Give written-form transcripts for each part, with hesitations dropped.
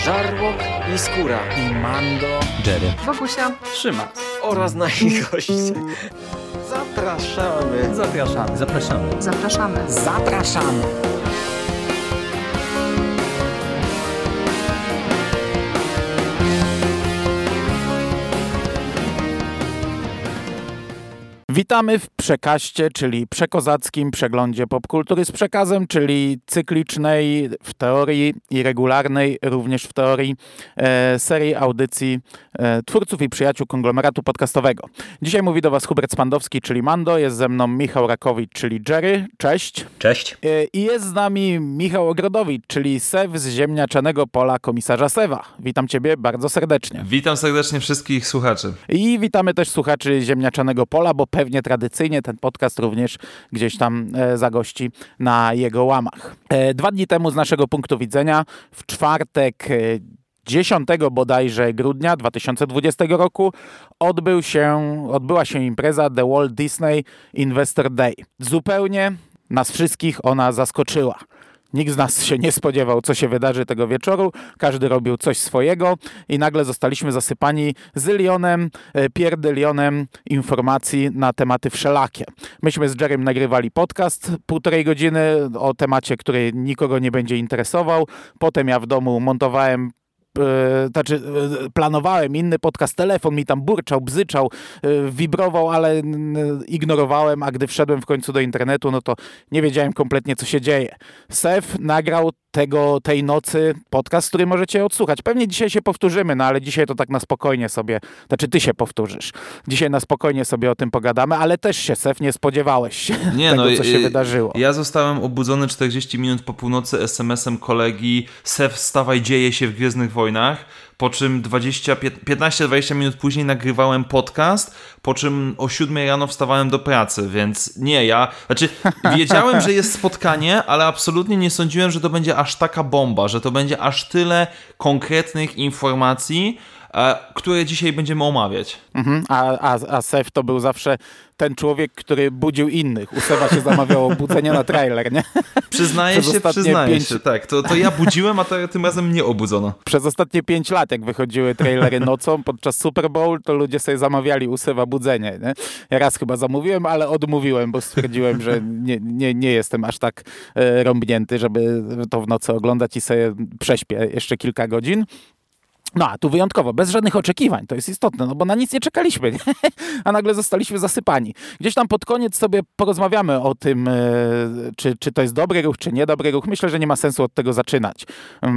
Żarłok i Skóra i Mando, Jerry, Wokusia, Szymas oraz nasi goście. Zapraszamy. Zapraszamy. zapraszamy. zapraszamy. Zapraszamy. Witamy w Przekaście, czyli przekozackim przeglądzie popkultury z przekazem, czyli cyklicznej w teorii i regularnej również w teorii serii audycji twórców i przyjaciół konglomeratu podcastowego. Dzisiaj mówi do Was Hubert Spandowski, czyli Mando, jest ze mną Michał Rakowicz, czyli Jerry. Cześć. Cześć. I jest z nami Michał Ogrodowicz, czyli Sew z ziemniaczanego pola komisarza Sewa. Witam Ciebie bardzo serdecznie. Witam serdecznie wszystkich słuchaczy. I witamy też słuchaczy ziemniaczanego pola, bo pewnie tradycyjnie ten podcast również gdzieś tam zagości na jego łamach. 2 dni temu z naszego punktu widzenia, w czwartek 10 bodajże grudnia 2020 roku odbyła się impreza The Walt Disney Investor Day. Zupełnie nas wszystkich ona zaskoczyła. Nikt z nas się nie spodziewał, co się wydarzy tego wieczoru. Każdy robił coś swojego i nagle zostaliśmy zasypani zylionem, pierdylionem informacji na tematy wszelakie. Myśmy z Jerrym nagrywali podcast 1,5 godziny o temacie, który nikogo nie będzie interesował. Potem ja w domu montowałem, planowałem inny podcast, telefon mi tam burczał, bzyczał, wibrował, ale ignorowałem, a gdy wszedłem w końcu do internetu, no to nie wiedziałem kompletnie, co się dzieje. Sew nagrał tej nocy podcast, który możecie odsłuchać. Pewnie dzisiaj się powtórzymy, no ale dzisiaj to tak na spokojnie sobie, ty się powtórzysz. Dzisiaj na spokojnie sobie o tym pogadamy, ale też się, Sew, nie spodziewałeś tego, co się wydarzyło. Ja zostałem obudzony 40 minut po północy SMS-em kolegi: Sew, wstawaj, dzieje się w Gwiezdnych Wojnach. Po czym 15-20 minut później nagrywałem podcast, po czym o 7 rano wstawałem do pracy, więc wiedziałem, że jest spotkanie, ale absolutnie nie sądziłem, że to będzie aż taka bomba, że to będzie aż tyle konkretnych informacji, które dzisiaj będziemy omawiać. A Sew to był zawsze ten człowiek, który budził innych. U Sewa się zamawiało budzenie na trailer, nie? Przyznaję się, tak. To ja budziłem, a tym razem mnie obudzono. Przez ostatnie 5 lat, jak wychodziły trailery nocą podczas Super Bowl, to ludzie sobie zamawiali u Sewa budzenie, nie? Ja raz chyba zamówiłem, ale odmówiłem, bo stwierdziłem, że nie jestem aż tak rąbnięty, żeby to w nocy oglądać i sobie prześpię jeszcze kilka godzin. No a tu wyjątkowo, bez żadnych oczekiwań, to jest istotne, no bo na nic nie czekaliśmy, nie? A nagle zostaliśmy zasypani. Gdzieś tam pod koniec sobie porozmawiamy o tym, czy to jest dobry ruch, czy niedobry ruch. Myślę, że nie ma sensu od tego zaczynać.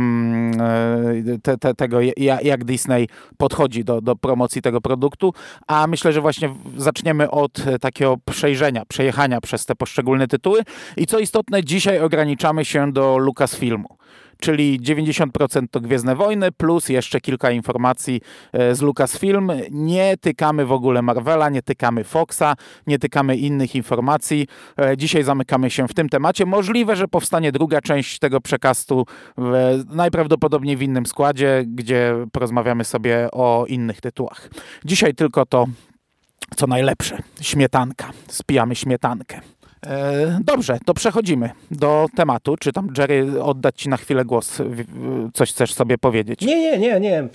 Tego, jak Disney podchodzi do promocji tego produktu, a myślę, że właśnie zaczniemy od takiego przejechania przez te poszczególne tytuły i co istotne, dzisiaj ograniczamy się do Lucasfilmu. Czyli 90% to Gwiezdne Wojny, plus jeszcze kilka informacji z Lucasfilm. Nie tykamy w ogóle Marvela, nie tykamy Foxa, nie tykamy innych informacji. Dzisiaj zamykamy się w tym temacie. Możliwe, że powstanie druga część tego przekastu, najprawdopodobniej w innym składzie, gdzie porozmawiamy sobie o innych tytułach. Dzisiaj tylko to, co najlepsze. Śmietanka. Spijamy śmietankę. Dobrze, to przechodzimy do tematu. Czy tam, Jerry, oddać Ci na chwilę głos? Coś chcesz sobie powiedzieć? Nie.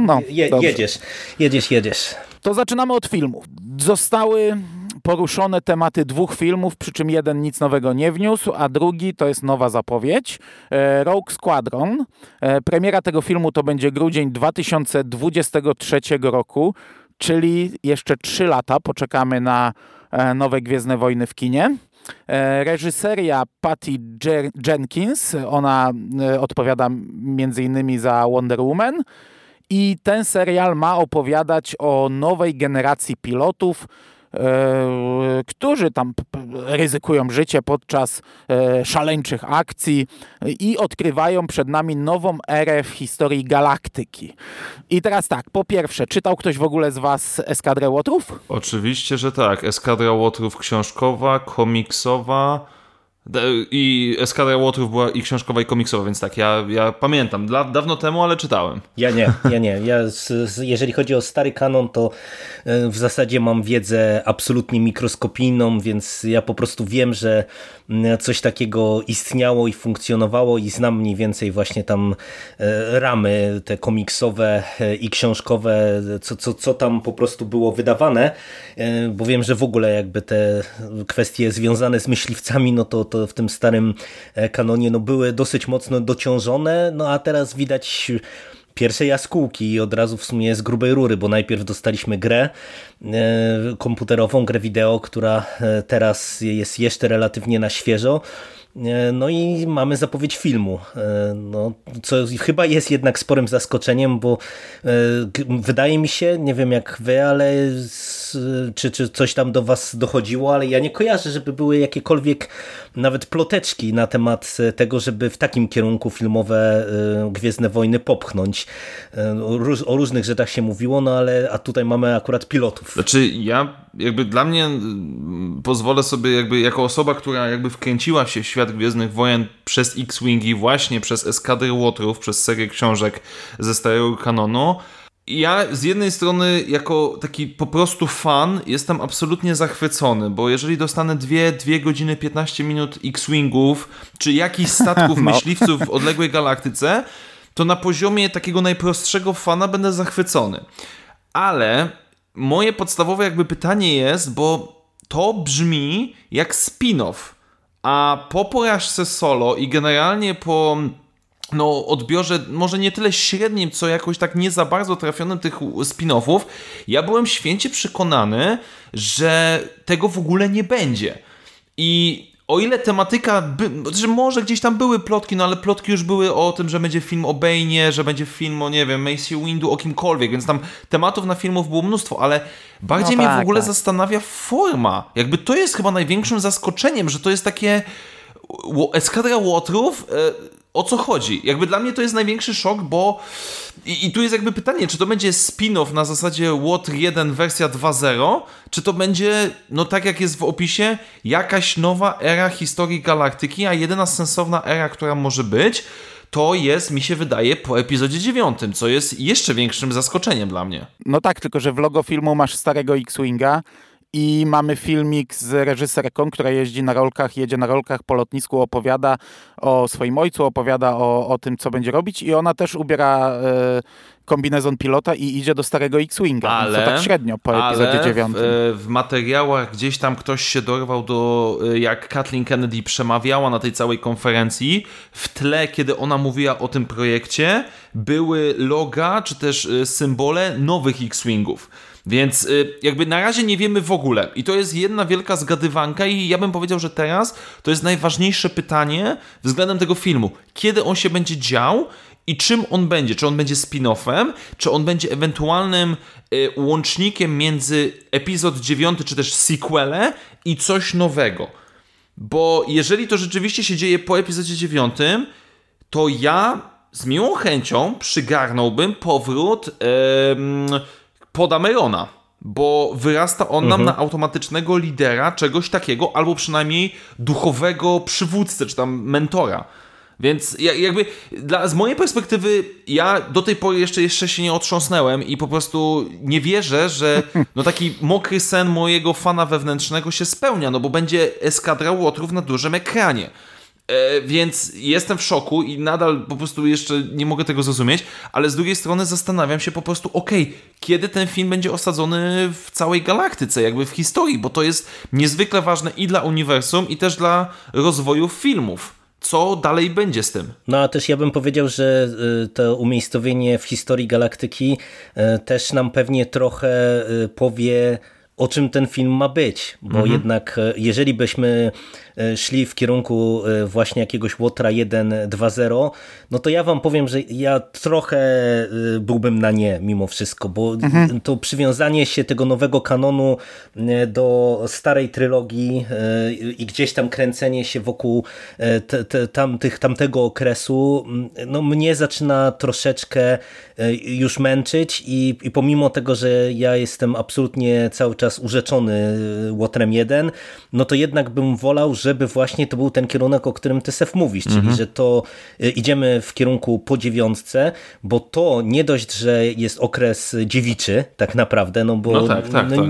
Jedziesz. To zaczynamy od filmów. Zostały poruszone tematy 2 filmów, przy czym jeden nic nowego nie wniósł, a drugi to jest nowa zapowiedź. Rogue Squadron. Premiera tego filmu to będzie grudzień 2023 roku, czyli jeszcze 3 lata poczekamy na nowe Gwiezdne Wojny w kinie. Reżyseria Patty Jenkins, ona odpowiada m.in. za Wonder Woman i ten serial ma opowiadać o nowej generacji pilotów, którzy tam ryzykują życie podczas szaleńczych akcji i odkrywają przed nami nową erę w historii galaktyki. I teraz tak, po pierwsze, czytał ktoś w ogóle z Was Eskadrę Łotrów? Oczywiście, że tak. Eskadra Łotrów książkowa, komiksowa, I Eskadra Łotrów była i książkowa, i komiksowa, więc tak, ja pamiętam. Dawno temu, ale czytałem. Ja nie. Jeżeli chodzi o stary kanon, to w zasadzie mam wiedzę absolutnie mikroskopijną, więc ja po prostu wiem, że coś takiego istniało i funkcjonowało i znam mniej więcej właśnie tam ramy te komiksowe i książkowe, co tam po prostu było wydawane, bo wiem, że w ogóle jakby te kwestie związane z myśliwcami, no to w tym starym kanonie no były dosyć mocno dociążone, no a teraz widać pierwsze jaskółki i od razu w sumie z grubej rury, bo najpierw dostaliśmy grę komputerową, grę wideo, która teraz jest jeszcze relatywnie na świeżo. No i mamy zapowiedź filmu, no, co chyba jest jednak sporym zaskoczeniem, bo wydaje mi się, nie wiem jak wy, ale czy coś tam do was dochodziło, ale ja nie kojarzę, żeby były jakiekolwiek nawet ploteczki na temat tego, żeby w takim kierunku filmowe Gwiezdne Wojny popchnąć. O różnych rzeczach się mówiło, no a tutaj mamy akurat pilotów. Znaczy dla mnie pozwolę sobie jako osoba, która wkręciła się w świat Gwiezdnych Wojen przez X-Wingi, właśnie przez Eskadrę Łotrów, przez serię książek ze starego kanonu. Ja z jednej strony jako taki po prostu fan jestem absolutnie zachwycony, bo jeżeli dostanę 2 godziny 15 minut X-Wingów, czy jakichś statków myśliwców w odległej galaktyce, to na poziomie takiego najprostszego fana będę zachwycony. Ale moje podstawowe pytanie jest, bo to brzmi jak spin-off, a po porażce Solo i generalnie po odbiorze może nie tyle średnim, co jakoś tak nie za bardzo trafionym tych spin-offów, ja byłem święcie przekonany, że tego w ogóle nie będzie. I o ile tematyka, że może gdzieś tam były plotki, ale plotki już były o tym, że będzie film o Bane'ie, że będzie film o, nie wiem, Mace Windu, o kimkolwiek, więc tam tematów na filmów było mnóstwo, ale bardziej mnie w ogóle zastanawia forma. To jest chyba największym zaskoczeniem, że to jest takie Eskadra Łotrów, o co chodzi? Dla mnie to jest największy szok, bo i tu jest pytanie, czy to będzie spin-off na zasadzie Łotr 1 wersja 2.0, czy to będzie, tak jak jest w opisie, jakaś nowa era historii galaktyki, a jedyna sensowna era, która może być, to jest, mi się wydaje, po epizodzie 9, co jest jeszcze większym zaskoczeniem dla mnie. No tak, tylko że w logo filmu masz starego X-Winga i mamy filmik z reżyserką, która jedzie na rolkach po lotnisku, opowiada o swoim ojcu, opowiada o tym, co będzie robić i ona też ubiera kombinezon pilota i idzie do starego X-Winga. Ale to tak średnio po epizodzie 9. W materiałach gdzieś tam ktoś się dorwał jak Kathleen Kennedy przemawiała na tej całej konferencji, w tle, kiedy ona mówiła o tym projekcie, były loga, czy też symbole nowych X-Wingów. Więc na razie nie wiemy w ogóle. I to jest jedna wielka zgadywanka i ja bym powiedział, że teraz to jest najważniejsze pytanie względem tego filmu. Kiedy on się będzie dział i czym on będzie? Czy on będzie spin-offem? Czy on będzie ewentualnym łącznikiem między epizod 9, czy też sequele i coś nowego? Bo jeżeli to rzeczywiście się dzieje po epizodzie 9, to ja z miłą chęcią przygarnąłbym powrót Podamerona, bo wyrasta on nam na automatycznego lidera czegoś takiego, albo przynajmniej duchowego przywódcę, czy tam mentora. Więc z mojej perspektywy ja do tej pory jeszcze się nie otrząsnęłem i po prostu nie wierzę, że taki mokry sen mojego fana wewnętrznego się spełnia, bo będzie Eskadra Łotrów na dużym ekranie. Więc jestem w szoku i nadal po prostu jeszcze nie mogę tego zrozumieć, ale z drugiej strony zastanawiam się po prostu, kiedy ten film będzie osadzony w całej galaktyce, w historii, bo to jest niezwykle ważne i dla uniwersum, i też dla rozwoju filmów. Co dalej będzie z tym? No a też ja bym powiedział, że to umiejscowienie w historii galaktyki też nam pewnie trochę powie, o czym ten film ma być, bo jednak jeżeli byśmy szli w kierunku właśnie jakiegoś Łotra 1.2.0, no to ja wam powiem, że ja trochę byłbym na nie mimo wszystko, bo to przywiązanie się tego nowego kanonu do starej trylogii i gdzieś tam kręcenie się wokół tamtego okresu, no mnie zaczyna troszeczkę już męczyć i pomimo tego, że ja jestem absolutnie cały czas urzeczony Łotrem 1, no to jednak bym wolał, żeby właśnie to był ten kierunek, o którym ty, Sef, mówisz, czyli że to idziemy w kierunku po 9, bo to nie dość, że jest okres dziewiczy tak naprawdę, no bo tak.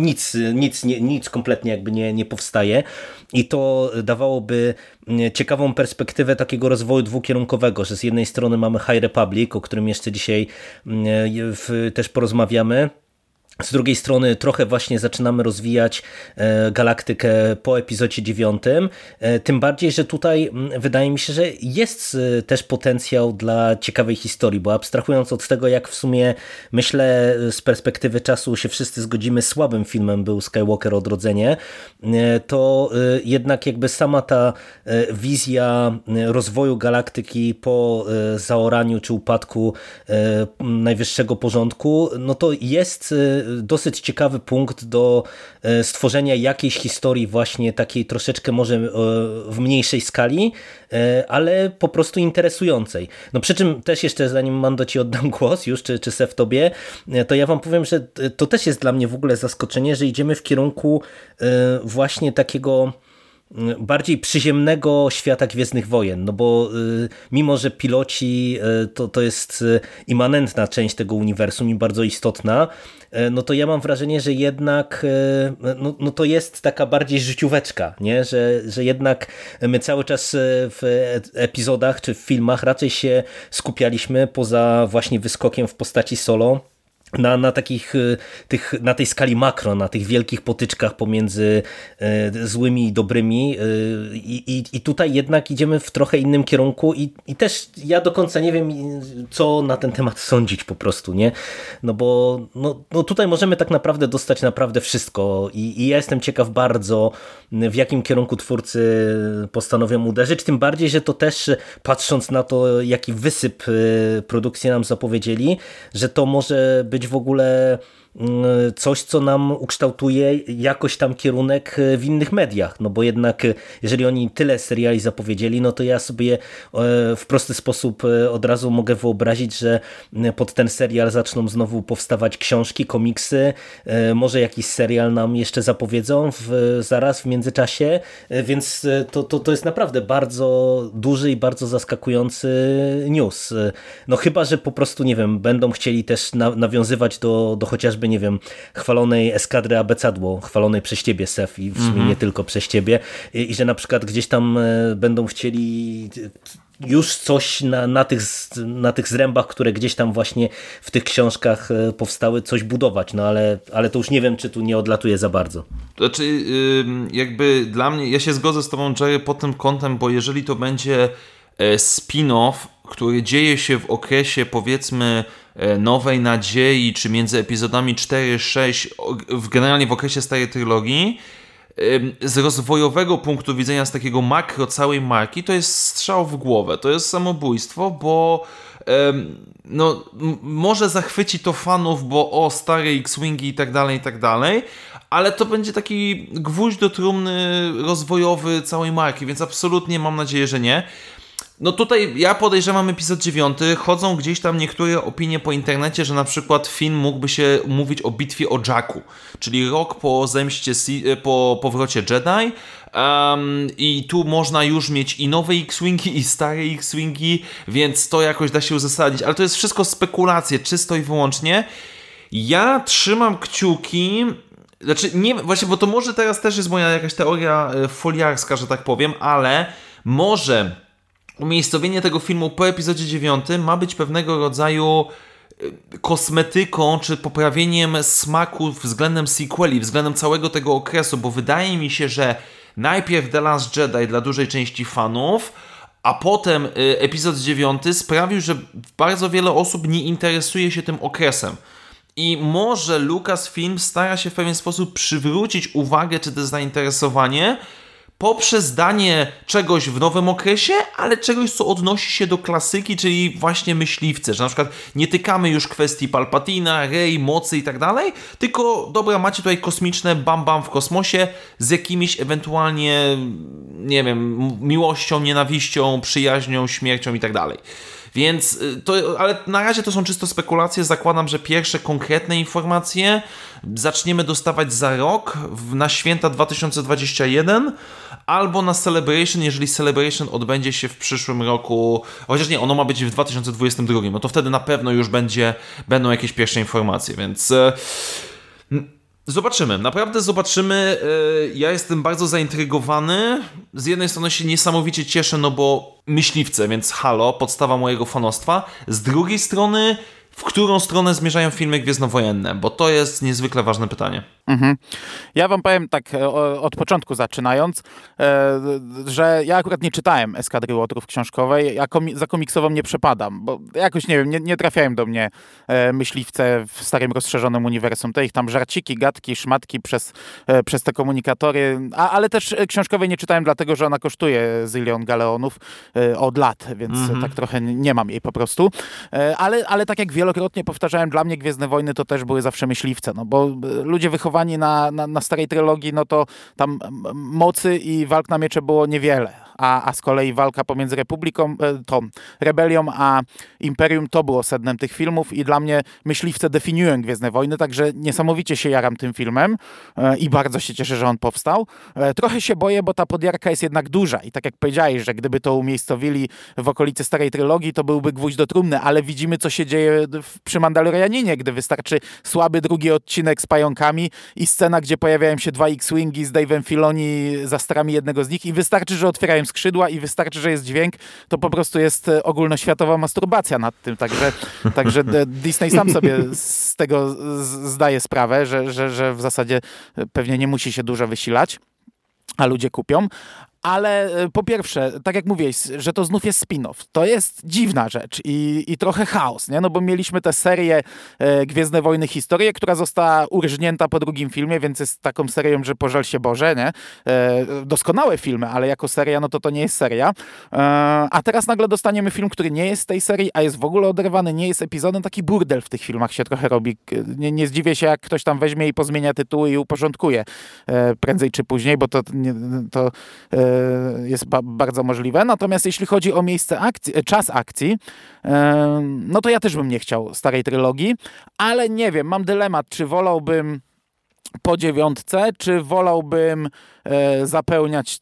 nic kompletnie jakby nie powstaje i to dawałoby ciekawą perspektywę takiego rozwoju dwukierunkowego, że z jednej strony mamy High Republic, o którym jeszcze dzisiaj też porozmawiamy. Z drugiej strony trochę właśnie zaczynamy rozwijać galaktykę po epizodzie 9, tym bardziej, że tutaj wydaje mi się, że jest też potencjał dla ciekawej historii, bo abstrahując od tego, jak w sumie myślę z perspektywy czasu się wszyscy zgodzimy, słabym filmem był Skywalker Odrodzenie, to jednak jakby sama ta wizja rozwoju galaktyki po zaoraniu czy upadku najwyższego porządku, no to jest dosyć ciekawy punkt do stworzenia jakiejś historii właśnie takiej troszeczkę może w mniejszej skali, ale po prostu interesującej. No przy czym też jeszcze, zanim Mando ci oddam głos już, czy Sef tobie, to ja wam powiem, że to też jest dla mnie w ogóle zaskoczenie, że idziemy w kierunku właśnie takiego bardziej przyziemnego świata Gwiezdnych Wojen, no bo mimo, że piloci to jest immanentna część tego uniwersum i bardzo istotna, no to ja mam wrażenie, że jednak no to jest taka bardziej życióweczka, nie? Że jednak my cały czas w epizodach czy w filmach raczej się skupialiśmy poza właśnie wyskokiem w postaci Solo na takich na tej skali makro, na tych wielkich potyczkach pomiędzy złymi i dobrymi i tutaj jednak idziemy w trochę innym kierunku i też ja do końca nie wiem, co na ten temat sądzić po prostu, nie? No bo no tutaj możemy tak naprawdę dostać naprawdę wszystko i ja jestem ciekaw bardzo, w jakim kierunku twórcy postanowią uderzyć, tym bardziej, że to też patrząc na to, jaki wysyp produkcji nam zapowiedzieli, że to może być w ogóle coś, co nam ukształtuje jakoś tam kierunek w innych mediach, no bo jednak jeżeli oni tyle seriali zapowiedzieli, no to ja sobie w prosty sposób od razu mogę wyobrazić, że pod ten serial zaczną znowu powstawać książki, komiksy, może jakiś serial nam jeszcze zapowiedzą zaraz w międzyczasie, więc to jest naprawdę bardzo duży i bardzo zaskakujący news. No chyba, że po prostu, nie wiem, będą chcieli też nawiązywać do chociażby, nie wiem, chwalonej eskadry Abecadło, chwalonej przez ciebie, Sef, i w sumie nie tylko przez ciebie, i że na przykład gdzieś tam będą chcieli już coś na tych zrębach, które gdzieś tam właśnie w tych książkach powstały, coś budować, no ale to już nie wiem, czy tu nie odlatuje za bardzo. Znaczy, jakby dla mnie, ja się zgodzę z tobą, Jerry, pod tym kątem, bo jeżeli to będzie spin-off, który dzieje się w okresie, powiedzmy, Nowej Nadziei, czy między epizodami 4-6, generalnie w okresie starej trylogii, z rozwojowego punktu widzenia, z takiego makro całej marki, to jest strzał w głowę, to jest samobójstwo, bo no, może zachwyci to fanów, bo stare X-Wingi i tak dalej, ale to będzie taki gwóźdź do trumny rozwojowy całej marki, więc absolutnie mam nadzieję, że nie. No tutaj ja podejrzewam epizod 9, chodzą gdzieś tam niektóre opinie po internecie, że na przykład film mógłby się mówić o bitwie o Jakku, czyli rok po zemście, po powrocie Jedi, i tu można już mieć i nowe X-Wingi, i stare X-Wingi, więc to jakoś da się uzasadnić, ale to jest wszystko spekulacje, czysto i wyłącznie. Ja trzymam kciuki, znaczy nie, właśnie, bo to może teraz też jest moja jakaś teoria foliarska, że tak powiem, ale może umiejscowienie tego filmu po epizodzie 9 ma być pewnego rodzaju kosmetyką, czy poprawieniem smaku względem sequeli, względem całego tego okresu, bo wydaje mi się, że najpierw The Last Jedi dla dużej części fanów, a potem epizod 9 sprawił, że bardzo wiele osób nie interesuje się tym okresem. I może Lucasfilm stara się w pewien sposób przywrócić uwagę, czy też zainteresowanie poprzez danie czegoś w nowym okresie, ale czegoś, co odnosi się do klasyki, czyli właśnie myśliwce, że na przykład nie tykamy już kwestii Palpatina, Rey, mocy i tak dalej, tylko dobra, macie tutaj kosmiczne bam w kosmosie z jakimiś ewentualnie, nie wiem, miłością, nienawiścią, przyjaźnią, śmiercią i tak dalej. Więc ale na razie to są czysto spekulacje. Zakładam, że pierwsze konkretne informacje zaczniemy dostawać za rok, na święta 2021, albo na Celebration, jeżeli Celebration odbędzie się w przyszłym roku, chociaż nie, ono ma być w 2022, no to wtedy na pewno już będą jakieś pierwsze informacje, więc zobaczymy, naprawdę zobaczymy. Ja jestem bardzo zaintrygowany. Z jednej strony się niesamowicie cieszę, no bo myśliwce, więc halo, podstawa mojego fanostwa. Z drugiej strony, w którą stronę zmierzają filmy gwiezdnowojenne? Bo to jest niezwykle ważne pytanie. Ja wam powiem tak od początku zaczynając, że ja akurat nie czytałem Eskadry Łotrów książkowej, ja za komiksową nie przepadam, bo jakoś nie wiem, nie trafiają do mnie myśliwce w starym rozszerzonym uniwersum. Te ich tam żarciki, gadki, szmatki przez te komunikatory, ale też książkowej nie czytałem dlatego, że ona kosztuje zylion galeonów od lat, więc tak trochę nie mam jej po prostu. Ale tak jak wielokrotnie powtarzałem, dla mnie Gwiezdne Wojny to też były zawsze myśliwce, no bo ludzie wychowani na starej trylogii, no to tam mocy i walk na miecze było niewiele. A z kolei walka pomiędzy rebelią a Imperium to było sednem tych filmów i dla mnie myśliwce definiują Gwiezdne Wojny, także niesamowicie się jaram tym filmem i bardzo się cieszę, że on powstał. Trochę się boję, bo ta podjarka jest jednak duża i tak jak powiedziałeś, że gdyby to umiejscowili w okolicy starej trylogii, to byłby gwóźdź do trumny, ale widzimy, co się dzieje przy Mandalorianinie, gdy wystarczy słaby drugi odcinek z pająkami i scena, gdzie pojawiają się dwa X-Wingi z Dave'em Filoni za starami jednego z nich i wystarczy, że otwierają skrzydła i wystarczy, że jest dźwięk, to po prostu jest ogólnoświatowa masturbacja nad tym. Także Disney sam sobie z tego zdaje sprawę, że w zasadzie pewnie nie musi się dużo wysilać, a ludzie kupią. Ale po pierwsze, tak jak mówiłeś, że to znów jest spin-off. To jest dziwna rzecz i trochę chaos, nie? No bo mieliśmy tę serię Gwiezdne Wojny Historię, która została urżnięta po drugim filmie, więc jest taką serią, że pożal się Boże, nie? Doskonałe filmy, ale jako seria, no to nie jest seria. A teraz nagle dostaniemy film, który nie jest z tej serii, a jest w ogóle oderwany, nie jest epizodem. Taki burdel w tych filmach się trochę robi. Nie zdziwię się, jak ktoś tam weźmie i pozmienia tytuły i uporządkuje prędzej czy później, bo to jest bardzo możliwe. Natomiast jeśli chodzi o miejsce akcji, czas akcji, no to ja też bym nie chciał starej trylogii, ale nie wiem, mam dylemat, czy wolałbym po 9, czy wolałbym zapełniać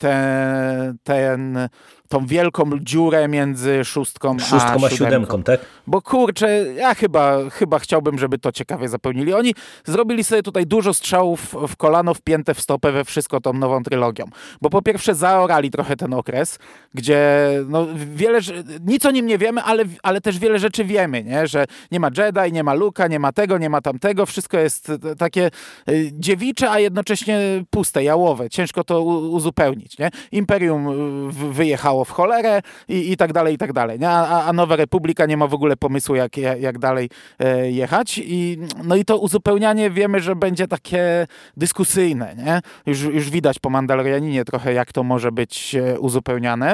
tą wielką dziurę między 6 a 7, tak? Bo kurczę, ja chyba chciałbym, żeby to ciekawie zapełnili. Oni zrobili sobie tutaj dużo strzałów w kolano, wpięte w stopę we wszystko tą nową trylogią. Bo po pierwsze zaorali trochę ten okres, gdzie no, nic o nim nie wiemy, ale też wiele rzeczy wiemy, nie? Że nie ma Jedi, nie ma Luka, nie ma tego, nie ma tamtego. Wszystko jest takie dziewicze, a jednocześnie puste, jałowe. Ciężko to uzupełnić, nie? Imperium wyjechało w cholerę i tak dalej, i tak dalej. Nie? A Nowa Republika nie ma w ogóle pomysłu, jak dalej jechać. No i to uzupełnianie wiemy, że będzie takie dyskusyjne. Nie? Już widać po Mandalorianinie trochę, jak to może być uzupełniane.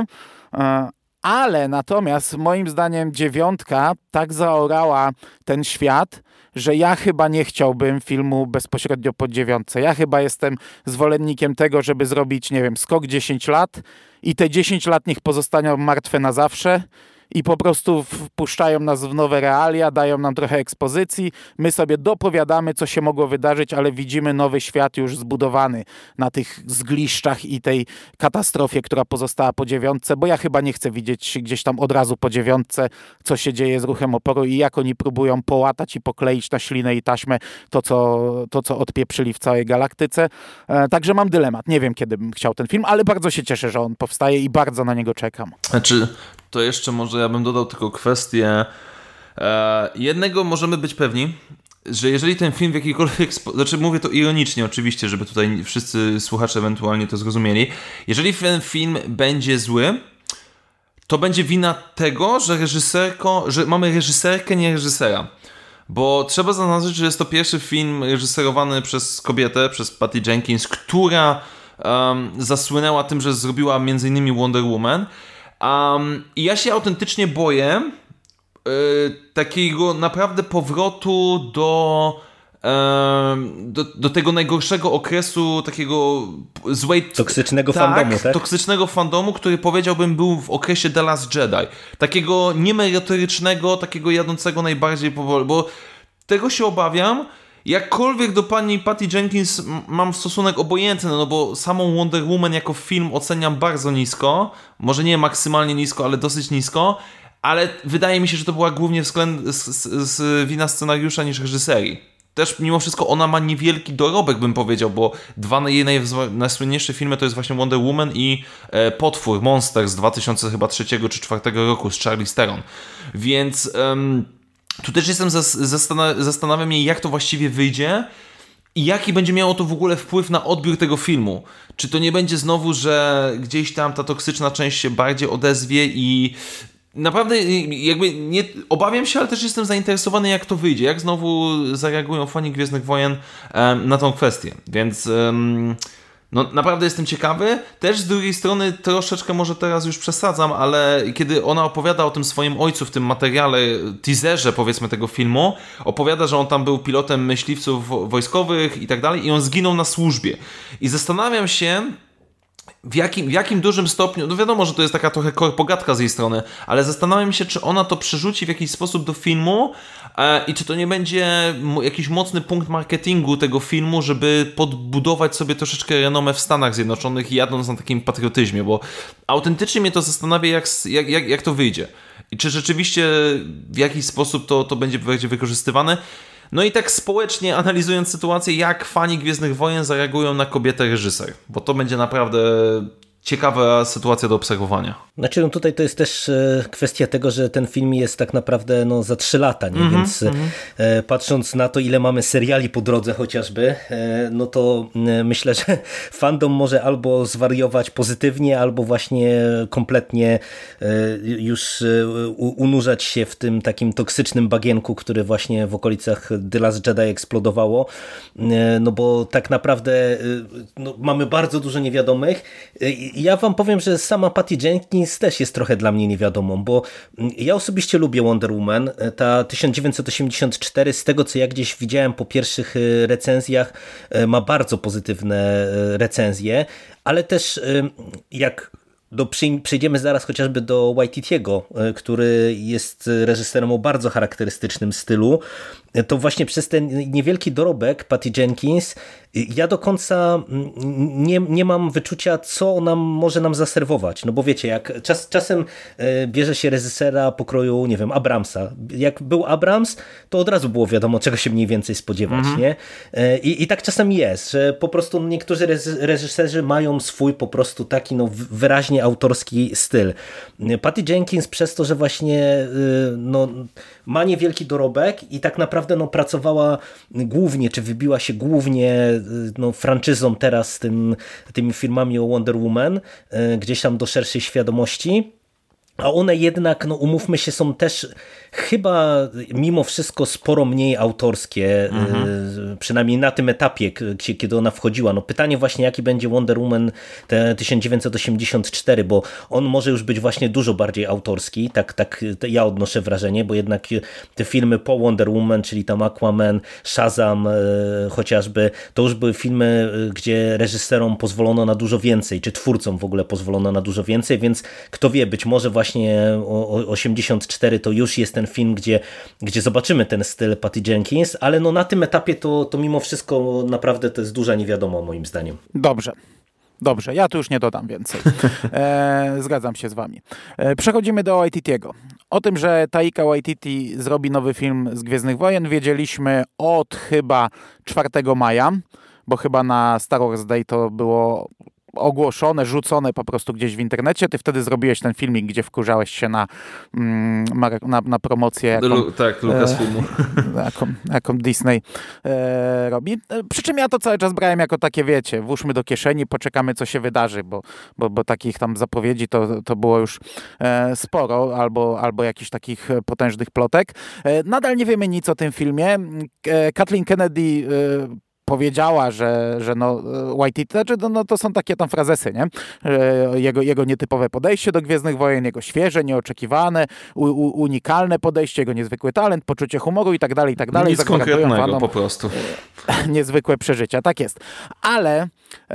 Ale natomiast moim zdaniem 9 tak zaorała ten świat, że ja chyba nie chciałbym filmu bezpośrednio po 9. Ja chyba jestem zwolennikiem tego, żeby zrobić, nie wiem, skok 10 lat i te 10 lat niech pozostaną martwe na zawsze i po prostu wpuszczają nas w nowe realia, dają nam trochę ekspozycji, my sobie dopowiadamy, co się mogło wydarzyć, ale widzimy nowy świat już zbudowany na tych zgliszczach i tej katastrofie, która pozostała po 9, bo ja chyba nie chcę widzieć gdzieś tam od razu po 9, co się dzieje z ruchem oporu i jak oni próbują połatać i pokleić na ślinę i taśmę to, co odpieprzyli w całej galaktyce. Także mam dylemat. Nie wiem, kiedy bym chciał ten film, ale bardzo się cieszę, że on powstaje i bardzo na niego czekam. Znaczy, to jeszcze może ja bym dodał tylko kwestię. Jednego możemy być pewni, że jeżeli ten film w jakikolwiek znaczy mówię to ironicznie oczywiście, żeby tutaj wszyscy słuchacze ewentualnie to zrozumieli. Jeżeli ten film będzie zły, to będzie wina tego, że mamy reżyserkę, nie reżysera. Bo trzeba zaznaczyć, że jest to pierwszy film reżyserowany przez kobietę, przez Patty Jenkins, która zasłynęła tym, że zrobiła m.in. Wonder Woman. I ja się autentycznie boję takiego naprawdę powrotu do do tego najgorszego okresu takiego złej... Toksycznego fandomu, tak? Toksycznego fandomu, który powiedziałbym był w okresie The Last Jedi. Takiego niemerytorycznego, takiego jadącego najbardziej powoli, bo tego się obawiam. Jakkolwiek do pani Patty Jenkins mam stosunek obojętny, no bo samą Wonder Woman jako film oceniam bardzo nisko, może nie maksymalnie nisko, ale dosyć nisko, ale wydaje mi się, że to była głównie z wina scenariusza niż reżyserii. Też mimo wszystko ona ma niewielki dorobek, bym powiedział, bo dwa jej najsłynniejsze filmy to jest właśnie Wonder Woman i Potwór, Monster z 2003 czy 2004 roku z Charlize Theron. Więc tu też jestem zastanawiam się, jak to właściwie wyjdzie i jaki będzie miało to w ogóle wpływ na odbiór tego filmu. Czy to nie będzie znowu, że gdzieś tam ta toksyczna część się bardziej odezwie i naprawdę jakby nie obawiam się, ale też jestem zainteresowany, jak to wyjdzie, jak znowu zareagują fani Gwiezdnych Wojen na tą kwestię, więc no naprawdę jestem ciekawy. Też z drugiej strony troszeczkę może teraz już przesadzam, ale kiedy ona opowiada o tym swoim ojcu w tym materiale, teaserze powiedzmy tego filmu, opowiada, że on tam był pilotem myśliwców wojskowych i tak dalej i on zginął na służbie. I zastanawiam się, w jakim dużym stopniu, no wiadomo, że to jest taka trochę korpogatka z jej strony, ale zastanawiam się, czy ona to przerzuci w jakiś sposób do filmu i czy to nie będzie jakiś mocny punkt marketingu tego filmu, żeby podbudować sobie troszeczkę renomę w Stanach Zjednoczonych, jadąc na takim patriotyzmie, bo autentycznie mnie to zastanawia, jak to wyjdzie. I czy rzeczywiście w jakiś sposób to będzie wykorzystywane. No i tak społecznie analizując sytuację, jak fani Gwiezdnych Wojen zareagują na kobietę reżyser, bo to będzie naprawdę ciekawa sytuacja do obserwowania. Znaczy no tutaj to jest też kwestia tego, że ten film jest tak naprawdę no, za 3 lata, nie? Więc patrząc na to, ile mamy seriali po drodze chociażby, no to myślę, że fandom może albo zwariować pozytywnie, albo właśnie kompletnie już unurzać się w tym takim toksycznym bagienku, który właśnie w okolicach The Last Jedi eksplodowało, no bo tak naprawdę no, mamy bardzo dużo niewiadomych. Ja wam powiem, że sama Patty Jenkins też jest trochę dla mnie niewiadomą, bo ja osobiście lubię Wonder Woman. Ta 1984, z tego co ja gdzieś widziałem po pierwszych recenzjach, ma bardzo pozytywne recenzje, ale też jak przejdziemy zaraz chociażby do Waititiego, który jest reżyserem o bardzo charakterystycznym stylu, to właśnie przez ten niewielki dorobek Patty Jenkins ja do końca nie mam wyczucia, co ona może nam zaserwować. No bo wiecie, jak czasem bierze się reżysera pokroju, nie wiem, Abramsa. Jak był Abrams, to od razu było wiadomo, czego się mniej więcej spodziewać, nie? I tak czasami jest, że po prostu niektórzy reżyserzy mają swój po prostu taki no, wyraźnie autorski styl. Patty Jenkins przez to, że właśnie no, ma niewielki dorobek i tak naprawdę no, pracowała głównie, czy wybiła się głównie no, franczyzą teraz tymi filmami o Wonder Woman, gdzieś tam do szerszej świadomości. A one jednak, no umówmy się, są też chyba mimo wszystko sporo mniej autorskie, przynajmniej na tym etapie, kiedy ona wchodziła. No pytanie właśnie, jaki będzie Wonder Woman 1984, bo on może już być właśnie dużo bardziej autorski, tak ja odnoszę wrażenie, bo jednak te filmy po Wonder Woman, czyli tam Aquaman, Shazam chociażby, to już były filmy, gdzie reżyserom pozwolono na dużo więcej, czy twórcom w ogóle pozwolono na dużo więcej, więc kto wie, być może właśnie 84 to już jest ten film, gdzie zobaczymy ten styl Patty Jenkins, ale no na tym etapie to mimo wszystko naprawdę to jest duża niewiadoma moim zdaniem. Dobrze, ja tu już nie dodam więcej. Zgadzam się z wami. Przechodzimy do Waititiego. O tym, że Taika Waititi zrobi nowy film z Gwiezdnych Wojen, wiedzieliśmy od chyba 4 maja, bo chyba na Star Wars Day to było ogłoszone, rzucone po prostu gdzieś w internecie. Ty wtedy zrobiłeś ten filmik, gdzie wkurzałeś się na promocję, Lucasfilmu. Jaką Disney robi. Przy czym ja to cały czas brałem jako takie, wiecie, włóżmy do kieszeni, poczekamy, co się wydarzy, bo takich tam zapowiedzi to było już sporo, albo jakichś takich potężnych plotek. Nadal nie wiemy nic o tym filmie. Kathleen Kennedy powiedziała, że no Waititi, znaczy no to są takie tam frazesy, nie? Jego nietypowe podejście do Gwiezdnych Wojen, jego świeże, nieoczekiwane, unikalne podejście, jego niezwykły talent, poczucie humoru i tak dalej, i tak dalej. Nic konkretnego po prostu. Niezwykłe przeżycia, tak jest. Ale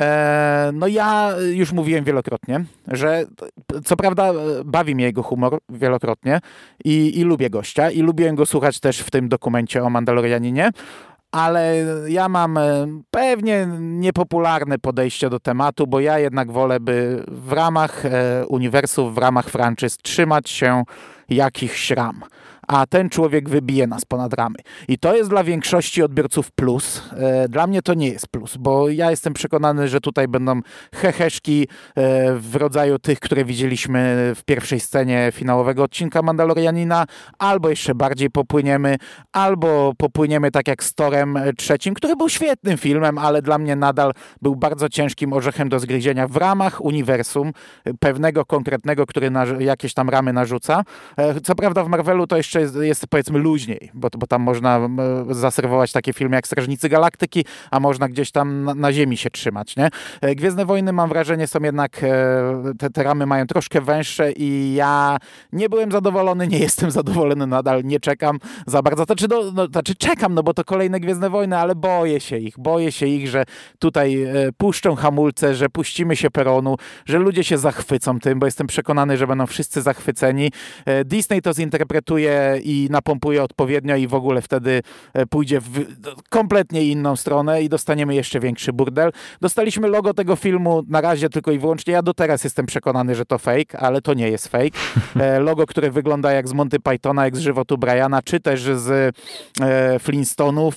no ja już mówiłem wielokrotnie, że co prawda bawi mnie jego humor wielokrotnie i lubię gościa i lubiłem go słuchać też w tym dokumencie o Mandalorianinie, ale ja mam pewnie niepopularne podejście do tematu, bo ja jednak wolę, by w ramach uniwersów, w ramach franczyz trzymać się jakichś ram. A ten człowiek wybije nas ponad ramy. I to jest dla większości odbiorców plus. Dla mnie to nie jest plus, bo ja jestem przekonany, że tutaj będą heheszki w rodzaju tych, które widzieliśmy w pierwszej scenie finałowego odcinka Mandalorianina, albo jeszcze bardziej popłyniemy, albo popłyniemy tak jak z Thorem III, który był świetnym filmem, ale dla mnie nadal był bardzo ciężkim orzechem do zgryzienia w ramach uniwersum pewnego, konkretnego, który jakieś tam ramy narzuca. Co prawda w Marvelu to jeszcze jest powiedzmy luźniej, bo tam można zaserwować takie filmy jak Strażnicy Galaktyki, a można gdzieś tam na ziemi się trzymać, nie? Gwiezdne Wojny, mam wrażenie, są jednak, te ramy mają troszkę węższe i ja nie byłem zadowolony, nie jestem zadowolony nadal, nie czekam za bardzo. Znaczy czekam, no bo to kolejne Gwiezdne Wojny, ale boję się ich, że tutaj puszczą hamulce, że puścimy się peronu, że ludzie się zachwycą tym, bo jestem przekonany, że będą wszyscy zachwyceni. Disney to zinterpretuje i napompuje odpowiednio i w ogóle wtedy pójdzie w kompletnie inną stronę i dostaniemy jeszcze większy burdel. Dostaliśmy logo tego filmu na razie tylko i wyłącznie. Ja do teraz jestem przekonany, że to fake, ale to nie jest fake. Logo, które wygląda jak z Monty Pythona, jak z żywotu Briana, czy też z Flintstone'ów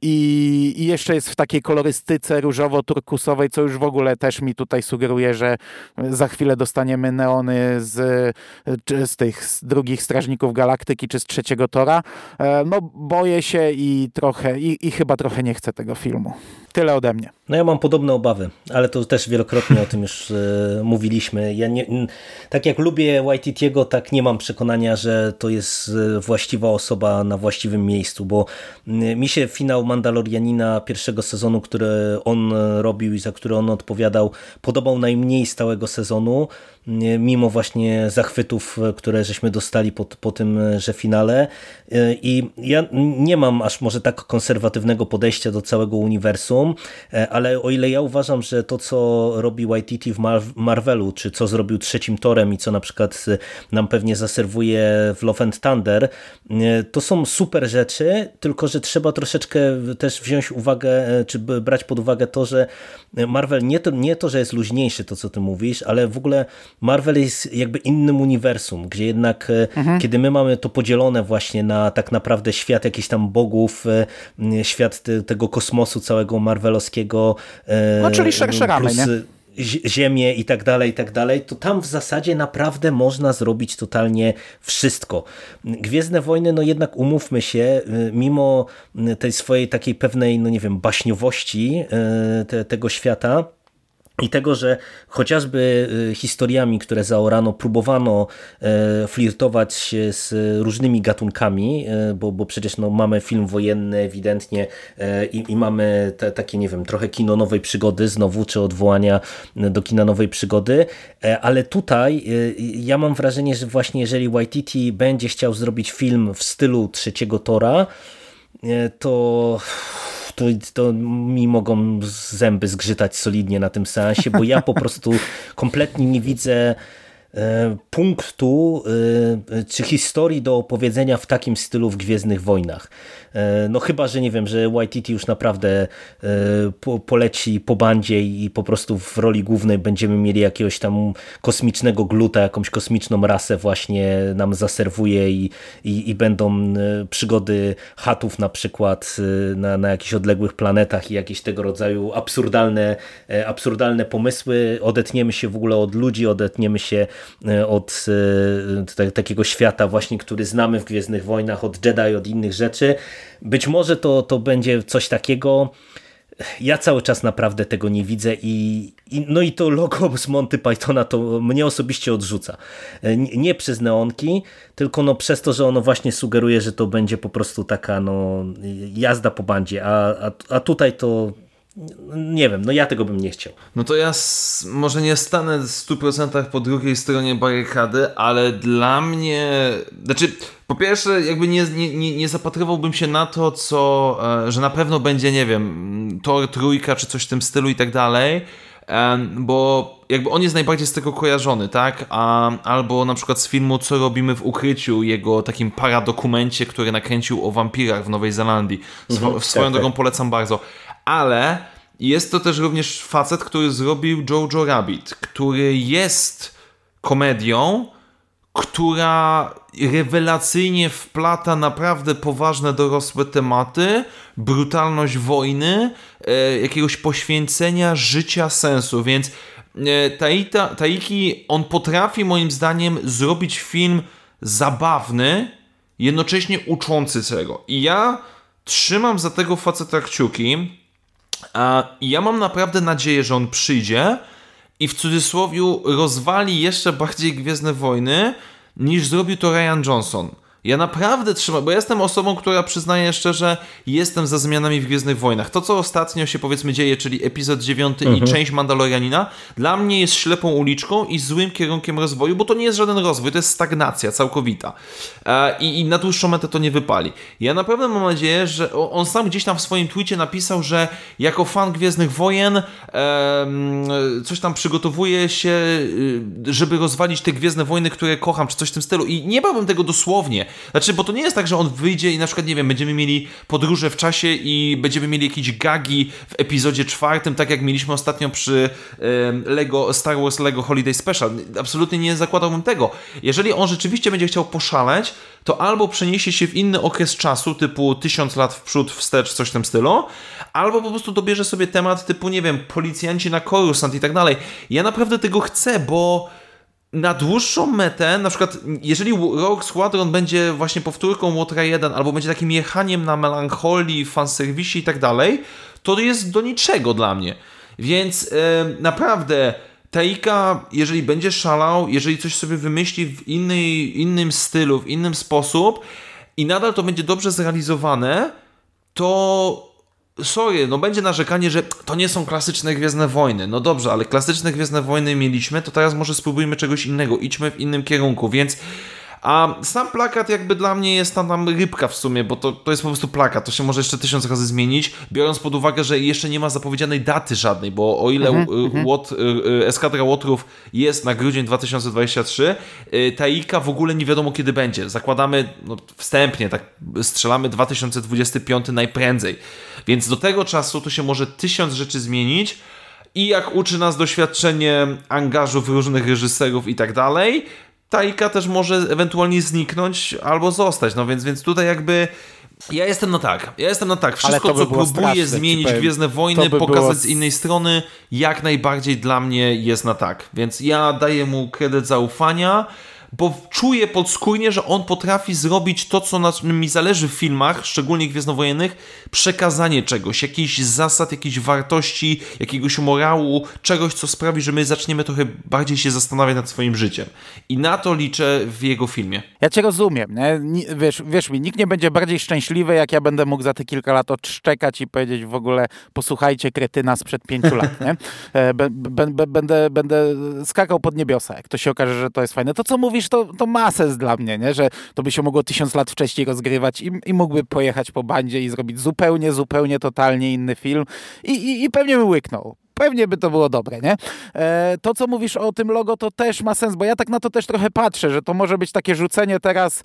i jeszcze jest w takiej kolorystyce różowo-turkusowej, co już w ogóle też mi tutaj sugeruje, że za chwilę dostaniemy neony z tych z drugich Strażników Galaktyki, czy z trzeciego Tora. No boję się i chyba trochę nie chcę tego filmu. Tyle ode mnie. No ja mam podobne obawy, ale to też wielokrotnie o tym już mówiliśmy. Ja tak jak lubię Waititiego, tak nie mam przekonania, że to jest właściwa osoba na właściwym miejscu, bo mi się finał Mandalorianina pierwszego sezonu, który on robił i za który on odpowiadał, podobał najmniej z całego sezonu, mimo właśnie zachwytów, które żeśmy dostali po tymże finale. I ja nie mam aż może tak konserwatywnego podejścia do całego uniwersum, ale o ile ja uważam, że to, co robi Waititi w Marvelu, czy co zrobił trzecim Torem i co na przykład nam pewnie zaserwuje w Love and Thunder, to są super rzeczy, tylko że trzeba troszeczkę też wziąć uwagę, czy brać pod uwagę to, że Marvel nie to, że jest luźniejszy, to co ty mówisz, ale w ogóle Marvel jest jakby innym uniwersum, gdzie jednak kiedy my mamy to podzielone właśnie na tak naprawdę świat jakichś tam bogów, świat tego kosmosu całego marvelowskiego, no czyli szersze ramy, nie? Ziemię i tak dalej, to tam w zasadzie naprawdę można zrobić totalnie wszystko. Gwiezdne Wojny, no jednak umówmy się, mimo tej swojej takiej pewnej, no nie wiem, baśniowości tego świata, i tego, że chociażby historiami, które zaorano, próbowano flirtować z różnymi gatunkami, bo przecież no, mamy film wojenny ewidentnie i mamy takie, nie wiem, trochę kino nowej przygody znowu, czy odwołania do kina nowej przygody, ale tutaj ja mam wrażenie, że właśnie jeżeli Waititi będzie chciał zrobić film w stylu trzeciego Tora, to mi mogą zęby zgrzytać solidnie na tym seansie, bo ja po prostu kompletnie nie widzę punktu czy historii do opowiedzenia w takim stylu w Gwiezdnych Wojnach. No chyba, że nie wiem, że Waititi już naprawdę poleci po bandzie i po prostu w roli głównej będziemy mieli jakiegoś tam kosmicznego gluta, jakąś kosmiczną rasę właśnie nam zaserwuje i będą przygody chatów na przykład na jakichś odległych planetach i jakieś tego rodzaju absurdalne pomysły. Odetniemy się w ogóle od ludzi, odetniemy się od takiego świata właśnie, który znamy w Gwiezdnych Wojnach, od Jedi, od innych rzeczy. Być może to będzie coś takiego, ja cały czas naprawdę tego nie widzę no i to logo z Monty Pythona to mnie osobiście odrzuca. Nie przez neonki, tylko no przez to, że ono właśnie sugeruje, że to będzie po prostu taka no jazda po bandzie, a tutaj to nie wiem, no ja tego bym nie chciał. No to ja może nie stanę w 100% po drugiej stronie barykady, ale dla mnie, znaczy po pierwsze jakby nie zapatrywałbym się na to, że na pewno będzie, nie wiem, Thor trójka czy coś w tym stylu i tak dalej, bo jakby on jest najbardziej z tego kojarzony, tak? Albo na przykład z filmu Co robimy w ukryciu, jego takim paradokumencie, który nakręcił o wampirach w Nowej Zelandii. Swoją drogą polecam bardzo. Ale jest to też również facet, który zrobił Jojo Rabbit, który jest komedią, która rewelacyjnie wplata naprawdę poważne, dorosłe tematy, brutalność wojny, jakiegoś poświęcenia, życia, sensu, więc Taiki, on potrafi moim zdaniem zrobić film zabawny, jednocześnie uczącego. I ja trzymam za tego faceta kciuki, i ja mam naprawdę nadzieję, że on przyjdzie i w cudzysłowiu rozwali jeszcze bardziej Gwiezdne Wojny, niż zrobił to Rian Johnson. Ja naprawdę trzymam, bo ja jestem osobą, która przyznaje szczerze, jestem za zmianami w Gwiezdnych Wojnach. To, co ostatnio się powiedzmy dzieje, czyli epizod 9 i część Mandalorianina, dla mnie jest ślepą uliczką i złym kierunkiem rozwoju, bo to nie jest żaden rozwój, to jest stagnacja całkowita. I na dłuższą metę to nie wypali. Ja naprawdę mam nadzieję, że on sam gdzieś tam w swoim tweetie napisał, że jako fan Gwiezdnych Wojen coś tam przygotowuje się, żeby rozwalić te Gwiezdne Wojny, które kocham, czy coś w tym stylu. I nie brałbym tego dosłownie. Znaczy, bo to nie jest tak, że on wyjdzie i na przykład, nie wiem, będziemy mieli podróże w czasie i będziemy mieli jakieś gagi w epizodzie 4, tak jak mieliśmy ostatnio przy Star Wars Lego Holiday Special. Absolutnie nie zakładałbym tego. Jeżeli on rzeczywiście będzie chciał poszaleć, to albo przeniesie się w inny okres czasu, typu 1000 lat w przód, wstecz, coś w tym stylu, albo po prostu dobierze sobie temat typu, nie wiem, policjanci na Coruscant i tak dalej. Ja naprawdę tego chcę, bo na dłuższą metę, na przykład jeżeli Rogue Squadron będzie właśnie powtórką Łotra 1 albo będzie takim jechaniem na melancholii, fanserwisie i tak dalej, to jest do niczego dla mnie. Więc naprawdę Taika, jeżeli będzie szalał, jeżeli coś sobie wymyśli w innym stylu, w inny sposób i nadal to będzie dobrze zrealizowane, to sorry, no będzie narzekanie, że to nie są klasyczne Gwiezdne Wojny. No dobrze, ale klasyczne Gwiezdne Wojny mieliśmy, to teraz może spróbujmy czegoś innego, idźmy w innym kierunku, więc a sam plakat jakby dla mnie jest tam rybka w sumie, bo to jest po prostu plakat, to się może jeszcze 1000 razy zmienić, biorąc pod uwagę, że jeszcze nie ma zapowiedzianej daty żadnej, bo o ile Eskadra Łotrów jest na grudzień 2023, Taika w ogóle nie wiadomo kiedy będzie. Zakładamy wstępnie, tak strzelamy 2025 najprędzej. Więc do tego czasu to się może 1000 rzeczy zmienić i jak uczy nas doświadczenie angażów różnych reżyserów i tak dalej, Taika też może ewentualnie zniknąć albo zostać, no więc tutaj jakby ja jestem na tak. Wszystko, co próbuje zmienić Gwiezdne Wojny, pokazać z innej strony, jak najbardziej dla mnie jest na tak. Więc ja daję mu kredyt zaufania, bo czuję podskórnie, że on potrafi zrobić to, co na mi zależy w filmach, szczególnie gwiezdnowojennych, przekazanie czegoś, jakichś zasad, jakichś wartości, jakiegoś morału, czegoś, co sprawi, że my zaczniemy trochę bardziej się zastanawiać nad swoim życiem. I na to liczę w jego filmie. Ja cię rozumiem, nie? Wierz mi, nikt nie będzie bardziej szczęśliwy, jak ja będę mógł za te kilka lat odszczekać i powiedzieć w ogóle, posłuchajcie kretyna sprzed 5 lat, nie? Będę skakał pod niebiosa, jak to się okaże, że to jest fajne. To, co mówisz, to ma sens dla mnie, nie? Że to by się mogło 1000 lat wcześniej rozgrywać i mógłby pojechać po bandzie i zrobić zupełnie, totalnie inny film i pewnie by łyknął. Pewnie by to było dobre, nie? To, co mówisz o tym logo, to też ma sens, bo ja tak na to też trochę patrzę, że to może być takie rzucenie teraz,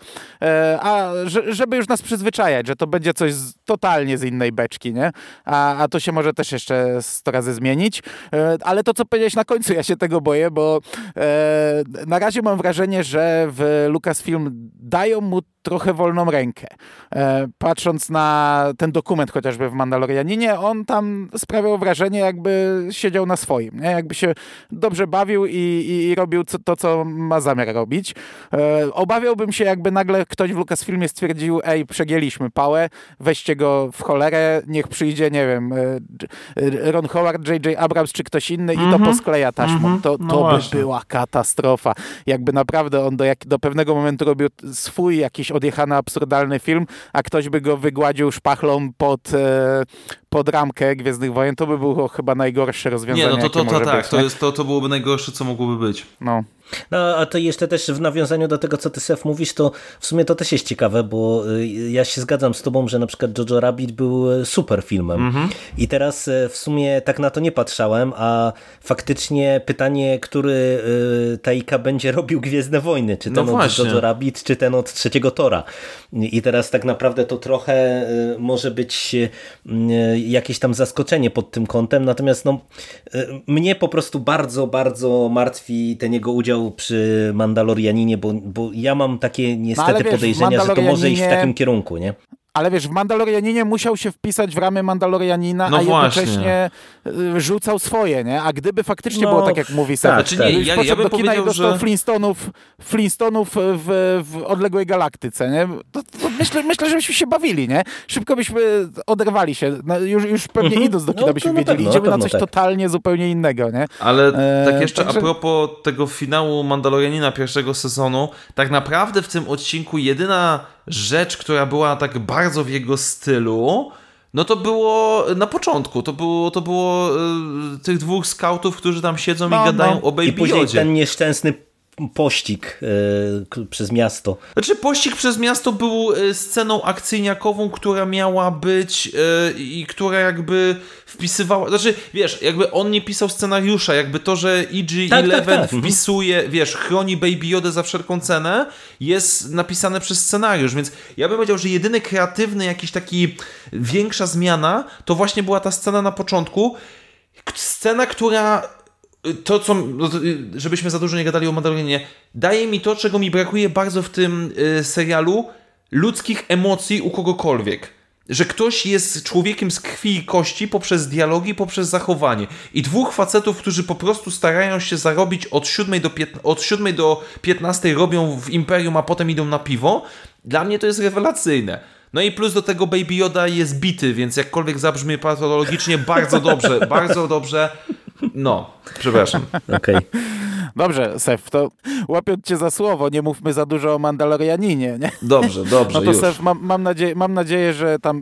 żeby już nas przyzwyczajać, że to będzie coś totalnie z innej beczki, nie? A to się może też jeszcze 100 razy zmienić. Ale to, co powiedziałeś na końcu, ja się tego boję, bo na razie mam wrażenie, że w Lucasfilm dają mu trochę wolną rękę. Patrząc na ten dokument chociażby w Mandalorianinie, on tam sprawiał wrażenie, jakby siedział na swoim, nie? Jakby się dobrze bawił i robił to, co ma zamiar robić. Obawiałbym się, jakby nagle ktoś w Lucasfilmie stwierdził, przegięliśmy pałę, weźcie go w cholerę, niech przyjdzie, nie wiem, Ron Howard, J.J. Abrams czy ktoś inny i to poskleja taśmą. To by była katastrofa. Jakby naprawdę on do pewnego momentu robił swój jakiś odjechany, absurdalny film, a ktoś by go wygładził szpachlą pod ramkę Gwiezdnych Wojen, to by było chyba najgorsze rozwiązanie. Nie, no to tak, być, to byłoby najgorsze, co mogłoby być. No, a to jeszcze też w nawiązaniu do tego, co ty, Sef, mówisz, to w sumie to też jest ciekawe, bo ja się zgadzam z tobą, że na przykład Jojo Rabbit był super filmem. I teraz w sumie tak na to nie patrzałem, a faktycznie pytanie, który Taika będzie robił Gwiezdne Wojny, czy ten od Jojo Rabbit, czy ten od trzeciego Tora. I teraz tak naprawdę to trochę może być jakieś tam zaskoczenie pod tym kątem, natomiast mnie po prostu bardzo, bardzo martwi ten jego udział przy Mandalorianinie, bo ja mam takie niestety podejrzenia, że to może iść w takim kierunku, nie? Ale wiesz, w Mandalorianinie musiał się wpisać w ramy Mandalorianina, a jednocześnie rzucał swoje, nie? A gdyby faktycznie było tak, jak mówi Seth, tak, ja bym do kina i dostał że... Flintstone'ów w odległej galaktyce, nie? To myślę, żebyśmy się bawili, nie? Szybko byśmy oderwali się. Już pewnie idąc do kina byśmy wiedzieli. Idziemy na coś totalnie zupełnie innego, nie? Ale tak jeszcze a propos tego finału Mandalorianina pierwszego sezonu, tak naprawdę w tym odcinku jedyna rzecz, która była tak bardzo w jego stylu, no to było na początku, to było tych dwóch skautów, którzy tam siedzą i gadają o Baby Yodzie. I później ten nieszczęsny pościg przez miasto. Znaczy pościg przez miasto był sceną akcyjniakową, która miała być i która jakby wpisywała, znaczy wiesz, jakby on nie pisał scenariusza, jakby to, że EG-11 wpisuje, wiesz, chroni Baby Yodę za wszelką cenę, jest napisane przez scenariusz, więc ja bym powiedział, że jedyny kreatywny jakiś taki większa zmiana, to właśnie była ta scena na początku, scena, która to, co, żebyśmy za dużo nie gadali o Mandalorianie, daje mi to, czego mi brakuje bardzo w tym serialu, ludzkich emocji u kogokolwiek. Że ktoś jest człowiekiem z krwi i kości poprzez dialogi, poprzez zachowanie. I dwóch facetów, którzy po prostu starają się zarobić od 7 do 15 robią w Imperium, a potem idą na piwo. Dla mnie to jest rewelacyjne. No i plus do tego Baby Yoda jest bity, więc jakkolwiek zabrzmi patologicznie, bardzo dobrze, bardzo dobrze. No, przepraszam. Okej. Dobrze, Sef, to łapiąc cię za słowo, nie mówmy za dużo o Mandalorianinie, nie? Dobrze, No to już. Sef, mam nadzieję, że tam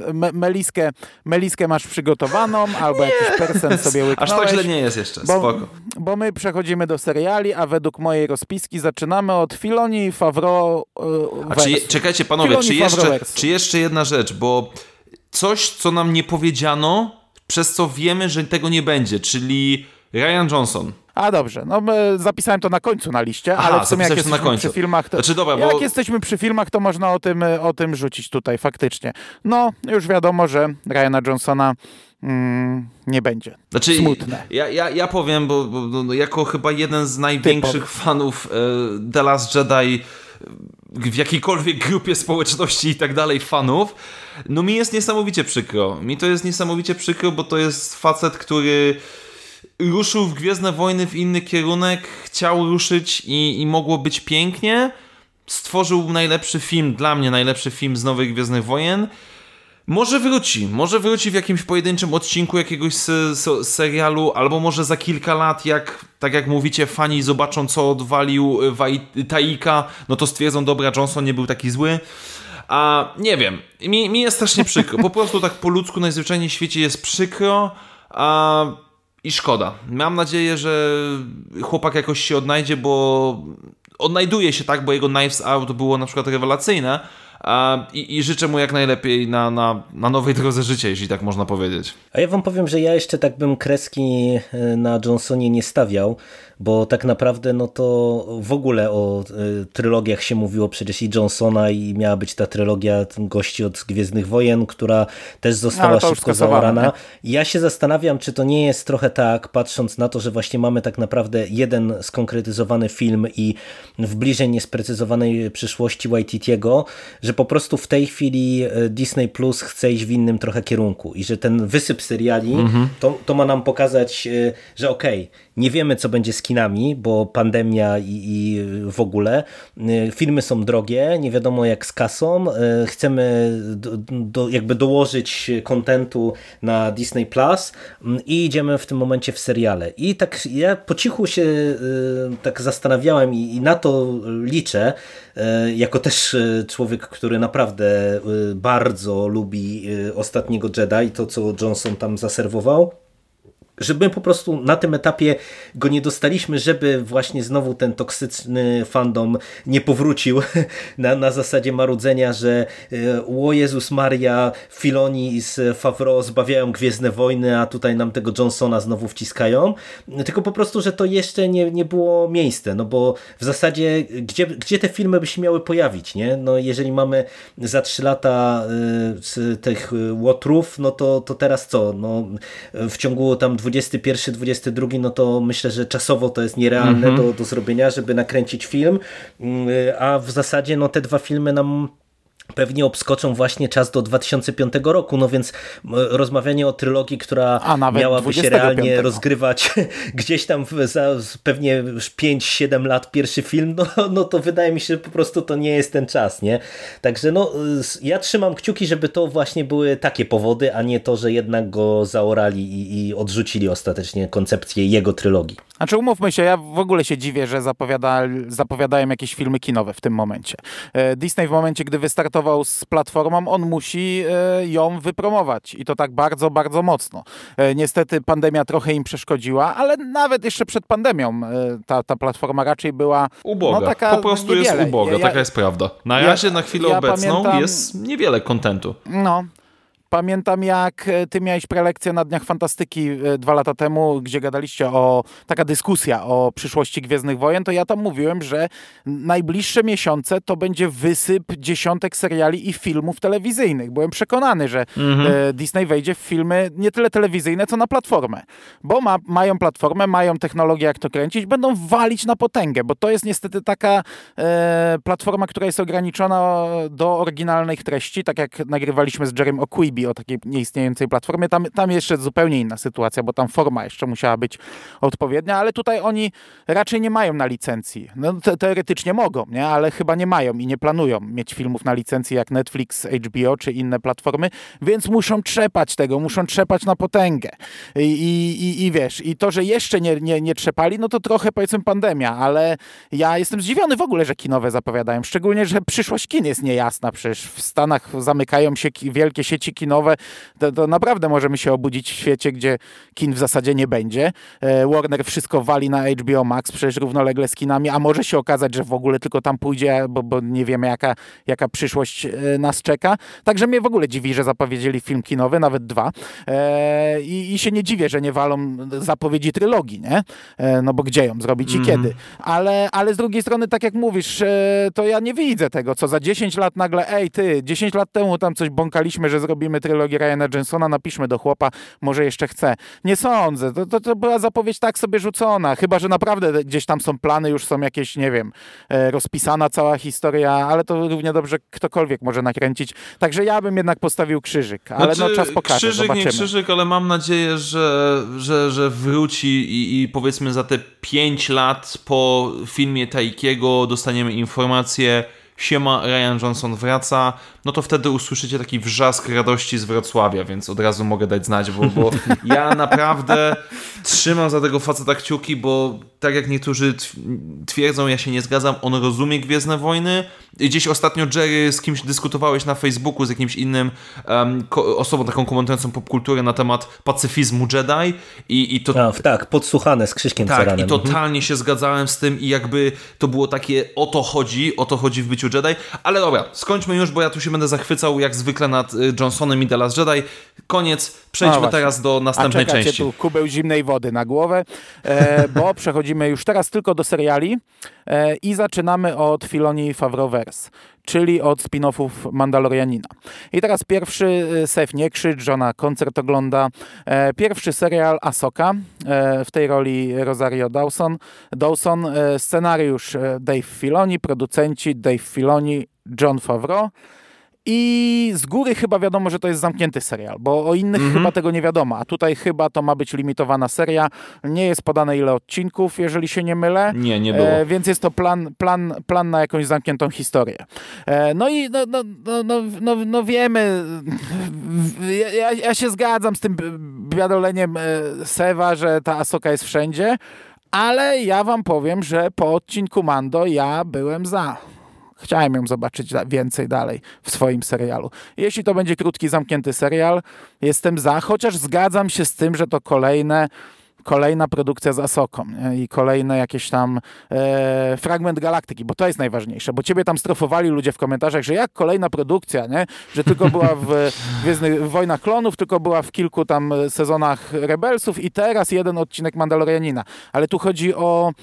meliskę masz przygotowaną, albo jakiś persen sobie łyknąłeś. Aż tak źle nie jest jeszcze, spoko. Bo my przechodzimy do seriali, a według mojej rozpiski zaczynamy od Filoni i Favreau. Czekajcie panowie, czy jeszcze jedna rzecz, bo coś, co nam nie powiedziano, przez co wiemy, że tego nie będzie, czyli Rian Johnson. A dobrze, no zapisałem to na końcu na liście, ale w sumie jak jesteśmy przy filmach, to jak jesteśmy przy filmach, to można o tym rzucić tutaj faktycznie. No, już wiadomo, że Ryana Johnsona nie będzie. Znaczy, smutne. Ja powiem, bo jako chyba jeden z największych fanów The Last Jedi w jakiejkolwiek grupie społeczności i tak dalej fanów, no mi jest niesamowicie przykro. Mi to jest niesamowicie przykro, bo to jest facet, który ruszył w Gwiezdne Wojny w inny kierunek, chciał ruszyć i mogło być pięknie. Stworzył najlepszy film, dla mnie najlepszy film z nowych Gwiezdnych Wojen. Może wróci w jakimś pojedynczym odcinku jakiegoś serialu, albo może za kilka lat, tak jak mówicie, fani zobaczą, co odwalił Taika, no to stwierdzą, dobra, Johnson nie był taki zły. A nie wiem, mi jest strasznie przykro. Po prostu tak po ludzku najzwyczajniej w świecie jest przykro, i szkoda. Mam nadzieję, że chłopak jakoś się odnajdzie, bo odnajduje się, tak, bo jego Knives Out było na przykład rewelacyjne, i życzę mu jak najlepiej na nowej drodze życia, jeśli tak można powiedzieć. A ja wam powiem, że ja jeszcze tak bym kreski na Johnsonie nie stawiał, bo tak naprawdę no to w ogóle o trylogiach się mówiło przecież i Johnsona i miała być ta trylogia gości od Gwiezdnych Wojen, która też została szybko zaorana. Ja się zastanawiam, czy to nie jest trochę tak, patrząc na to, że właśnie mamy tak naprawdę jeden skonkretyzowany film i w bliżej niesprecyzowanej przyszłości Waititiego, że że po prostu w tej chwili Disney Plus chce iść w innym trochę kierunku i że ten wysyp seriali to ma nam pokazać, że okej, nie wiemy co będzie z kinami, bo pandemia i w ogóle filmy są drogie, nie wiadomo jak z kasą, chcemy jakby dołożyć kontentu na Disney Plus i idziemy w tym momencie w seriale. I tak ja po cichu się tak zastanawiałem i na to liczę, jako też człowiek, który naprawdę bardzo lubi Ostatniego Jedi i to, co Johnson tam zaserwował, żeby po prostu na tym etapie go nie dostaliśmy, żeby właśnie znowu ten toksyczny fandom nie powrócił na zasadzie marudzenia, że o Jezus Maria, Filoni z Favreau zbawiają Gwiezdne Wojny, a tutaj nam tego Johnsona znowu wciskają, tylko po prostu, że to jeszcze nie było miejsce, no bo w zasadzie gdzie te filmy by się miały pojawić, nie? No jeżeli mamy za 3 lata z tych łotrów, no to teraz co? No w ciągu tam 21, 22, no to myślę, że czasowo to jest nierealne do zrobienia, żeby nakręcić film, a w zasadzie no te 2 filmy nam pewnie obskoczą właśnie czas do 2005 roku, no więc rozmawianie o trylogii, która miałaby się realnie rozgrywać gdzieś tam za pewnie już 5-7 lat pierwszy film, no to wydaje mi się, że po prostu to nie jest ten czas, nie? Także no ja trzymam kciuki, żeby to właśnie były takie powody, a nie to, że jednak go zaorali i odrzucili ostatecznie koncepcję jego trylogii. Znaczy umówmy się, ja w ogóle się dziwię, że zapowiadają jakieś filmy kinowe w tym momencie. Disney w momencie, gdy wystartował z platformą, on musi ją wypromować i to tak bardzo, bardzo mocno. Niestety pandemia trochę im przeszkodziła, ale nawet jeszcze przed pandemią ta platforma raczej była uboga. No, taka po prostu niewiele. jest uboga, taka jest prawda. Na razie, na chwilę obecną pamiętam, jest niewiele kontentu. No. Pamiętam, jak ty miałeś prelekcję na Dniach Fantastyki 2 lata temu, gdzie gadaliście taka dyskusja o przyszłości Gwiezdnych Wojen, to ja tam mówiłem, że najbliższe miesiące to będzie wysyp dziesiątek seriali i filmów telewizyjnych. Byłem przekonany, że Disney wejdzie w filmy nie tyle telewizyjne, co na platformę. Bo mają platformę, mają technologię, jak to kręcić, będą walić na potęgę, bo to jest niestety taka platforma, która jest ograniczona do oryginalnych treści, tak jak nagrywaliśmy z Jerrym O'Quibi o takiej nieistniejącej platformie. Tam jeszcze zupełnie inna sytuacja, bo tam forma jeszcze musiała być odpowiednia, ale tutaj oni raczej nie mają na licencji. No, teoretycznie mogą, nie? Ale chyba nie mają i nie planują mieć filmów na licencji jak Netflix, HBO czy inne platformy, więc muszą trzepać tego, muszą trzepać na potęgę. I wiesz, i to, że jeszcze nie trzepali, no to trochę powiedzmy pandemia, ale ja jestem zdziwiony w ogóle, że kinowe zapowiadają, szczególnie, że przyszłość kin jest niejasna, przecież w Stanach zamykają się wielkie sieci kinowe, to naprawdę możemy się obudzić w świecie, gdzie kin w zasadzie nie będzie. Warner wszystko wali na HBO Max, przecież równolegle z kinami, a może się okazać, że w ogóle tylko tam pójdzie, bo nie wiemy jaka przyszłość nas czeka. Także mnie w ogóle dziwi, że zapowiedzieli film kinowy, nawet 2. I się nie dziwię, że nie walą zapowiedzi trylogii, nie? No bo gdzie ją zrobić i kiedy? Ale z drugiej strony, tak jak mówisz, to ja nie widzę tego, co za 10 lat nagle, 10 lat temu tam coś bąkaliśmy, że zrobimy trylogię Ryana Johnsona, napiszmy do chłopa, może jeszcze chce. Nie sądzę. To była zapowiedź tak sobie rzucona. Chyba, że naprawdę gdzieś tam są plany, już są jakieś, nie wiem, rozpisana cała historia, ale to równie dobrze ktokolwiek może nakręcić. Także ja bym jednak postawił krzyżyk. Ale no czas pokaże, krzyżyk, zobaczymy. Nie krzyżyk, ale mam nadzieję, że wróci i powiedzmy za te 5 lat po filmie Taikiego dostaniemy informację, siema, Rian Johnson wraca, no to wtedy usłyszycie taki wrzask radości z Wrocławia, więc od razu mogę dać znać, bo ja naprawdę trzymam za tego faceta kciuki, bo tak jak niektórzy twierdzą, ja się nie zgadzam, on rozumie Gwiezdne Wojny. Gdzieś ostatnio, Jerry, z kimś dyskutowałeś na Facebooku, z jakimś innym osobą taką komentującą popkulturę na temat pacyfizmu Jedi i to... Tak, podsłuchane z Krzyśkiem Ceranem. I totalnie się zgadzałem z tym i jakby to było takie o to chodzi w byciu Jedi, ale dobra, skończmy już, bo ja tu się będę zachwycał jak zwykle nad Johnsonem i The Last Jedi. Koniec, przejdźmy teraz do następnej części. Tu kubeł zimnej wody na głowę, bo przechodzimy już teraz tylko do seriali i zaczynamy od Filoni i Favreauverse, czyli od spin-offów Mandalorianina. I teraz pierwszy, Sef nie krzycz, żona koncert ogląda. Pierwszy serial Ahsoka, w tej roli Rosario Dawson, scenariusz Dave Filoni, producenci Dave Filoni, Jon Favreau. I z góry chyba wiadomo, że to jest zamknięty serial, bo o innych chyba tego nie wiadomo, a tutaj chyba to ma być limitowana seria. Nie jest podane ile odcinków, jeżeli się nie mylę. Nie było. Więc jest to plan na jakąś zamkniętą historię. No i no wiemy, ja się zgadzam z tym biadoleniem Sewa, że ta Asoka jest wszędzie, ale ja wam powiem, że po odcinku Mando ja byłem za. Chciałem ją zobaczyć więcej dalej w swoim serialu. Jeśli to będzie krótki, zamknięty serial, jestem za, chociaż zgadzam się z tym, że to kolejna produkcja z Asoką, nie? I kolejny jakiś tam fragment galaktyki, bo to jest najważniejsze, bo ciebie tam strofowali ludzie w komentarzach, że jak kolejna produkcja, nie? Że tylko była w Wojnach Klonów, tylko była w kilku tam sezonach Rebelsów i teraz jeden odcinek Mandalorianina. Ale tu chodzi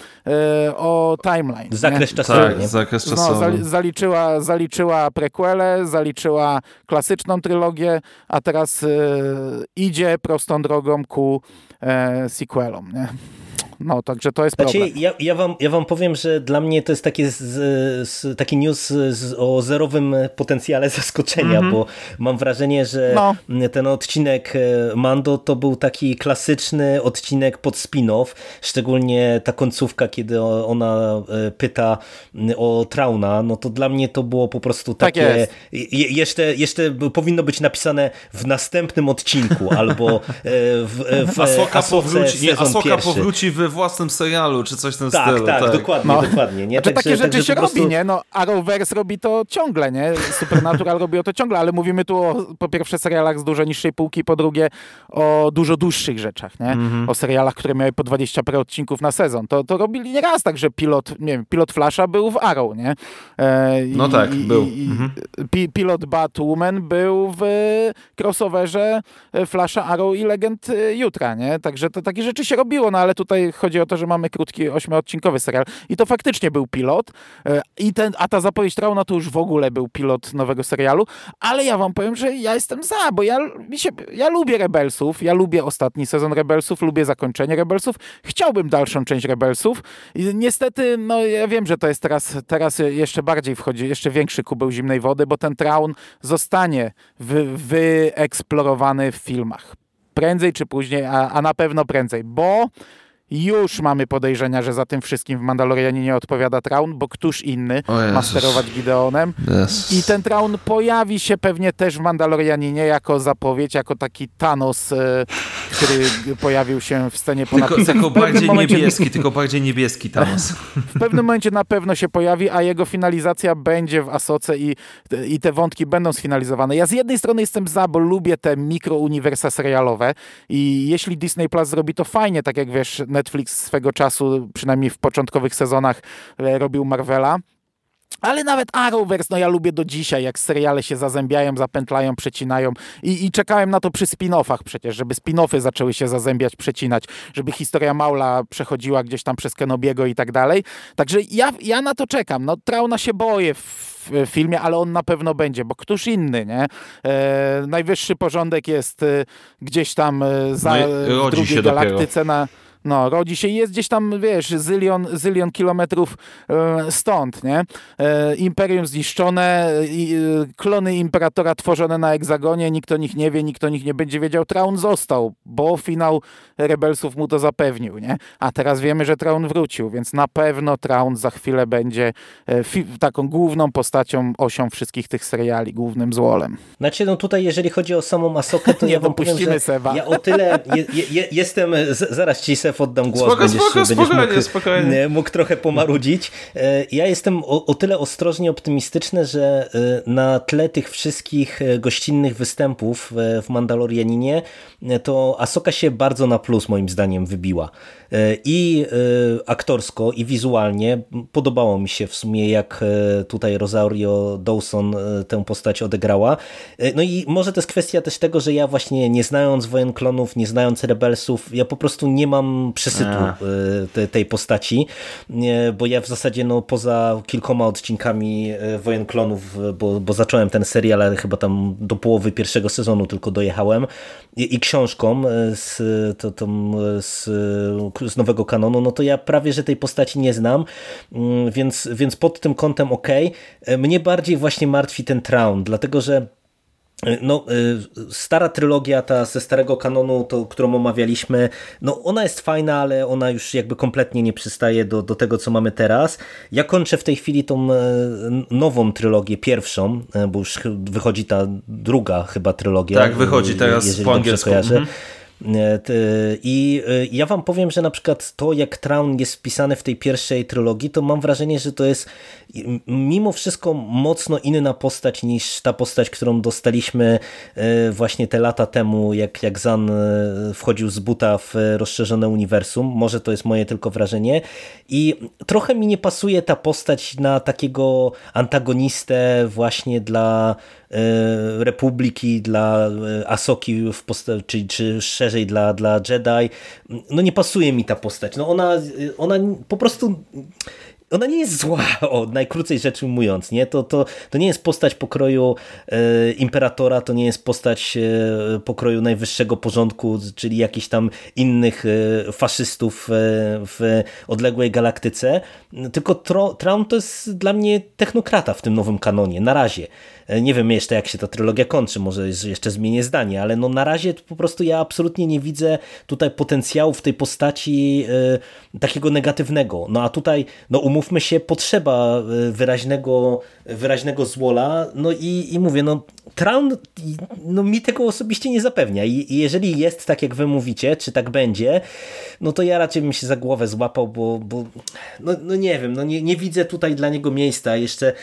o timeline. Zakres czasowy. Tak, zakres czasowy. Zaliczyła prequele, zaliczyła klasyczną trylogię, a teraz idzie prostą drogą ku sequelom, nie? No, także to jest problem. Ja wam powiem, że dla mnie to jest taki news o zerowym potencjale zaskoczenia, bo mam wrażenie, że ten odcinek Mando to był taki klasyczny odcinek pod spin-off, szczególnie ta końcówka, kiedy ona pyta o Trauna, no to dla mnie to było po prostu takie... Jeszcze powinno być napisane w następnym odcinku, albo w Asoka powróci we własnym serialu, czy coś w tym stylu. Tak, dokładnie. Nie? Znaczy, takie rzeczy się robi, nie? No, Arrowverse robi to ciągle, nie? Supernatural robi to ciągle, ale mówimy tu o, po pierwsze, serialach z dużo niższej półki, po drugie o dużo dłuższych rzeczach, nie? O serialach, które miały po 20 parę odcinków na sezon. To robili nieraz tak, że pilot Flasha był w Arrow, nie? Był. Pilot Batwoman był w crossoverze Flasha, Arrow i Legend Jutra, nie? Także to takie rzeczy się robiło, no ale tutaj chodzi o to, że mamy krótki 8-odcinkowy serial i to faktycznie był pilot a ta zapowiedź Trauna to już w ogóle był pilot nowego serialu, ale ja wam powiem, że ja jestem za, bo ja lubię Rebelsów, ja lubię ostatni sezon Rebelsów, lubię zakończenie Rebelsów, chciałbym dalszą część Rebelsów i niestety, no ja wiem, że to jest teraz jeszcze bardziej wchodzi, jeszcze większy kubeł zimnej wody, bo ten Traun zostanie wyeksplorowany w filmach. Prędzej czy później, a na pewno prędzej, bo już mamy podejrzenia, że za tym wszystkim w Mandalorianinie odpowiada Traun, bo któż inny ma sterować Gideonem. I ten Traun pojawi się pewnie też w Mandalorianinie jako zapowiedź, jako taki Thanos, który pojawił się w scenie po napisach. Tylko bardziej niebieski Thanos. W pewnym momencie na pewno się pojawi, a jego finalizacja będzie w Asoce i te wątki będą sfinalizowane. Ja z jednej strony jestem za, bo lubię te mikrouniwersa serialowe i jeśli Disney Plus zrobi to fajnie, tak jak wiesz, Netflix swego czasu, przynajmniej w początkowych sezonach robił Marvela. Ale nawet Arrowverse, no ja lubię do dzisiaj, jak seriale się zazębiają, zapętlają, przecinają i czekałem na to przy spin-offach przecież, żeby spin-offy zaczęły się zazębiać, przecinać, żeby historia Maula przechodziła gdzieś tam przez Kenobiego i tak dalej. Także ja na to czekam. No Trauna się boję w filmie, ale on na pewno będzie, bo któż inny, nie? Najwyższy porządek jest gdzieś tam w drugiej galaktyce rodzi się i jest gdzieś tam, wiesz, zylion kilometrów stąd, nie? Imperium zniszczone, klony Imperatora tworzone na Heksagonie, nikt o nich nie wie, nikt o nich nie będzie wiedział. Traun został, bo finał Rebelsów mu to zapewnił, nie? A teraz wiemy, że Traun wrócił, więc na pewno Traun za chwilę będzie taką główną postacią, osią wszystkich tych seriali, głównym złolem. Znaczy, no tutaj, jeżeli chodzi o samą Asokę, to ja wam powiem, że ja o tyle jestem, zaraz ci oddam głos, spokojnie. Mógł trochę pomarudzić. Ja jestem o tyle ostrożnie optymistyczny, że na tle tych wszystkich gościnnych występów w Mandalorianinie to Asoka się bardzo na plus moim zdaniem wybiła. I aktorsko, i wizualnie podobało mi się w sumie, jak tutaj Rosario Dawson tę postać odegrała. No i może to jest kwestia też tego, że ja właśnie nie znając Wojen Klonów, nie znając Rebelsów, ja po prostu nie mam przesytu tej postaci, bo ja w zasadzie poza kilkoma odcinkami Wojen Klonów, bo zacząłem ten serial, ale chyba tam do połowy pierwszego sezonu tylko dojechałem i książką z nowego kanonu, no to ja prawie, że tej postaci nie znam, więc pod tym kątem okej. Mnie bardziej właśnie martwi ten Traun, dlatego że stara trylogia, ta ze starego kanonu, którą omawialiśmy, ona jest fajna, ale ona już jakby kompletnie nie przystaje do tego, co mamy teraz. Ja kończę w tej chwili tą nową trylogię, pierwszą, bo już wychodzi ta druga chyba trylogia. Tak, wychodzi teraz po angielsku. I ja wam powiem, że na przykład to, jak Traun jest wpisany w tej pierwszej trylogii, to mam wrażenie, że to jest mimo wszystko mocno inna postać niż ta postać, którą dostaliśmy właśnie te lata temu, jak Zan wchodził z buta w rozszerzone uniwersum. Może to jest moje tylko wrażenie. I trochę mi nie pasuje ta postać na takiego antagonistę właśnie dla Republiki, dla Asoki czy szerzej dla Jedi. Nie pasuje mi ta postać. Ona po prostu... Ona nie jest zła, najkrócej rzecz ujmując, nie? To nie jest postać pokroju imperatora, to nie jest postać pokroju najwyższego porządku, czyli jakichś tam innych faszystów w odległej galaktyce, tylko Traun to jest dla mnie technokrata w tym nowym kanonie, na razie. Nie wiem jeszcze, jak się ta trylogia kończy, może jeszcze zmienię zdanie, ale na razie po prostu ja absolutnie nie widzę tutaj potencjału w tej postaci takiego negatywnego. A tutaj, umówmy się, potrzeba wyraźnego złola, i mówię, Traun mi tego osobiście nie zapewnia i jeżeli jest tak, jak wy mówicie, czy tak będzie, to ja raczej bym się za głowę złapał, bo nie wiem, nie widzę tutaj dla niego miejsca. Jeszcze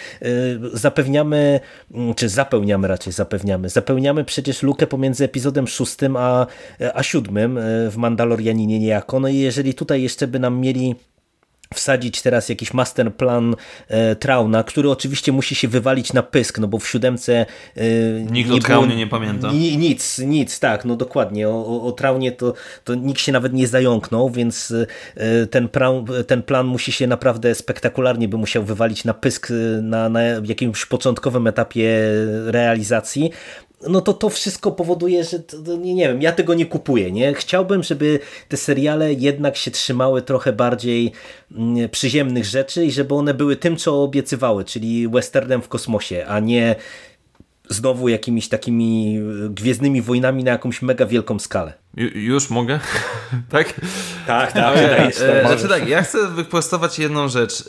zapełniamy przecież lukę pomiędzy epizodem 6 a 7 w Mandalorianinie niejako. I jeżeli tutaj jeszcze by nam mieli wsadzić teraz jakiś masterplan Trauna, który oczywiście musi się wywalić na pysk, bo w 7 nikt o Traunie nie pamięta. Nic, tak, dokładnie. O Traunie to nikt się nawet nie zająknął, więc ten plan musi się naprawdę spektakularnie by musiał wywalić na pysk na jakimś początkowym etapie realizacji. To wszystko powoduje, że nie wiem, ja tego nie kupuję, nie? Chciałbym, żeby te seriale jednak się trzymały trochę bardziej przyziemnych rzeczy i żeby one były tym, co obiecywały, czyli westernem w kosmosie, a nie znowu jakimiś takimi gwiezdnymi wojnami na jakąś mega wielką skalę. Już mogę? Tak? Tak. Ja chcę wyprostować jedną rzecz.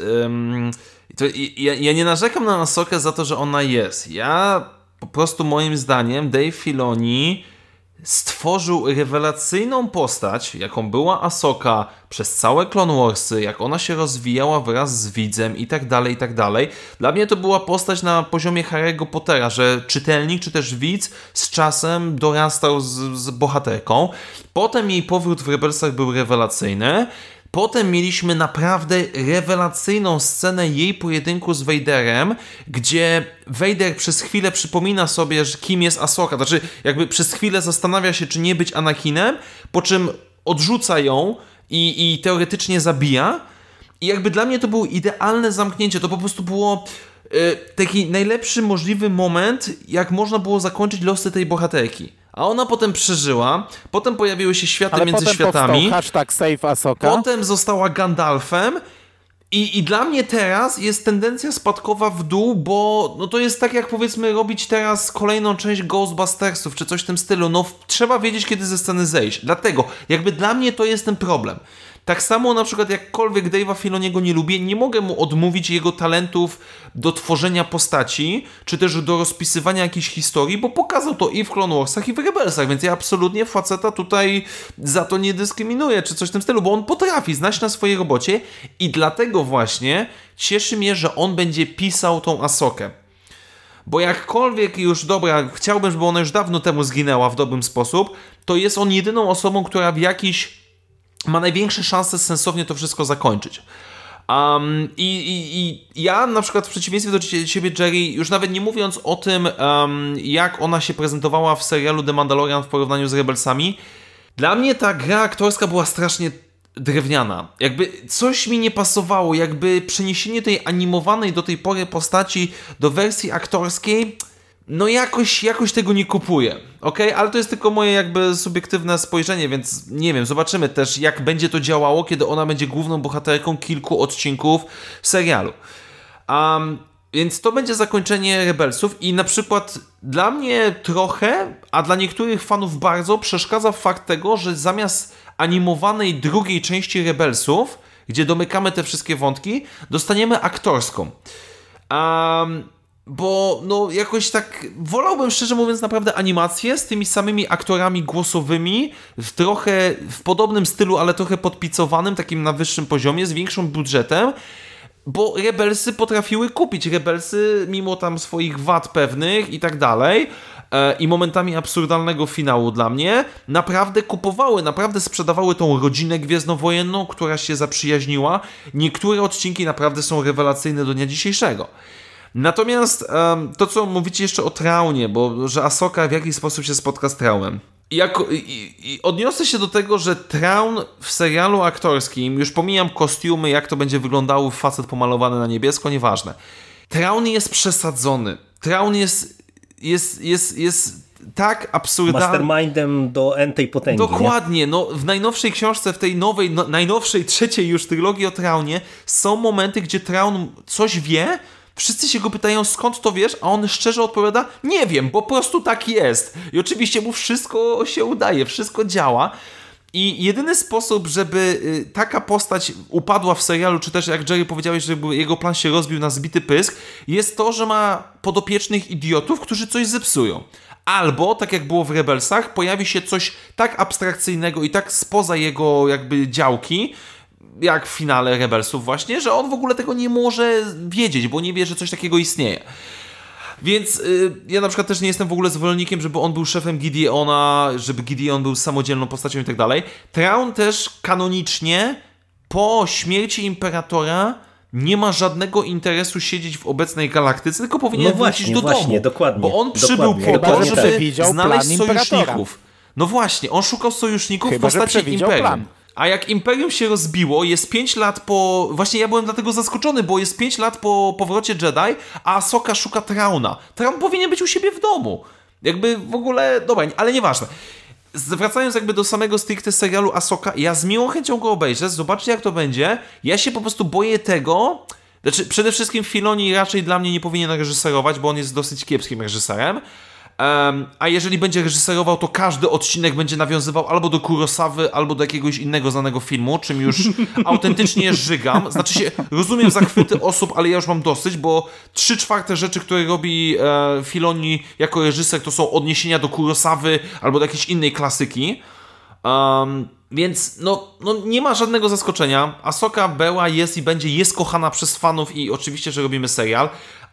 Ja nie narzekam na Asokę za to, że ona jest. Po prostu moim zdaniem Dave Filoni stworzył rewelacyjną postać, jaką była Asoka przez całe Clone Warsy, jak ona się rozwijała wraz z widzem i tak dalej, i tak dalej. Dla mnie to była postać na poziomie Harry'ego Pottera, że czytelnik czy też widz z czasem dorastał z bohaterką. Potem jej powrót w Rebelsach był rewelacyjny. Potem mieliśmy naprawdę rewelacyjną scenę jej pojedynku z Vaderem, gdzie Vader przez chwilę przypomina sobie, że kim jest Asoka. Znaczy, jakby przez chwilę zastanawia się, czy nie być Anakinem, po czym odrzuca ją i teoretycznie zabija. I jakby dla mnie to było idealne zamknięcie. To po prostu było taki najlepszy możliwy moment, jak można było zakończyć losy tej bohaterki. A ona potem przeżyła, potem pojawiły się światy między światami. #SaveAsoka. Potem została Gandalfem i dla mnie teraz jest tendencja spadkowa w dół, bo to jest tak, jak powiedzmy robić teraz kolejną część Ghostbustersów, czy coś w tym stylu. Trzeba wiedzieć, kiedy ze sceny zejść. Dlatego, jakby dla mnie to jest ten problem. Tak samo na przykład jakkolwiek Dave'a Filoniego nie lubię, nie mogę mu odmówić jego talentów do tworzenia postaci, czy też do rozpisywania jakichś historii, bo pokazał to i w Clone Warsach, i w Rebelsach, więc ja absolutnie faceta tutaj za to nie dyskryminuję, czy coś w tym stylu, bo on potrafi znać na swojej robocie i dlatego właśnie cieszy mnie, że on będzie pisał tą Asokę. Bo jakkolwiek już, dobra, chciałbym, żeby ona już dawno temu zginęła w dobrym sposób, to jest on jedyną osobą, która ma największe szanse sensownie to wszystko zakończyć. I ja na przykład w przeciwieństwie do ciebie, Jerry, już nawet nie mówiąc o tym, jak ona się prezentowała w serialu The Mandalorian w porównaniu z Rebelsami, dla mnie ta gra aktorska była strasznie drewniana. Jakby coś mi nie pasowało, jakby przeniesienie tej animowanej do tej pory postaci do wersji aktorskiej, no jakoś tego nie kupuję, okej? Ale to jest tylko moje jakby subiektywne spojrzenie, więc nie wiem, zobaczymy też jak będzie to działało, kiedy ona będzie główną bohaterką kilku odcinków serialu. Więc to będzie zakończenie Rebelsów i na przykład dla mnie trochę, a dla niektórych fanów bardzo przeszkadza fakt tego, że zamiast animowanej drugiej części Rebelsów, gdzie domykamy te wszystkie wątki, dostaniemy aktorską. Bo no jakoś tak wolałbym szczerze mówiąc naprawdę animację z tymi samymi aktorami głosowymi trochę w podobnym stylu, ale trochę podpicowanym, takim na wyższym poziomie, z większym budżetem, bo Rebelsy potrafiły kupić. Rebelsy mimo tam swoich wad pewnych i tak dalej i momentami absurdalnego finału dla mnie, naprawdę kupowały, naprawdę sprzedawały tą rodzinę gwiezdnowojenną, która się zaprzyjaźniła. Niektóre odcinki naprawdę są rewelacyjne do dnia dzisiejszego. Natomiast to, co mówicie jeszcze o Traunie, bo że Ahsoka w jakiś sposób się spotka z Traunem. I odniosę się do tego, że Traun w serialu aktorskim, już pomijam kostiumy, jak to będzie wyglądało, facet pomalowany na niebiesko, nieważne. Traun jest przesadzony. Traun jest tak absurdalny. Mastermindem do tej potęgi. Dokładnie. No, w najnowszej książce, w tej nowej, najnowszej, trzeciej już trylogii o Traunie są momenty, gdzie Traun coś wie. Wszyscy się go pytają, skąd to wiesz, a on szczerze odpowiada, nie wiem, po prostu tak jest. I oczywiście mu wszystko się udaje, wszystko działa. I jedyny sposób, żeby taka postać upadła w serialu, czy też jak Jerry powiedziałeś, żeby jego plan się rozbił na zbity pysk, jest to, że ma podopiecznych idiotów, którzy coś zepsują. Albo, tak jak było w Rebelsach, pojawi się coś tak abstrakcyjnego i tak spoza jego jakby działki, jak w finale Rebelsów właśnie, że on w ogóle tego nie może wiedzieć, bo nie wie, że coś takiego istnieje. Więc ja na przykład też nie jestem w ogóle zwolennikiem, żeby on był szefem Gideona, żeby Gideon był samodzielną postacią i tak dalej. Traun też kanonicznie po śmierci Imperatora nie ma żadnego interesu siedzieć w obecnej galaktyce, tylko powinien wrócić do domu. Dokładnie. Bo on przybył po to, żeby znaleźć sojuszników. No właśnie, on szukał sojuszników w postaci Imperium. Plan. A jak Imperium się rozbiło, jest 5 lat po... Właśnie ja byłem dlatego zaskoczony, bo jest 5 lat po powrocie Jedi, a Ahsoka szuka Trauna. Traun powinien być u siebie w domu. Jakby w ogóle... Dobra, ale nieważne. Wracając jakby do samego stricte serialu Ahsoka, ja z miłą chęcią go obejrzę, zobaczcie jak to będzie. Ja się po prostu boję tego... Znaczy, przede wszystkim Filoni raczej dla mnie nie powinien reżyserować, bo on jest dosyć kiepskim reżyserem. A jeżeli będzie reżyserował, to każdy odcinek będzie nawiązywał albo do Kurosawy, albo do jakiegoś innego znanego filmu, czym już autentycznie żygam. Znaczy się, rozumiem zachwyty osób, ale ja już mam dosyć, bo 3/4 rzeczy, które robi Filoni jako reżyser, to są odniesienia do Kurosawy albo do jakiejś innej klasyki. Więc no nie ma żadnego zaskoczenia. Ahsoka była, jest i będzie, jest kochana przez fanów i oczywiście, że robimy serial.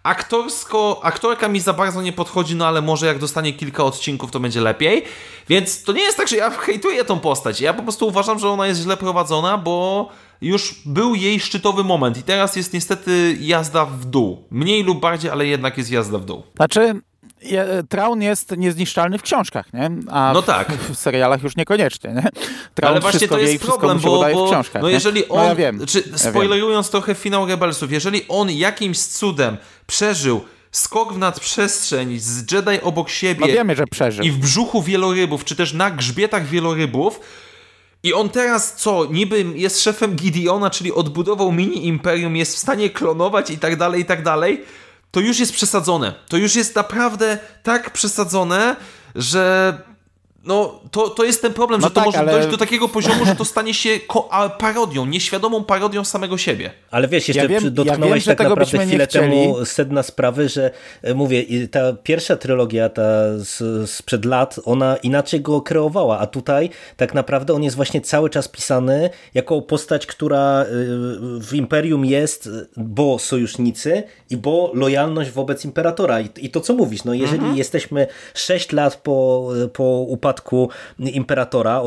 Aktorka mi za bardzo nie podchodzi, no ale może jak dostanie kilka odcinków, to będzie lepiej. Więc to nie jest tak, że ja hejtuję tą postać. Ja po prostu uważam, że ona jest źle prowadzona, bo już był jej szczytowy moment i teraz jest niestety jazda w dół. Mniej lub bardziej, ale jednak jest jazda w dół. Znaczy... Traun jest niezniszczalny w książkach, nie? A no tak. w serialach już niekoniecznie, nie? Traun ale właśnie to jest problem, bo w książkach, no jeżeli on, no ja wiem, spoilerując trochę finał Rebelsów, jeżeli on jakimś cudem przeżył skok w nadprzestrzeń z Jedi obok siebie no wiemy, że przeżył. I w brzuchu wielorybów, czy też na grzbietach wielorybów, i on teraz co, niby jest szefem Gideona, czyli odbudował mini-imperium, jest w stanie klonować i tak dalej, to już jest przesadzone. To już jest naprawdę tak przesadzone, że no to jest ten problem, że to może dojść do takiego poziomu, że to stanie się parodią, nieświadomą parodią samego siebie. Ale wiesz, jeszcze dotknąłeś tak naprawdę chwilę temu sedna sprawy, że mówię, ta pierwsza trylogia, ta sprzed lat, ona inaczej go kreowała, a tutaj tak naprawdę on jest właśnie cały czas pisany jako postać, która w Imperium jest, bo sojusznicy i bo lojalność wobec Imperatora. I to co mówisz, no jeżeli jesteśmy 6 lat po upadku Imperatora,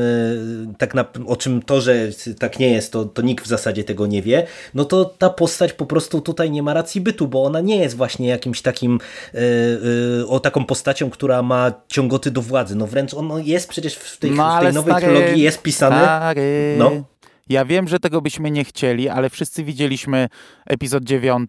o czym to, że tak nie jest, to nikt w zasadzie tego nie wie, no to ta postać po prostu tutaj nie ma racji bytu, bo ona nie jest właśnie jakimś takim taką postacią, która ma ciągoty do władzy. No wręcz on jest przecież w tej nowej trylogii jest pisany. Ja wiem, że tego byśmy nie chcieli, ale wszyscy widzieliśmy epizod 9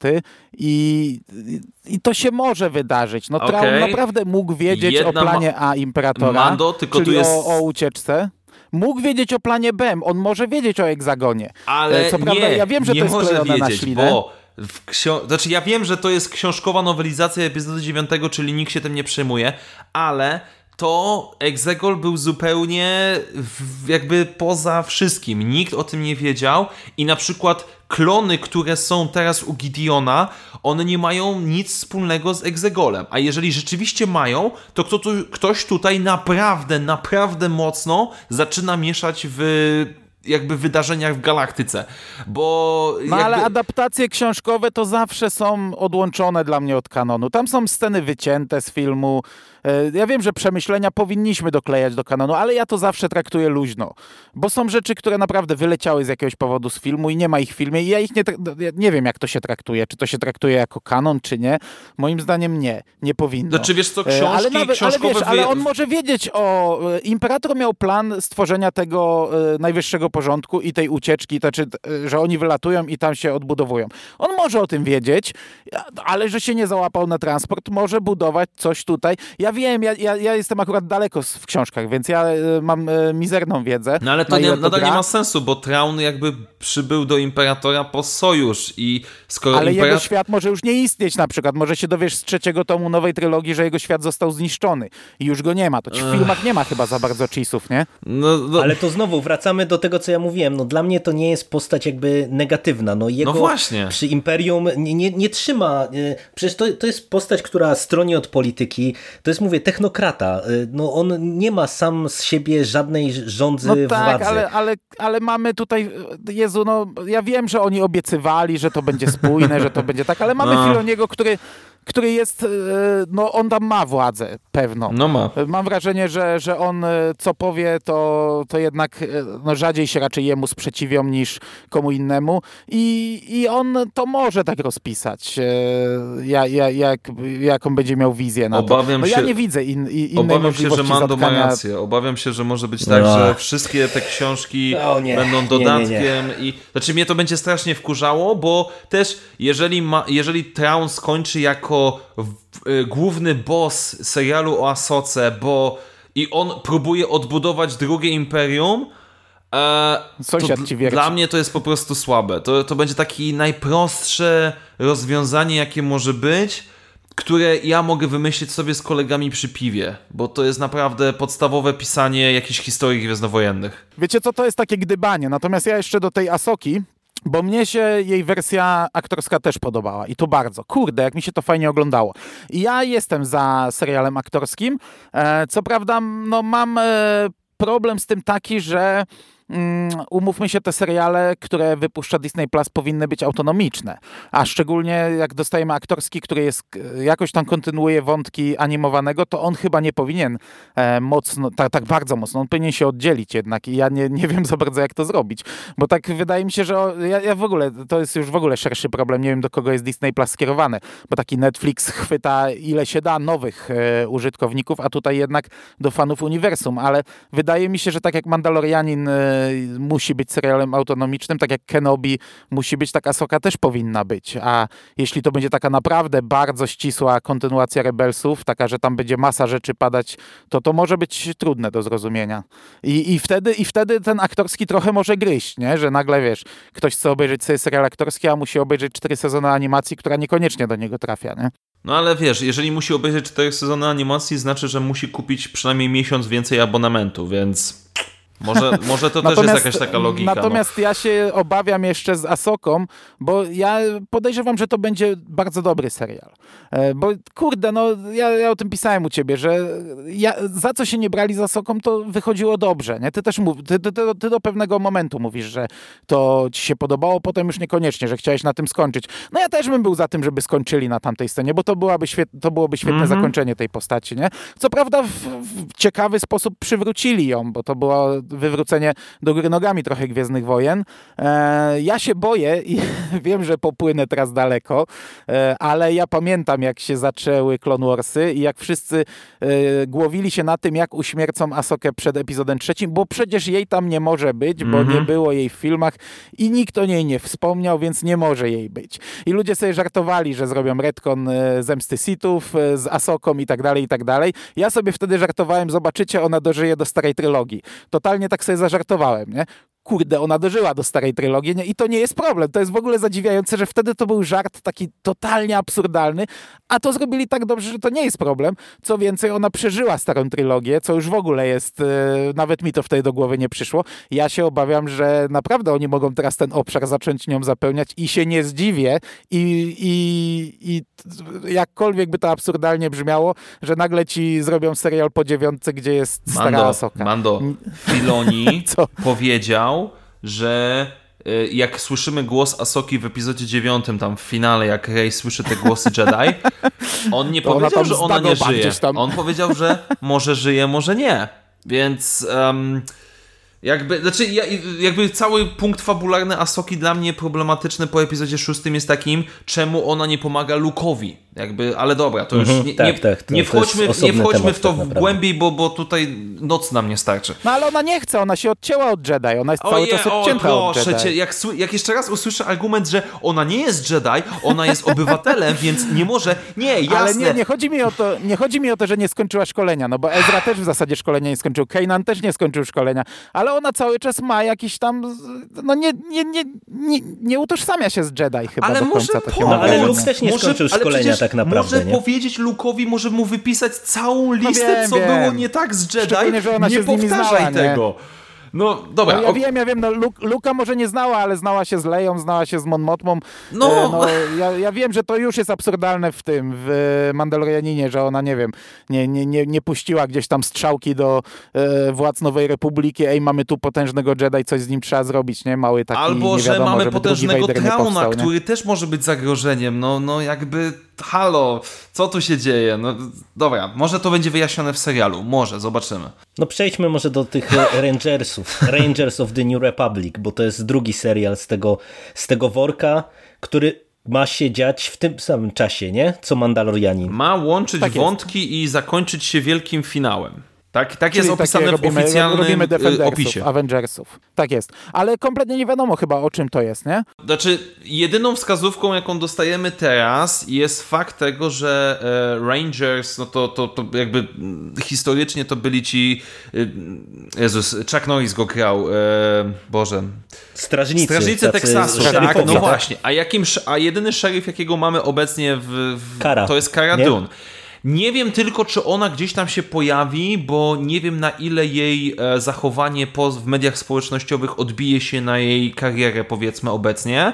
i to się może wydarzyć. No Traun naprawdę mógł wiedzieć o planie A Imperatora, Mando, tylko czyli tu jest... o ucieczce. Mógł wiedzieć o planie B, on może wiedzieć o Egzagonie. Ale co prawda, ja wiem, że nie to jest może sklejone na wiedzieć, ślinę. bo znaczy ja wiem, że to jest książkowa nowelizacja epizodu 9, czyli nikt się tym nie przejmuje, ale to Exegol był zupełnie jakby poza wszystkim. Nikt o tym nie wiedział i na przykład klony, które są teraz u Gideona, one nie mają nic wspólnego z Exegolem. A jeżeli rzeczywiście mają, to ktoś tutaj naprawdę mocno zaczyna mieszać w jakby wydarzeniach w galaktyce, bo... No ale adaptacje książkowe to zawsze są odłączone dla mnie od kanonu. Tam są sceny wycięte z filmu. Ja wiem, że przemyślenia powinniśmy doklejać do kanonu, ale ja to zawsze traktuję luźno, bo są rzeczy, które naprawdę wyleciały z jakiegoś powodu z filmu i nie ma ich w filmie i ja nie wiem, jak to się traktuje. Czy to się traktuje jako kanon, czy nie. Moim zdaniem nie powinno. Znaczy wiesz co, książki książkowe... Ale on może wiedzieć o... Imperator miał plan stworzenia tego najwyższego porządku i tej ucieczki, to znaczy, że oni wylatują i tam się odbudowują. On może o tym wiedzieć, ale że się nie załapał na transport, może budować coś tutaj. Ja wiem, ja jestem akurat daleko w książkach, więc ja mam mizerną wiedzę. No ale to nadal nie ma sensu, bo Traun jakby przybył do Imperatora po sojusz i skoro ale jego świat może już nie istnieć na przykład. Może się dowiesz z 3. tomu nowej trylogii, że jego świat został zniszczony i już go nie ma. To w filmach nie ma chyba za bardzo cheesów, nie? No. Ale to znowu wracamy do tego, co ja mówiłem. No dla mnie to nie jest postać jakby negatywna. No jego właśnie. Przy Imperium nie trzyma. Przecież to jest postać, która stroni od polityki. To jest, mówię, technokrata. No on nie ma sam z siebie żadnej żądzy władzy. Tak, ale mamy tutaj, Jezu, no ja wiem, że oni obiecywali, że to będzie spójne, że to będzie tak, ale mamy Filoniego, który jest, no on tam ma władzę pewną. No ma. Mam wrażenie, że on co powie, to jednak no, rzadziej się raczej jemu sprzeciwią niż komu innemu i on to może tak rozpisać, jaką będzie miał wizję na to. No, ja nie widzę innej możliwości że Mando ma zatkania. rację. Obawiam się, że może być tak, że wszystkie te książki będą dodatkiem i znaczy mnie to będzie strasznie wkurzało, bo też jeżeli Traun skończy jako główny boss serialu o Asoce, i on próbuje odbudować drugie imperium, dla mnie to jest po prostu słabe. To będzie takie najprostsze rozwiązanie, jakie może być, które ja mogę wymyślić sobie z kolegami przy piwie, bo to jest naprawdę podstawowe pisanie jakichś historii gwiezdnowojennych. Wiecie co, to jest takie gdybanie, natomiast ja jeszcze do tej Asoki, bo mnie się jej wersja aktorska też podobała i to bardzo. Kurde, jak mi się to fajnie oglądało. I ja jestem za serialem aktorskim. Co prawda, no mam problem z tym taki, że umówmy się, te seriale, które wypuszcza Disney Plus, powinny być autonomiczne. A szczególnie jak dostajemy aktorski, który jest jakoś tam kontynuuje wątki animowanego, to on chyba nie powinien mocno, tak bardzo mocno, on powinien się oddzielić jednak i ja nie wiem za bardzo, jak to zrobić. Bo tak wydaje mi się, że ja w ogóle, to jest już w ogóle szerszy problem, nie wiem, do kogo jest Disney Plus skierowane, bo taki Netflix chwyta ile się da nowych użytkowników, a tutaj jednak do fanów uniwersum, ale wydaje mi się, że tak jak Mandalorianin musi być serialem autonomicznym, tak jak Kenobi musi być, tak Asoka też powinna być. A jeśli to będzie taka naprawdę bardzo ścisła kontynuacja Rebelsów, taka, że tam będzie masa rzeczy padać, to może być trudne do zrozumienia. I wtedy ten aktorski trochę może gryźć, nie? Że nagle, wiesz, ktoś chce obejrzeć sobie serial aktorski, a musi obejrzeć 4 sezony animacji, która niekoniecznie do niego trafia, nie? No ale wiesz, jeżeli musi obejrzeć 4 sezony animacji, znaczy, że musi kupić przynajmniej miesiąc więcej abonamentu, więc... Może to też jest jakaś taka logika. Natomiast ja się obawiam jeszcze z Asoką, bo ja podejrzewam, że to będzie bardzo dobry serial. Bo kurde, no ja o tym pisałem u ciebie, że za co się nie brali z Asoką, to wychodziło dobrze. Nie? Ty też ty do pewnego momentu mówisz, że to ci się podobało, potem już niekoniecznie, że chciałeś na tym skończyć. No ja też bym był za tym, żeby skończyli na tamtej scenie, bo to byłoby świetne zakończenie tej postaci. Nie? Co prawda w ciekawy sposób przywrócili ją, bo to było wywrócenie do góry nogami trochę Gwiezdnych Wojen. Ja się boję i wiem, że popłynę teraz daleko, ale ja pamiętam, jak się zaczęły Clone Warsy i jak wszyscy głowili się na tym, jak uśmiercą Asokę przed epizodem 3, bo przecież jej tam nie może być, bo nie było jej w filmach i nikt o niej nie wspomniał, więc nie może jej być. I ludzie sobie żartowali, że zrobią retcon Zemsty Sithów z Asoką i tak dalej, i tak dalej. Ja sobie wtedy żartowałem, zobaczycie, ona dożyje do starej trylogii. Totalnie tak sobie zażartowałem, nie? Kurde, ona dożyła do starej trylogii, nie? I to nie jest problem. To jest w ogóle zadziwiające, że wtedy to był żart taki totalnie absurdalny, a to zrobili tak dobrze, że to nie jest problem. Co więcej, ona przeżyła starą trylogię, co już w ogóle jest, nawet mi to wtedy do głowy nie przyszło. Ja się obawiam, że naprawdę oni mogą teraz ten obszar zacząć nią zapełniać i się nie zdziwię i jakkolwiek by to absurdalnie brzmiało, że nagle ci zrobią serial po 9, gdzie jest stara Asoka. Mando, Filoni powiedział, że jak słyszymy głos Asoki w epizodzie 9, tam w finale, jak Rey słyszy te głosy Jedi, on nie powiedział, że ona nie żyje. On powiedział, że może żyje, może nie. Więc jakby cały punkt fabularny Asoki dla mnie problematyczny po epizodzie 6 jest takim, czemu ona nie pomaga Luke'owi. Ale dobra, to już nie wchodźmy w to głębiej, bo tutaj noc nam nie starczy. No ale ona nie chce, ona się odcięła od Jedi, ona jest cały czas odcięta od Jedi. Jak jeszcze raz usłyszę argument, że ona nie jest Jedi, ona jest obywatelem, więc nie może, nie, jasne. Ale nie chodzi mi o to, że nie skończyła szkolenia, no bo Ezra też w zasadzie szkolenia nie skończył, Kanan też nie skończył szkolenia, ale ona cały czas ma jakiś tam, no nie utożsamia się z Jedi chyba ale do końca. Ale Luke też nie skończył szkolenia tak naprawdę. Może powiedzieć Luke'owi, może mu wypisać całą listę, co było nie tak z Jedi. Że ona nie się powtarzaj znała, tego. No dobra. No, ja wiem, no Luka może nie znała, ale znała się z Leją, znała się z Mon Mothmą. Ja wiem, że to już jest absurdalne w Mandalorianinie, że ona, nie wiem, nie puściła gdzieś tam strzałki do władz Nowej Republiki, mamy tu potężnego Jedi, coś z nim trzeba zrobić, nie? Mały taki, albo, nie wiadomo, że mamy potężnego Trauna, powstał, który też może być zagrożeniem, no jakby halo, co tu się dzieje? No dobra, może to będzie wyjaśnione w serialu, może, zobaczymy. No przejdźmy może do tych Rangersów, Rangers of the New Republic, bo to jest drugi serial z tego worka, który ma się dziać w tym samym czasie, nie? Co Mandalorianin. Ma łączyć wątki i zakończyć się wielkim finałem. Tak jest opisane w oficjalnym opisie. Avengersów. Tak jest. Ale kompletnie nie wiadomo chyba, o czym to jest, nie? Znaczy, jedyną wskazówką, jaką dostajemy teraz, jest fakt tego, że Rangers, no to jakby historycznie to byli ci Chuck Norris go grał, Boże. Strażnicy Teksasu, tak, no właśnie. A jedyny szeryf, jakiego mamy obecnie to jest Cara Dune. Nie wiem tylko, czy ona gdzieś tam się pojawi, bo nie wiem, na ile jej zachowanie w mediach społecznościowych odbije się na jej karierę, powiedzmy, obecnie.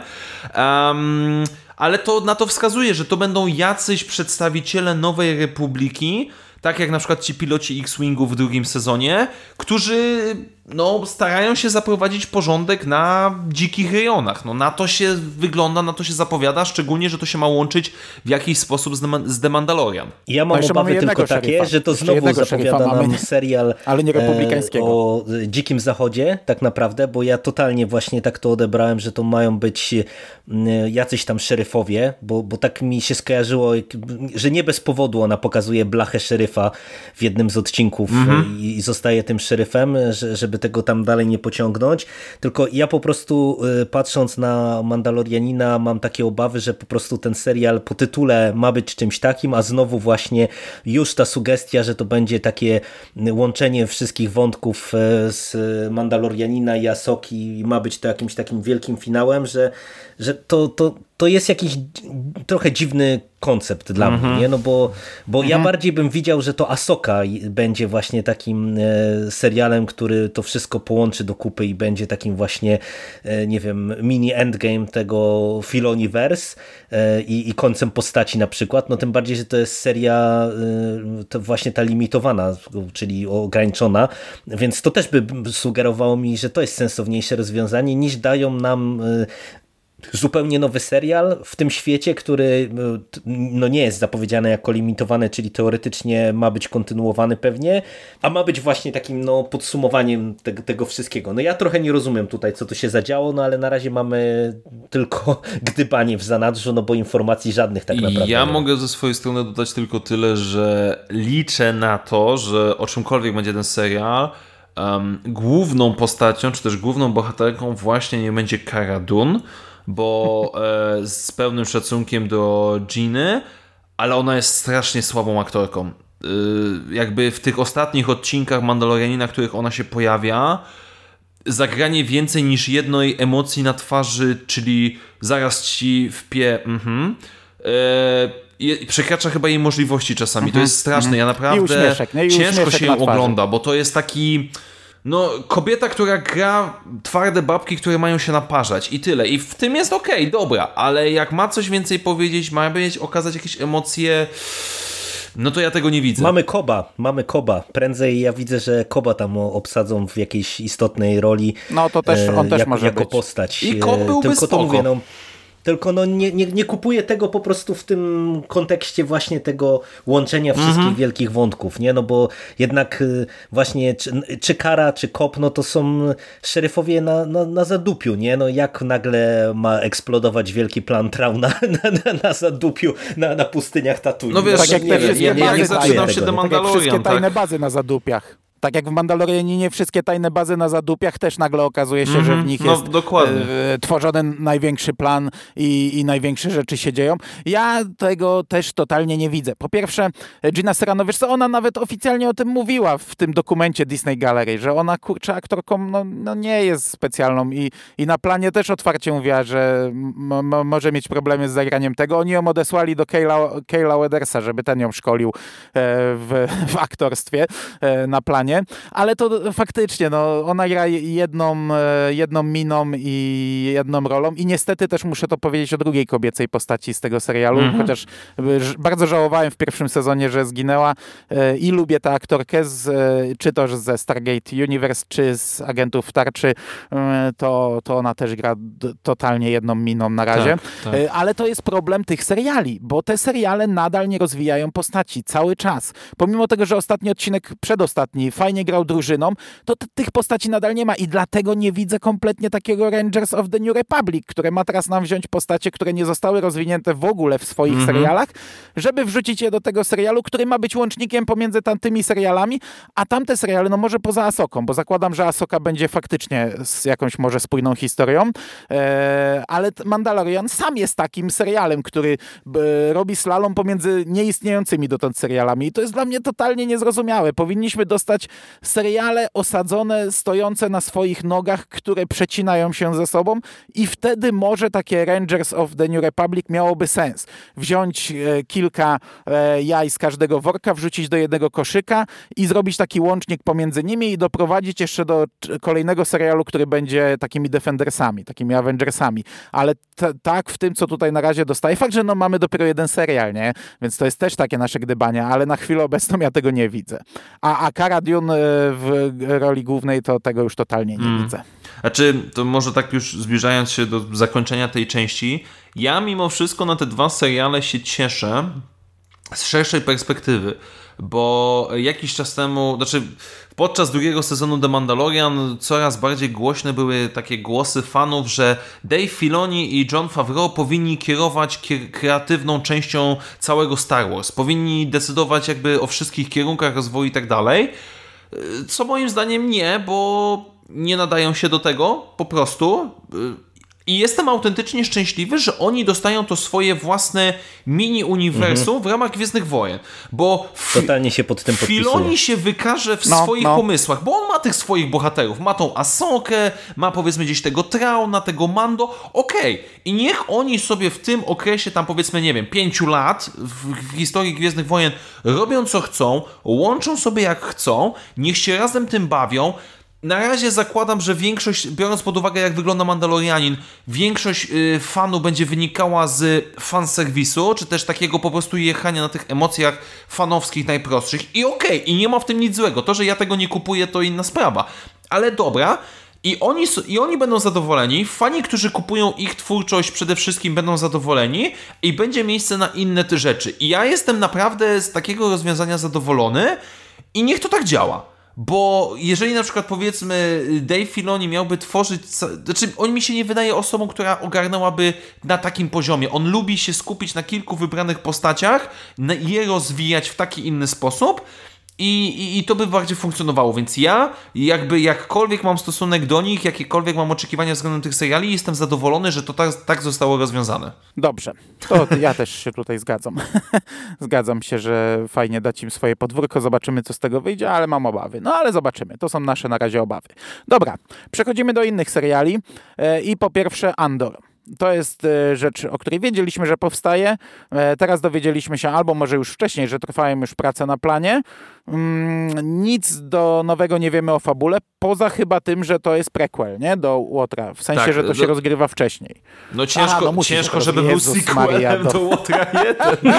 Ale to na to wskazuje, że to będą jacyś przedstawiciele Nowej Republiki, tak jak na przykład ci piloci X-Wingu w drugim sezonie, którzy starają się zaprowadzić porządek na dzikich rejonach. Na to się wygląda, na to się zapowiada, szczególnie, że to się ma łączyć w jakiś sposób z The Mandalorian. Ja mam obawy tylko takie, że to znowu zapowiada nam serial ale nie republikańskiego. O Dzikim Zachodzie, tak naprawdę, bo ja totalnie właśnie tak to odebrałem, że to mają być jacyś tam szeryfowie, bo tak mi się skojarzyło, że nie bez powodu ona pokazuje blachę szeryfa w jednym z odcinków i zostaje tym szeryfem, żeby tego tam dalej nie pociągnąć, tylko ja po prostu patrząc na Mandalorianina mam takie obawy, że po prostu ten serial po tytule ma być czymś takim, a znowu właśnie już ta sugestia, że to będzie takie łączenie wszystkich wątków z Mandalorianina i Asoki i ma być to jakimś takim wielkim finałem, że to jest jakiś trochę dziwny koncept dla mnie, nie? No bo ja bardziej bym widział, że to Asoka będzie właśnie takim serialem, który to wszystko połączy do kupy i będzie takim właśnie, nie wiem, mini endgame tego Filoniverse i końcem postaci na przykład, no tym bardziej, że to jest seria to właśnie ta limitowana, czyli ograniczona, więc to też by sugerowało mi, że to jest sensowniejsze rozwiązanie niż dają nam zupełnie nowy serial w tym świecie, który no nie jest zapowiedziany jako limitowany, czyli teoretycznie ma być kontynuowany pewnie, a ma być właśnie takim no podsumowaniem tego wszystkiego. No ja trochę nie rozumiem tutaj, co tu się zadziało, no ale na razie mamy tylko gdybanie w zanadrzu, no bo informacji żadnych tak naprawdę. Ja mogę ze swojej strony dodać tylko tyle, że liczę na to, że o czymkolwiek będzie ten serial, główną postacią, czy też główną bohaterką właśnie nie będzie Cara Dune, bo z pełnym szacunkiem do Giny, ale ona jest strasznie słabą aktorką. Jakby w tych ostatnich odcinkach Mandalorianina, w których ona się pojawia, zagranie więcej niż jednej emocji na twarzy, czyli zaraz ci wpie przekracza chyba jej możliwości czasami. To jest straszne. Ja naprawdę ciężko się ją ogląda, bo to jest taki kobieta, która gra twarde babki, które mają się naparzać i tyle. I w tym jest okej, dobra, ale jak ma coś więcej powiedzieć, ma okazać jakieś emocje, no to ja tego nie widzę. Mamy Koba. Prędzej ja widzę, że Koba tam obsadzą w jakiejś istotnej roli. No to też on też może jako być. postać. I Kob byłby tylko spoko. To mówię, tylko nie kupuję tego po prostu w tym kontekście właśnie tego łączenia wszystkich wielkich wątków, nie? No bo jednak właśnie czy Cara, czy Cobb, no to są szeryfowie na zadupiu, nie? No jak nagle ma eksplodować wielki plan Trau na zadupiu, na pustyniach Tatooine? No wiesz, tak jak te wszystkie jak zaczynał się The tak jak wszystkie Mandalorian, tajne tak? bazy na zadupiach. Tak jak w Mandalorianinie wszystkie tajne bazy na zadupiach też nagle okazuje się, że w nich jest tworzony największy plan i największe rzeczy się dzieją. Ja tego też totalnie nie widzę. Po pierwsze, Gina Carano, wiesz co, ona nawet oficjalnie o tym mówiła w tym dokumencie Disney Gallery, że ona, kurczę, aktorką no nie jest specjalną i na planie też otwarcie mówiła, że może mieć problemy z zagraniem tego. Oni ją odesłali do Kayla Wedersa, żeby ten ją szkolił w aktorstwie na planie. Ale to faktycznie, ona gra jedną miną i jedną rolą i niestety też muszę to powiedzieć o drugiej kobiecej postaci z tego serialu, chociaż bardzo żałowałem w pierwszym sezonie, że zginęła i lubię tę aktorkę, czy to ze Stargate Universe, czy z Agentów Tarczy, to ona też gra totalnie jedną miną na razie. Tak. Ale to jest problem tych seriali, bo te seriale nadal nie rozwijają postaci cały czas. Pomimo tego, że ostatni odcinek, przedostatni, fajnie grał drużyną, to tych postaci nadal nie ma i dlatego nie widzę kompletnie takiego Rangers of the New Republic, które ma teraz nam wziąć postacie, które nie zostały rozwinięte w ogóle w swoich serialach, żeby wrzucić je do tego serialu, który ma być łącznikiem pomiędzy tamtymi serialami, a tamte seriale, może poza Asoką, bo zakładam, że Asoka będzie faktycznie z jakąś może spójną historią, ale Mandalorian sam jest takim serialem, który robi slalom pomiędzy nieistniejącymi dotąd serialami i to jest dla mnie totalnie niezrozumiałe. Powinniśmy dostać seriale osadzone, stojące na swoich nogach, które przecinają się ze sobą i wtedy może takie Rangers of the New Republic miałoby sens. Wziąć kilka jaj z każdego worka, wrzucić do jednego koszyka i zrobić taki łącznik pomiędzy nimi i doprowadzić jeszcze do kolejnego serialu, który będzie takimi Defendersami, takimi Avengersami. Ale tak w tym, co tutaj na razie dostaję, fakt, że mamy dopiero jeden serial, nie? Więc to jest też takie nasze gdybania, ale na chwilę obecną ja tego nie widzę. A Cara Dune w roli głównej to tego już totalnie nie widzę. Znaczy, to może tak już zbliżając się do zakończenia tej części, ja mimo wszystko na te dwa seriale się cieszę z szerszej perspektywy, bo jakiś czas temu, podczas drugiego sezonu The Mandalorian coraz bardziej głośne były takie głosy fanów, że Dave Filoni i Jon Favreau powinni kierować kreatywną częścią całego Star Wars. Powinni decydować jakby o wszystkich kierunkach rozwoju i tak dalej. Co moim zdaniem nie, bo nie nadają się do tego po prostu. I jestem autentycznie szczęśliwy, że oni dostają to swoje własne mini-uniwersum w ramach Gwiezdnych Wojen. Bo totalnie się pod tym podpisuję. Filoni się wykaże w swoich pomysłach, bo on ma tych swoich bohaterów. Ma tą Asokę, ma powiedzmy gdzieś tego Trauna, tego Mando. Okej. I niech oni sobie w tym okresie, tam powiedzmy, 5 lat w historii Gwiezdnych Wojen robią co chcą, łączą sobie jak chcą, niech się razem tym bawią. Na razie zakładam, że większość, biorąc pod uwagę jak wygląda Mandalorianin, większość fanów będzie wynikała z fanserwisu, czy też takiego po prostu jechania na tych emocjach fanowskich najprostszych. I okej, i nie ma w tym nic złego. To, że ja tego nie kupuję, to inna sprawa. Ale dobra, I oni będą zadowoleni, fani, którzy kupują ich twórczość przede wszystkim będą zadowoleni i będzie miejsce na inne te rzeczy. I ja jestem naprawdę z takiego rozwiązania zadowolony i niech to tak działa. Bo jeżeli na przykład powiedzmy Dave Filoni miałby tworzyć, znaczy on mi się nie wydaje osobą, która ogarnęłaby na takim poziomie. On lubi się skupić na kilku wybranych postaciach, je rozwijać w taki inny sposób i to by bardziej funkcjonowało, więc ja jakby jakkolwiek mam stosunek do nich, jakiekolwiek mam oczekiwania względem tych seriali, jestem zadowolony, że to tak zostało rozwiązane. Dobrze, to ja też się tutaj zgadzam. Zgadzam się, że fajnie dać im swoje podwórko, zobaczymy co z tego wyjdzie, ale mam obawy. No ale zobaczymy, to są nasze na razie obawy. Dobra, przechodzimy do innych seriali i po pierwsze Andor. To jest rzecz, o której wiedzieliśmy, że powstaje. Teraz dowiedzieliśmy się, albo może już wcześniej, że trwają już prace na planie. Nic do nowego nie wiemy o fabule, poza chyba tym, że to jest prequel, nie? Do Łotra. W sensie, tak, że to się rozgrywa wcześniej. No ciężko żeby był sequelem do Łotra 1.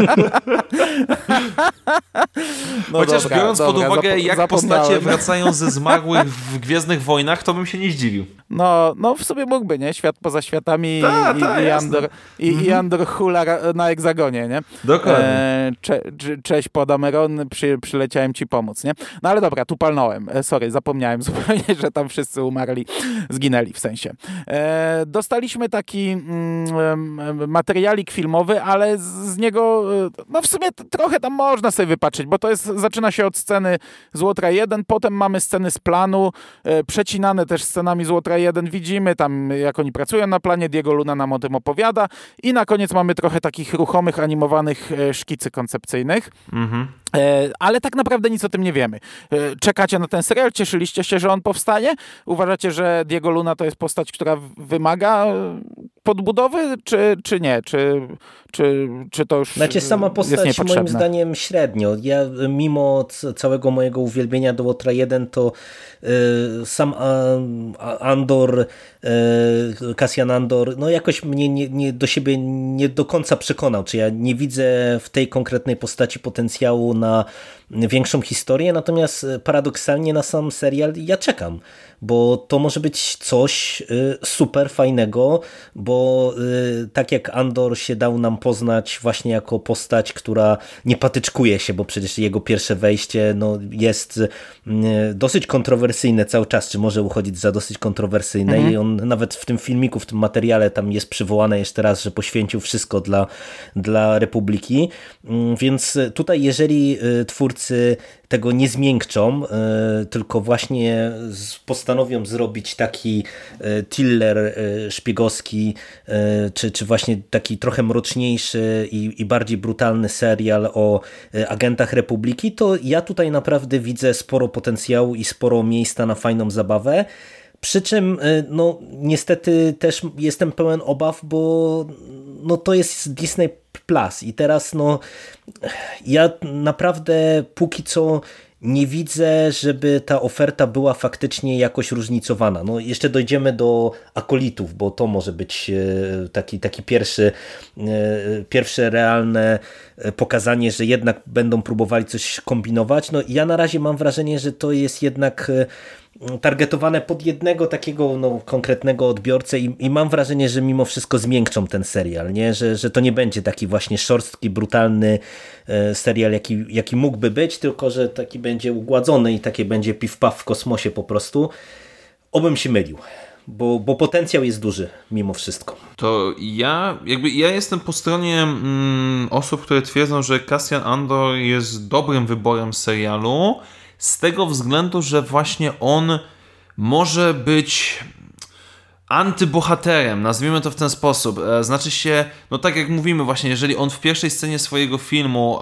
No chociaż dobra, biorąc pod uwagę, jak postacie wracają ze zmarłych w Gwiezdnych Wojnach, to bym się nie zdziwił. No w sobie mógłby, nie? Świat poza światami i Andor hula na egzagonie, nie? Dokładnie. Cześć Podameron, przyleciałem ci pomóc, nie? No ale dobra, tu palnąłem. Sorry, zapomniałem zupełnie, że tam wszyscy umarli, zginęli w sensie. Dostaliśmy taki materialik filmowy, ale z niego, no w sumie trochę tam można sobie wypatrzeć, bo to zaczyna się od sceny z Łotra 1, potem mamy sceny z planu, przecinane też scenami z Łotra 1, widzimy tam, jak oni pracują na planie, Diego Luna nam o tym opowiada i na koniec mamy trochę takich ruchomych, animowanych szkicy koncepcyjnych. Ale tak naprawdę nic o tym nie wiemy. Czekacie na ten serial? Cieszyliście się, że on powstaje? Uważacie, że Diego Luna to jest postać, która wymaga podbudowy, czy nie? Czy to już Znaczy sama postać moim zdaniem średnio. Ja mimo całego mojego uwielbienia do Łotra 1 to sam Andor, Cassian Andor, no jakoś mnie do siebie nie do końca przekonał. Czy ja nie widzę w tej konkretnej postaci potencjału na większą historię, natomiast paradoksalnie na sam serial ja czekam, bo to może być coś super fajnego, bo tak jak Andor się dał nam poznać właśnie jako postać, która nie patyczkuje się, bo przecież jego pierwsze wejście no, jest dosyć kontrowersyjne cały czas, czy może uchodzić za dosyć kontrowersyjne i on nawet w tym filmiku, w tym materiale tam jest przywołane jeszcze raz, że poświęcił wszystko dla Republiki, więc tutaj jeżeli twórcy tego nie zmiękczą, tylko właśnie postanowią zrobić taki thriller szpiegowski, czy właśnie taki trochę mroczniejszy i bardziej brutalny serial o agentach Republiki, to ja tutaj naprawdę widzę sporo potencjału i sporo miejsca na fajną zabawę. Przy czym no niestety też jestem pełen obaw, bo no to jest Disney Plus i teraz no ja naprawdę póki co nie widzę, żeby ta oferta była faktycznie jakoś różnicowana. No jeszcze dojdziemy do Akolitów, bo to może być taki pierwsze realne pokazanie, że jednak będą próbowali coś kombinować. No ja na razie mam wrażenie, że to jest jednak targetowane pod jednego takiego no, konkretnego odbiorcę i mam wrażenie, że mimo wszystko zmiękczą ten serial, nie? Że to nie będzie taki właśnie szorstki, brutalny serial, jaki mógłby być, tylko że taki będzie ugładzony i takie będzie piw-paw w kosmosie po prostu. Obym się mylił. Bo potencjał jest duży mimo wszystko. To ja jestem po stronie osób, które twierdzą, że Cassian Andor jest dobrym wyborem serialu, z tego względu, że właśnie on może być antybohaterem, nazwijmy to w ten sposób. Znaczy się, no tak jak mówimy właśnie, jeżeli on w pierwszej scenie swojego filmu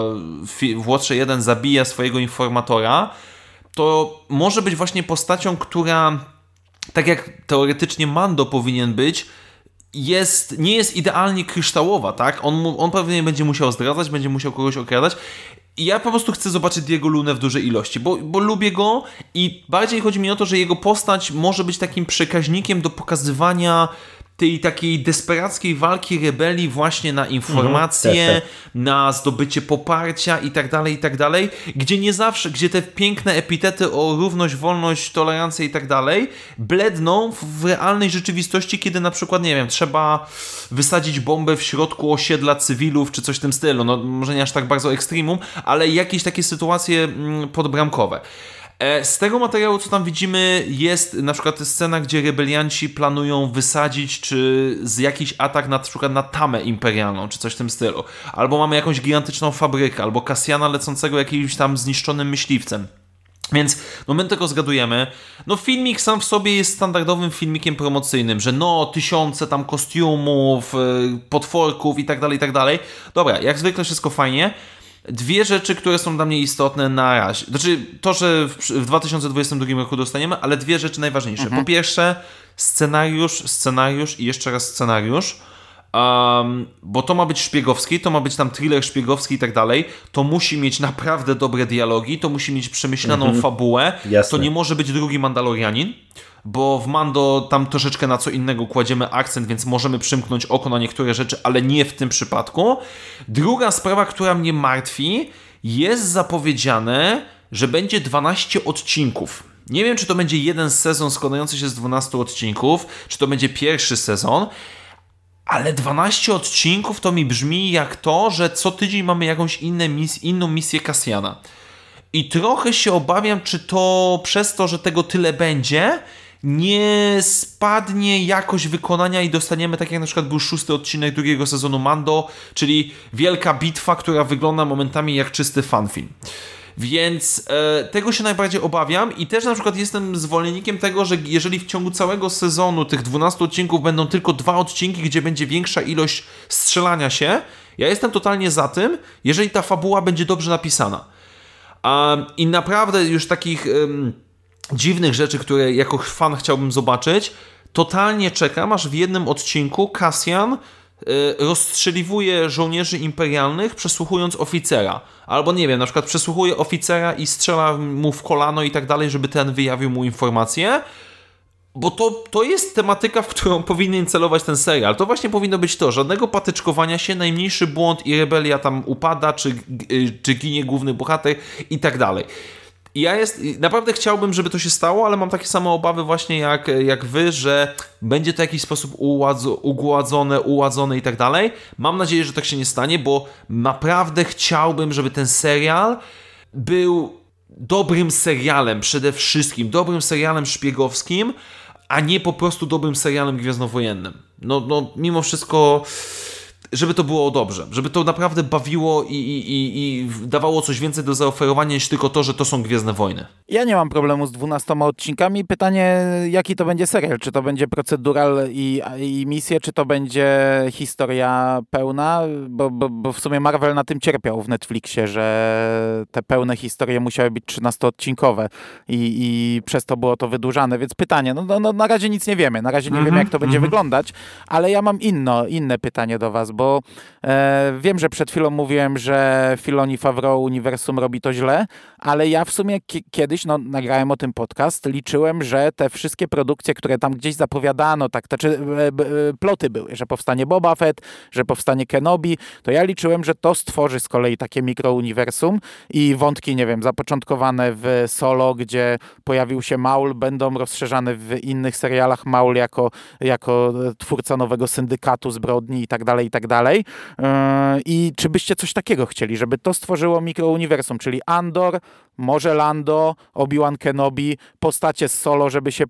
w Łotrze 1 zabija swojego informatora, to może być właśnie postacią, która tak jak teoretycznie Mando powinien być, nie jest idealnie kryształowa, tak? On pewnie będzie musiał zdradzać, będzie musiał kogoś okradać. I ja po prostu chcę zobaczyć Diego Lunę w dużej ilości, bo lubię go i bardziej chodzi mi o to, że jego postać może być takim przekaźnikiem do pokazywania tej takiej desperackiej walki rebelii właśnie na informacje, na zdobycie poparcia i tak dalej, gdzie nie zawsze, gdzie te piękne epitety o równość, wolność, tolerancję i tak dalej bledną w realnej rzeczywistości, kiedy na przykład, nie wiem, trzeba wysadzić bombę w środku osiedla cywilów, czy coś w tym stylu, no może nie aż tak bardzo ekstremum, ale jakieś takie sytuacje podbramkowe. Z tego materiału, co tam widzimy, jest na przykład scena, gdzie rebelianci planują wysadzić czy z jakiś atak na przykład na tamę imperialną, czy coś w tym stylu. Albo mamy jakąś gigantyczną fabrykę, albo Cassiana lecącego jakimś tam zniszczonym myśliwcem. Więc no my tego zgadujemy. No filmik sam w sobie jest standardowym filmikiem promocyjnym, że no tysiące tam kostiumów, potworków i tak dalej. Dobra, jak zwykle wszystko fajnie. Dwie rzeczy, które są dla mnie istotne na razie. Znaczy to, że w 2022 roku dostaniemy, ale dwie rzeczy najważniejsze. Po pierwsze scenariusz i jeszcze raz scenariusz. Bo to ma być szpiegowski, to ma być tam thriller szpiegowski i tak dalej, to musi mieć naprawdę dobre dialogi, to musi mieć przemyślaną fabułę, to nie może być drugi Mandalorianin, bo w Mando tam troszeczkę na co innego kładziemy akcent, więc możemy przymknąć oko na niektóre rzeczy, ale nie w tym przypadku. Druga sprawa, która mnie martwi, jest zapowiedziane, że będzie 12 odcinków. Nie wiem, czy to będzie jeden sezon składający się z 12 odcinków, czy to będzie pierwszy sezon, ale 12 odcinków to mi brzmi jak to, że co tydzień mamy jakąś inną misję Cassiana. I trochę się obawiam, czy to przez to, że tego tyle będzie, nie spadnie jakość wykonania i dostaniemy, tak jak na przykład był 6 odcinek drugiego sezonu Mando, czyli wielka bitwa, która wygląda momentami jak czysty fanfilm. Więc tego się najbardziej obawiam i też na przykład jestem zwolennikiem tego, że jeżeli w ciągu całego sezonu tych 12 odcinków będą tylko 2 odcinki, gdzie będzie większa ilość strzelania się, ja jestem totalnie za tym, jeżeli ta fabuła będzie dobrze napisana. I naprawdę już takich dziwnych rzeczy, które jako fan chciałbym zobaczyć, totalnie czekam, aż w jednym odcinku Cassian rozstrzeliwuje żołnierzy imperialnych, przesłuchując oficera. Albo nie wiem, na przykład przesłuchuje oficera i strzela mu w kolano i tak dalej, żeby ten wyjawił mu informację. Bo to jest tematyka, w którą powinien celować ten serial. To właśnie powinno być to, żadnego patyczkowania się, najmniejszy błąd i rebelia tam upada, czy ginie główny bohater i tak dalej. Naprawdę chciałbym, żeby to się stało, ale mam takie same obawy właśnie jak wy, że będzie to w jakiś sposób uładzone i tak dalej. Mam nadzieję, że tak się nie stanie, bo naprawdę chciałbym, żeby ten serial był dobrym serialem przede wszystkim, dobrym serialem szpiegowskim, a nie po prostu dobrym serialem gwiezdnowojennym. No mimo wszystko, żeby to było dobrze, żeby to naprawdę bawiło i dawało coś więcej do zaoferowania niż tylko to, że to są Gwiezdne Wojny. Ja nie mam problemu z 12 odcinkami. Pytanie, jaki to będzie serial? Czy to będzie procedural i misje, czy to będzie historia pełna? Bo w sumie Marvel na tym cierpiał w Netflixie, że te pełne historie musiały być 13-odcinkowe i przez to było to wydłużane. Więc pytanie, no na razie nic nie wiemy. Na razie nie wiemy, jak to będzie wyglądać, ale ja mam inne pytanie do was, bo wiem, że przed chwilą mówiłem, że Filoni Favreau uniwersum robi to źle, ale ja w sumie kiedyś nagrałem o tym podcast, liczyłem, że te wszystkie produkcje, które tam gdzieś zapowiadano, ploty były, że powstanie Boba Fett, że powstanie Kenobi, to ja liczyłem, że to stworzy z kolei takie mikrouniwersum i wątki, nie wiem, zapoczątkowane w Solo, gdzie pojawił się Maul, będą rozszerzane w innych serialach Maul jako twórca nowego syndykatu zbrodni i tak dalej. I czy byście coś takiego chcieli, żeby to stworzyło mikrouniwersum, czyli Andor, może Lando, Obi-Wan Kenobi, postacie z Solo, żeby się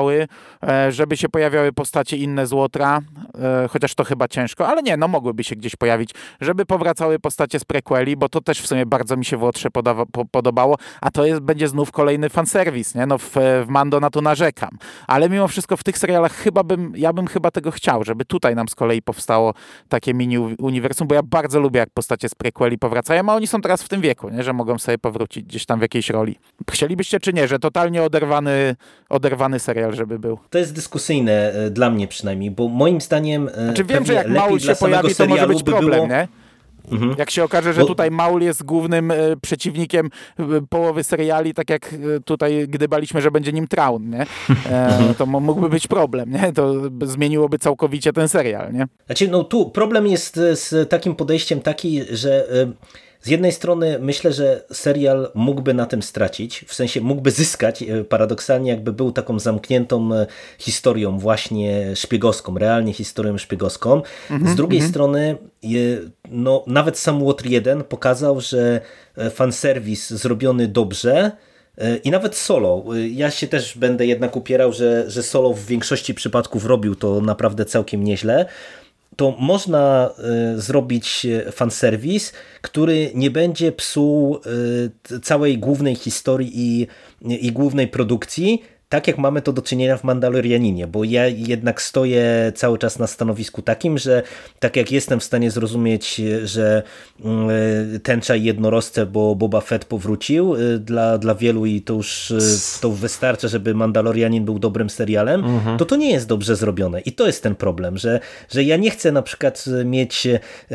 pojawiały postacie inne z Łotra, chociaż to chyba ciężko, ale nie, mogłyby się gdzieś pojawić, żeby powracały postacie z prequeli, bo to też w sumie bardzo mi się w Łotrze podobało, a to będzie znów kolejny fanserwis, nie? W Mando na to narzekam, ale mimo wszystko w tych serialach ja bym chyba tego chciał, żeby tutaj nam z kolei powstało takie mini-uniwersum, bo ja bardzo lubię, jak postacie z prequeli powracają, a oni są teraz w tym wieku, nie? Że mogą sobie powrócić gdzieś tam w jakiejś roli. Chcielibyście czy nie, że totalnie oderwany serial, żeby był? To jest dyskusyjne dla mnie przynajmniej, bo moim zdaniem wiem, że jak Maul się pojawi, to może być problem, nie? Jak się okaże, że tutaj Maul jest głównym przeciwnikiem połowy seriali, tak jak tutaj gdybaliśmy, że będzie nim Traun, nie? To mógłby być problem, nie? To zmieniłoby całkowicie ten serial, nie? Znaczy, no tu problem jest z takim podejściem taki, że z jednej strony myślę, że serial mógłby na tym stracić, w sensie mógłby zyskać paradoksalnie, jakby był taką zamkniętą historią właśnie szpiegowską, realnie historią szpiegowską. Z drugiej strony no, nawet sam Water 1 pokazał, że fanserwis zrobiony dobrze i nawet Solo, ja się też będę jednak upierał, że Solo w większości przypadków robił to naprawdę całkiem nieźle, to można zrobić fanserwis, który nie będzie psuł całej głównej historii i głównej produkcji, tak jak mamy to do czynienia w Mandalorianinie, bo ja jednak stoję cały czas na stanowisku takim, że tak jak jestem w stanie zrozumieć, że tęcza i jednorożce, bo Boba Fett powrócił dla wielu i to już to wystarcza, żeby Mandalorianin był dobrym serialem, to nie jest dobrze zrobione i to jest ten problem, że ja nie chcę na przykład mieć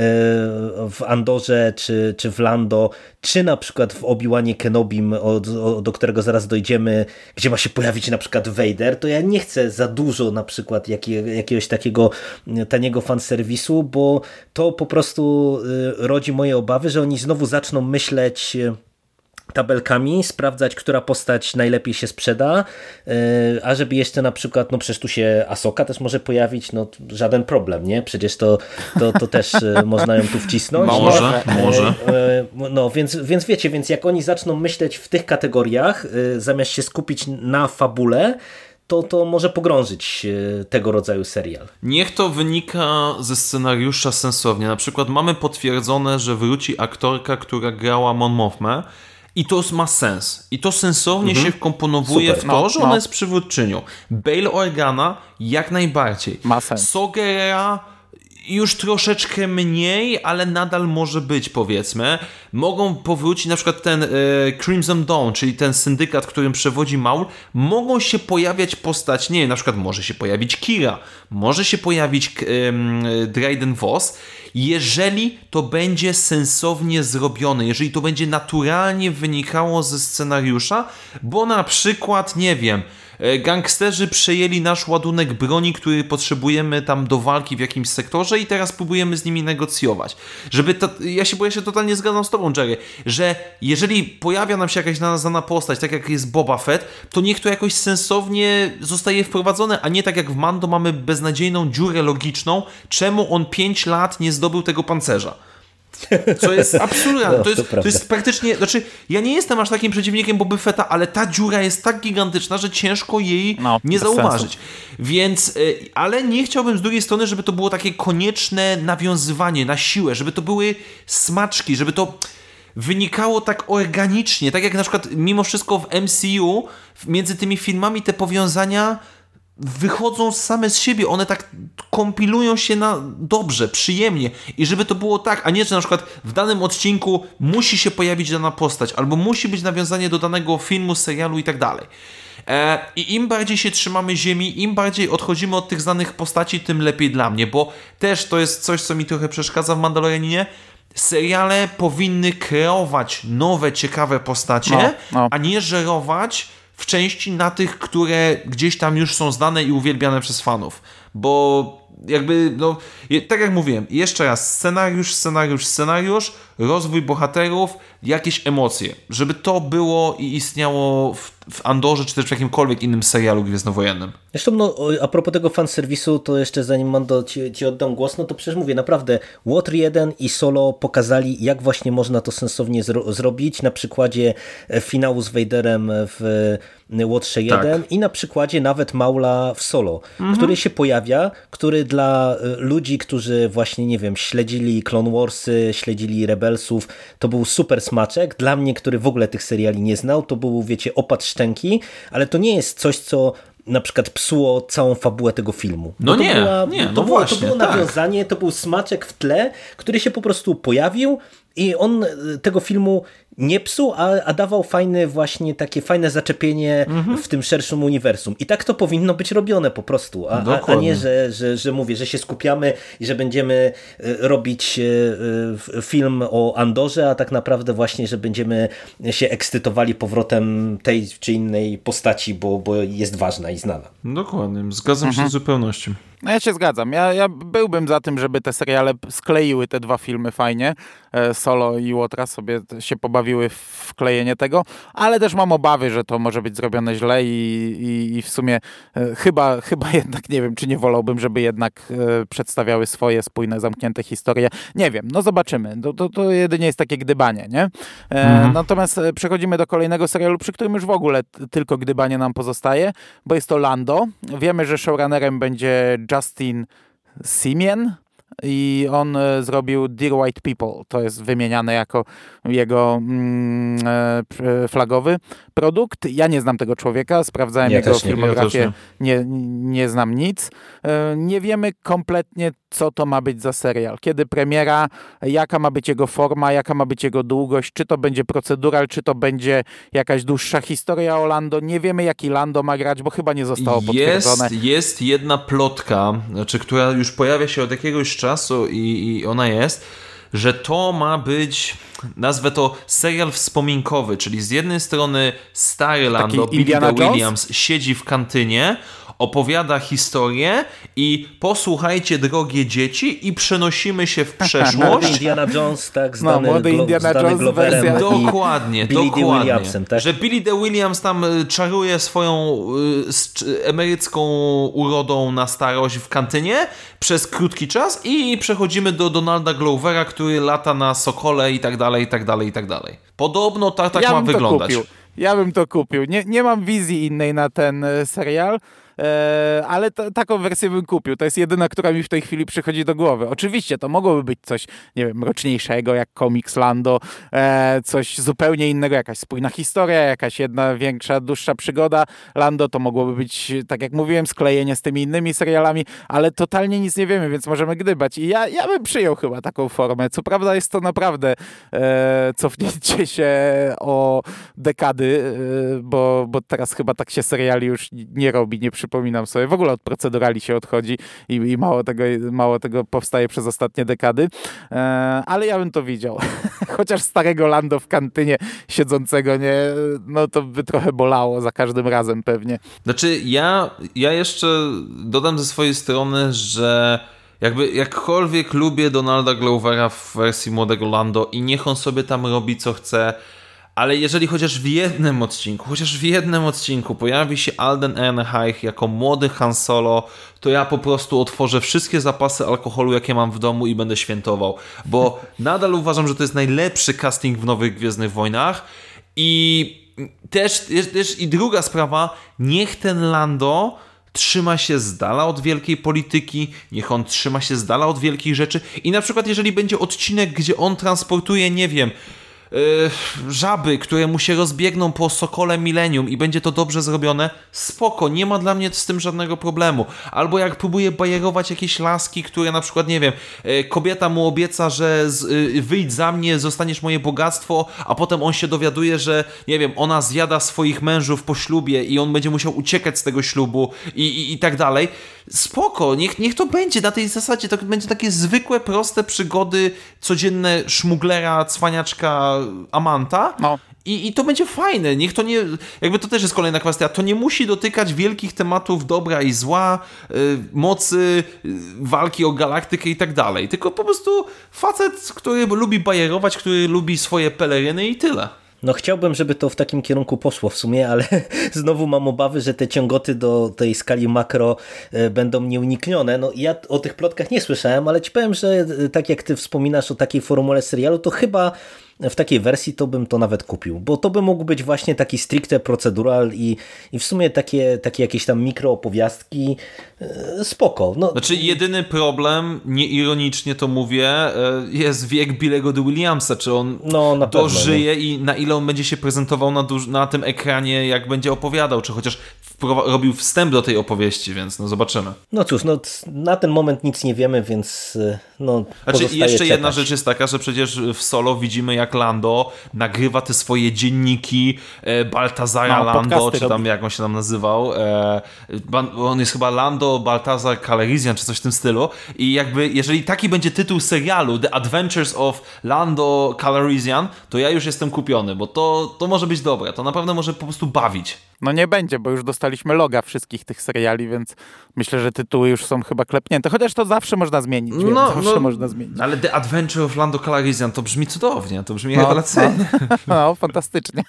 w Andorze czy w Lando, czy na przykład w Obi-Wanie Kenobim, do którego zaraz dojdziemy, gdzie ma się pojawić na przykład Vader, to ja nie chcę za dużo na przykład jakiegoś takiego taniego fanserwisu, bo to po prostu rodzi moje obawy, że oni znowu zaczną myśleć tabelkami, sprawdzać, która postać najlepiej się sprzeda, a żeby jeszcze na przykład, no przecież tu się Ahsoka też może pojawić, no żaden problem, nie? Przecież to też można ją tu wcisnąć. Może. No, więc wiecie, więc jak oni zaczną myśleć w tych kategoriach, zamiast się skupić na fabule, to może pogrążyć tego rodzaju serial. Niech to wynika ze scenariusza sensownie. Na przykład mamy potwierdzone, że wróci aktorka, która grała Mon Mothmę, i to ma sens. I to sensownie się wkomponowuje w to, że ona jest przywódczynią. Bail Organa jak najbardziej. Ma sens. Saw Gerrera już troszeczkę mniej, ale nadal może być, powiedzmy. Mogą powrócić na przykład ten Crimson Dawn, czyli ten syndykat, którym przewodzi Maul. Mogą się pojawiać postać, nie wiem, na przykład może się pojawić Kira, może się pojawić Dryden Voss, jeżeli to będzie sensownie zrobione, jeżeli to będzie naturalnie wynikało ze scenariusza, bo na przykład, nie wiem, gangsterzy przejęli nasz ładunek broni, który potrzebujemy tam do walki w jakimś sektorze i teraz próbujemy z nimi negocjować. Bo ja się totalnie zgadzam z tobą, Jerry, że jeżeli pojawia nam się jakaś znana postać, tak jak jest Boba Fett, to niech to jakoś sensownie zostaje wprowadzone, a nie tak jak w Mando mamy beznadziejną dziurę logiczną, czemu on 5 lat nie zdobył tego pancerza. Co jest absurdalne. To jest praktycznie... Znaczy, ja nie jestem aż takim przeciwnikiem Boby Fetta, ale ta dziura jest tak gigantyczna, że ciężko jej nie zauważyć. Sensu. Więc... Ale nie chciałbym z drugiej strony, żeby to było takie konieczne nawiązywanie na siłę, żeby to były smaczki, żeby to wynikało tak organicznie, tak jak na przykład mimo wszystko w MCU między tymi filmami te powiązania wychodzą same z siebie, one tak kompilują się na dobrze, przyjemnie i żeby to było tak, a nie, że na przykład w danym odcinku musi się pojawić dana postać, albo musi być nawiązanie do danego filmu, serialu i tak dalej. I im bardziej się trzymamy ziemi, im bardziej odchodzimy od tych znanych postaci, tym lepiej dla mnie, bo też to jest coś, co mi trochę przeszkadza w Mandalorianinie. Seriale powinny kreować nowe, ciekawe postacie, a nie żerować w części na tych, które gdzieś tam już są znane i uwielbiane przez fanów. Bo jakby, no, tak jak mówiłem, jeszcze raz, scenariusz, rozwój bohaterów, jakieś emocje. Żeby to było i istniało w Andorze, czy też w jakimkolwiek innym serialu gwiezdnowojennym. Zresztą, no, a propos tego fanserwisu, to jeszcze zanim Mando ci oddam głos, no to przecież mówię, naprawdę Water 1 i Solo pokazali, jak właśnie można to sensownie zrobić na przykładzie finału z Vaderem w Łotrze 1 i na przykładzie nawet Maula w Solo, który się pojawia, który dla ludzi, którzy właśnie, nie wiem, śledzili Clone Warsy, śledzili Rebelsów, to był super smaczek. Dla mnie, który w ogóle tych seriali nie znał, to był, wiecie, opad szczęki, ale to nie jest coś, co na przykład psuło całą fabułę tego filmu. No to było nawiązanie, to był smaczek w tle, który się po prostu pojawił i on tego filmu nie psuł, a dawał takie fajne zaczepienie w tym szerszym uniwersum. I tak to powinno być robione po prostu, a nie, że mówię, że się skupiamy i że będziemy robić film o Andorze, a tak naprawdę właśnie, że będziemy się ekscytowali powrotem tej czy innej postaci, bo jest ważna i znana. Dokładnie, zgadzam się z zupełnością. No ja się zgadzam. Ja byłbym za tym, żeby te seriale skleiły te dwa filmy fajnie. Solo i Łotra sobie się pobawiły w klejenie tego, ale też mam obawy, że to może być zrobione źle i w sumie chyba jednak nie wiem, czy nie wolałbym, żeby jednak przedstawiały swoje spójne, zamknięte historie. Nie wiem, no zobaczymy. To jedynie jest takie gdybanie, nie? Natomiast przechodzimy do kolejnego serialu, przy którym już w ogóle tylko gdybanie nam pozostaje, bo jest to Lando. Wiemy, że showrunnerem będzie Justin Simien i on zrobił Dear White People. To jest wymieniane jako jego flagowy produkt. Ja nie znam tego człowieka, sprawdzałem jego filmografię, nie znam nic. Nie wiemy kompletnie, co to ma być za serial. Kiedy premiera, jaka ma być jego forma, jaka ma być jego długość, czy to będzie procedural, czy to będzie jakaś dłuższa historia o Lando. Nie wiemy, jaki Lando ma grać, bo chyba nie zostało potwierdzone. Jest jedna plotka, która już pojawia się od jakiegoś czasu i ona jest, że to ma być, nazwę to serial wspominkowy, czyli z jednej strony stary Lando, Billy Dee Williams siedzi w kantynie, opowiada historię i posłuchajcie, drogie dzieci, i przenosimy się w przeszłość. Młody Indiana Jones, tak, młody Indiana Jones Gloverem. Dokładnie. Billy Dee Williamsem, tak? Że Billy Dee Williams tam czaruje swoją emerycką urodą na starość w kantynie przez krótki czas i przechodzimy do Donalda Glovera, który lata na Sokole i tak dalej, i tak dalej, i tak dalej. Podobno tak ma wyglądać. Ja bym to kupił. Nie mam wizji innej na ten serial, ale taką wersję bym kupił. To jest jedyna, która mi w tej chwili przychodzi do głowy. Oczywiście to mogłoby być coś, nie wiem, mroczniejszego, jak komiks Lando, coś zupełnie innego, jakaś spójna historia, jakaś jedna większa, dłuższa przygoda Lando. To mogłoby być, tak jak mówiłem, sklejenie z tymi innymi serialami, ale totalnie nic nie wiemy, więc możemy gdybać. I ja bym przyjął chyba taką formę. Co prawda jest to naprawdę cofnięcie się o dekady, bo teraz chyba tak się seriali już nie robi, nie przypominam sobie. W ogóle od procedurali się odchodzi i mało tego powstaje przez ostatnie dekady. Ale ja bym to widział. Chociaż starego Lando w kantynie siedzącego, no to by trochę bolało za każdym razem pewnie. Znaczy ja jeszcze dodam ze swojej strony, że jakkolwiek lubię Donalda Glovera w wersji młodego Lando i niech on sobie tam robi co chce, ale jeżeli chociaż w jednym odcinku pojawi się Alden Ehrenreich jako młody Han Solo, to ja po prostu otworzę wszystkie zapasy alkoholu, jakie mam w domu i będę świętował. Bo nadal uważam, że to jest najlepszy casting w nowych Gwiezdnych Wojnach. I też i druga sprawa, niech ten Lando trzyma się z dala od wielkiej polityki, niech on trzyma się z dala od wielkich rzeczy. I na przykład jeżeli będzie odcinek, gdzie on transportuje, nie wiem, żaby, które mu się rozbiegną po Sokole Millennium i będzie to dobrze zrobione, spoko, nie ma dla mnie z tym żadnego problemu. Albo jak próbuje bajerować jakieś laski, które na przykład, nie wiem, kobieta mu obieca, że wyjdź za mnie, zostaniesz moje bogactwo, a potem on się dowiaduje, że, nie wiem, ona zjada swoich mężów po ślubie i on będzie musiał uciekać z tego ślubu i tak dalej. Spoko, niech to będzie na tej zasadzie, to będzie takie zwykłe, proste przygody, codzienne szmuglera, cwaniaczka, amanta. No. I to będzie fajne. Niech to nie... Jakby to też jest kolejna kwestia. To nie musi dotykać wielkich tematów dobra i zła, mocy, walki o galaktykę i tak dalej. Tylko po prostu facet, który lubi bajerować, który lubi swoje peleryny i tyle. No chciałbym, żeby to w takim kierunku poszło w sumie, ale znowu mam obawy, że te ciągoty do tej skali makro będą nieuniknione. No ja o tych plotkach nie słyszałem, ale ci powiem, że tak jak ty wspominasz o takiej formule serialu, to chyba w takiej wersji to bym to nawet kupił, bo to by mógł być właśnie taki stricte procedural i w sumie takie jakieś tam mikroopowiastki spoko. No. Znaczy jedyny problem, nieironicznie to mówię, jest wiek Billy'ego Dee Williamsa, czy on dożyje i na ile on będzie się prezentował na tym ekranie, jak będzie opowiadał, czy chociaż robił wstęp do tej opowieści, więc no zobaczymy. No cóż, no na ten moment nic nie wiemy, więc no Znaczy jeszcze czekać. jedna rzecz jest taka, że przecież w Solo widzimy, jak Lando nagrywa te swoje dzienniki Baltazara Lando, czy tam robi. Jak on się tam nazywał. On jest chyba Lando Baltazar Calrissian, czy coś w tym stylu. I jakby, jeżeli taki będzie tytuł serialu, The Adventures of Lando Calrissian, to ja już jestem kupiony, bo to może być dobre. To naprawdę może po prostu bawić. No nie będzie, bo już dostaliśmy loga wszystkich tych seriali, więc myślę, że tytuły już są chyba klepnięte. Chociaż to zawsze można zmienić. Zawsze można zmienić. Ale The Adventure of Lando Calrissian to brzmi cudownie, to brzmi rewelacyjnie. No, fantastycznie.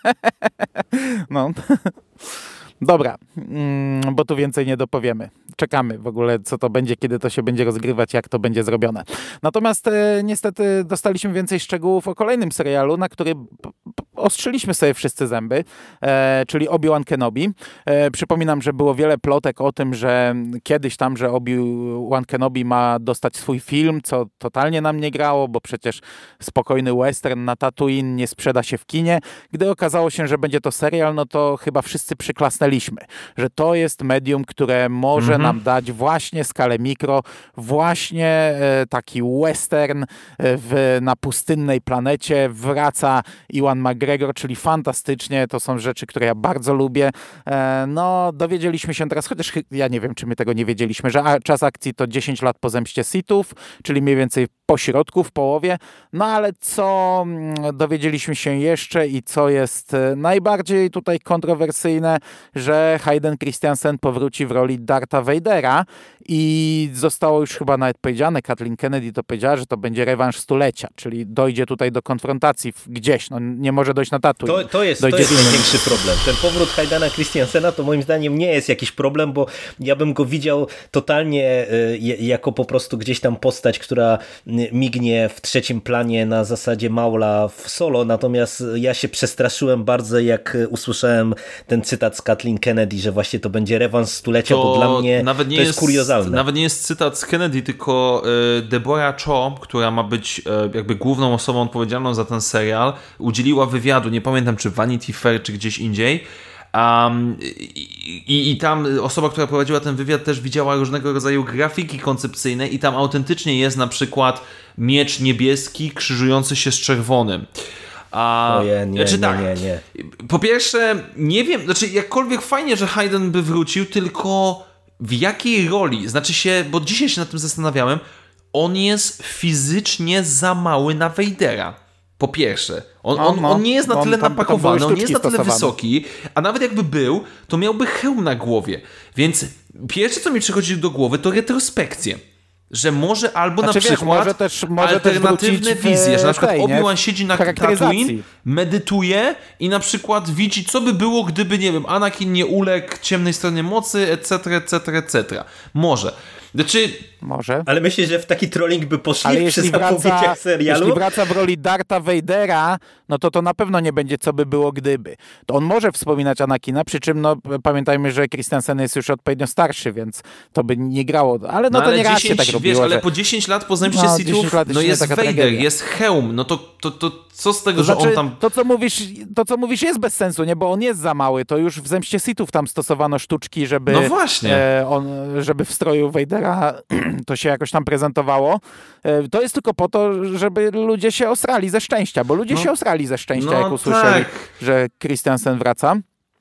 No. Dobra, bo tu więcej nie dopowiemy. Czekamy w ogóle, co to będzie, kiedy to się będzie rozgrywać, jak to będzie zrobione. Natomiast niestety dostaliśmy więcej szczegółów o kolejnym serialu, na który ostrzyliśmy sobie wszyscy zęby, czyli Obi-Wan Kenobi. Przypominam, że było wiele plotek o tym, że kiedyś tam, że Obi-Wan Kenobi ma dostać swój film, co totalnie nam nie grało, bo przecież spokojny western na Tatooine nie sprzeda się w kinie. Gdy okazało się, że będzie to serial, no to chyba wszyscy przyklasnęliśmy, że to jest medium, które może nam dać właśnie skalę mikro, właśnie taki western na pustynnej planecie. Wraca Ewan McGregor, czyli fantastycznie. To są rzeczy, które ja bardzo lubię. No, dowiedzieliśmy się teraz, chociaż ja nie wiem, czy my tego nie wiedzieliśmy, że czas akcji to 10 lat po zemście Sithów, czyli mniej więcej po środku, w połowie. No, ale co dowiedzieliśmy się jeszcze i co jest najbardziej tutaj kontrowersyjne, że Hayden Christensen powróci w roli Dartha Vadera i zostało już chyba nawet powiedziane, Kathleen Kennedy to powiedziała, że to będzie rewanż stulecia, czyli dojdzie tutaj do konfrontacji gdzieś, no nie może dojść na Tatooine. To jest największy problem. Ten powrót Haydena Christensena to moim zdaniem nie jest jakiś problem, bo ja bym go widział totalnie jako po prostu gdzieś tam postać, która mignie w trzecim planie na zasadzie Maula w Solo, natomiast ja się przestraszyłem bardzo, jak usłyszałem ten cytat z Kathleen Kennedy, że właśnie to będzie rewanż stulecia, bo dla mnie nawet nie to jest kuriozalne. Nawet nie jest cytat z Kennedy, tylko Deborah Cho, która ma być jakby główną osobą odpowiedzialną za ten serial, udzieliła wywiadu, nie pamiętam czy Vanity Fair, czy gdzieś indziej. I tam osoba, która prowadziła ten wywiad, też widziała różnego rodzaju grafiki koncepcyjne i tam autentycznie jest na przykład miecz niebieski krzyżujący się z czerwonym. Nie. Po pierwsze, nie wiem, znaczy jakkolwiek fajnie, że Hayden by wrócił, tylko w jakiej roli? Znaczy się, bo dzisiaj się nad tym zastanawiałem, on jest fizycznie za mały na Vadera. Po pierwsze, on nie jest na tyle napakowany, on nie jest na tyle wysoki, a nawet jakby był, to miałby hełm na głowie. Więc pierwsze, co mi przychodzi do głowy, to retrospekcje. Że może albo na przykład może alternatywne wizje, że na przykład Obi-Wan siedzi na Tatooine, medytuje i na przykład widzi, co by było, gdyby, nie wiem, Anakin nie uległ ciemnej stronie mocy, etc. Może. Znaczy... Może. Ale myślisz, że w taki trolling by poszli przy zapowiedziach serialu? Jeśli wraca w roli Dartha Vadera, no to na pewno nie będzie co by było gdyby. To on może wspominać Anakina, przy czym no, pamiętajmy, że Christensen jest już odpowiednio starszy, więc to by nie grało. Ale no to nie raz się tak robiło. Wiesz, ale po 10 lat po zemście Sithów, no jest Vader, tragedia. Jest hełm, no to co z tego, że on tam... To, co mówisz jest bez sensu, nie? Bo on jest za mały. To już w zemście Sithów tam stosowano sztuczki, żeby... No właśnie. Żeby w stroju Vadera to się jakoś tam prezentowało. To jest tylko po to, żeby ludzie się osrali ze szczęścia, bo ludzie się osrali ze szczęścia, jak usłyszeli, że Christensen wraca.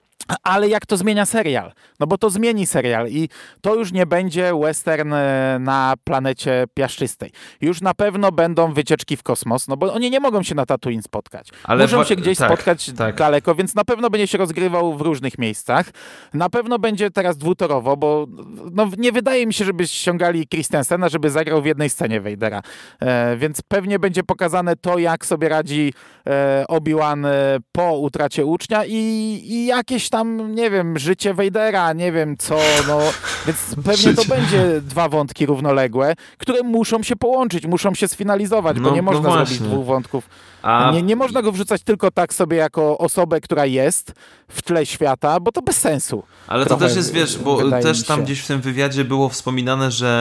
Ale jak to zmienia serial? No bo to zmieni serial i to już nie będzie western na planecie piaszczystej. Już na pewno będą wycieczki w kosmos, no bo oni nie mogą się na Tatooine spotkać. Muszą się gdzieś spotkać daleko, więc na pewno będzie się rozgrywał w różnych miejscach. Na pewno będzie teraz dwutorowo, bo no, nie wydaje mi się, żeby ściągali Christensena, żeby zagrał w jednej scenie Vadera. Więc pewnie będzie pokazane to, jak sobie radzi Obi-Wan po utracie ucznia i jakieś tam, nie wiem, życie Vadera, nie wiem co, no, więc pewnie to będzie dwa wątki równoległe, które muszą się połączyć, muszą się sfinalizować, bo nie można zrobić dwóch wątków. Nie można go wrzucać tylko tak sobie jako osobę, która jest w tle świata, bo to bez sensu. Ale to też jest, wiesz, bo też tam gdzieś w tym wywiadzie było wspominane, że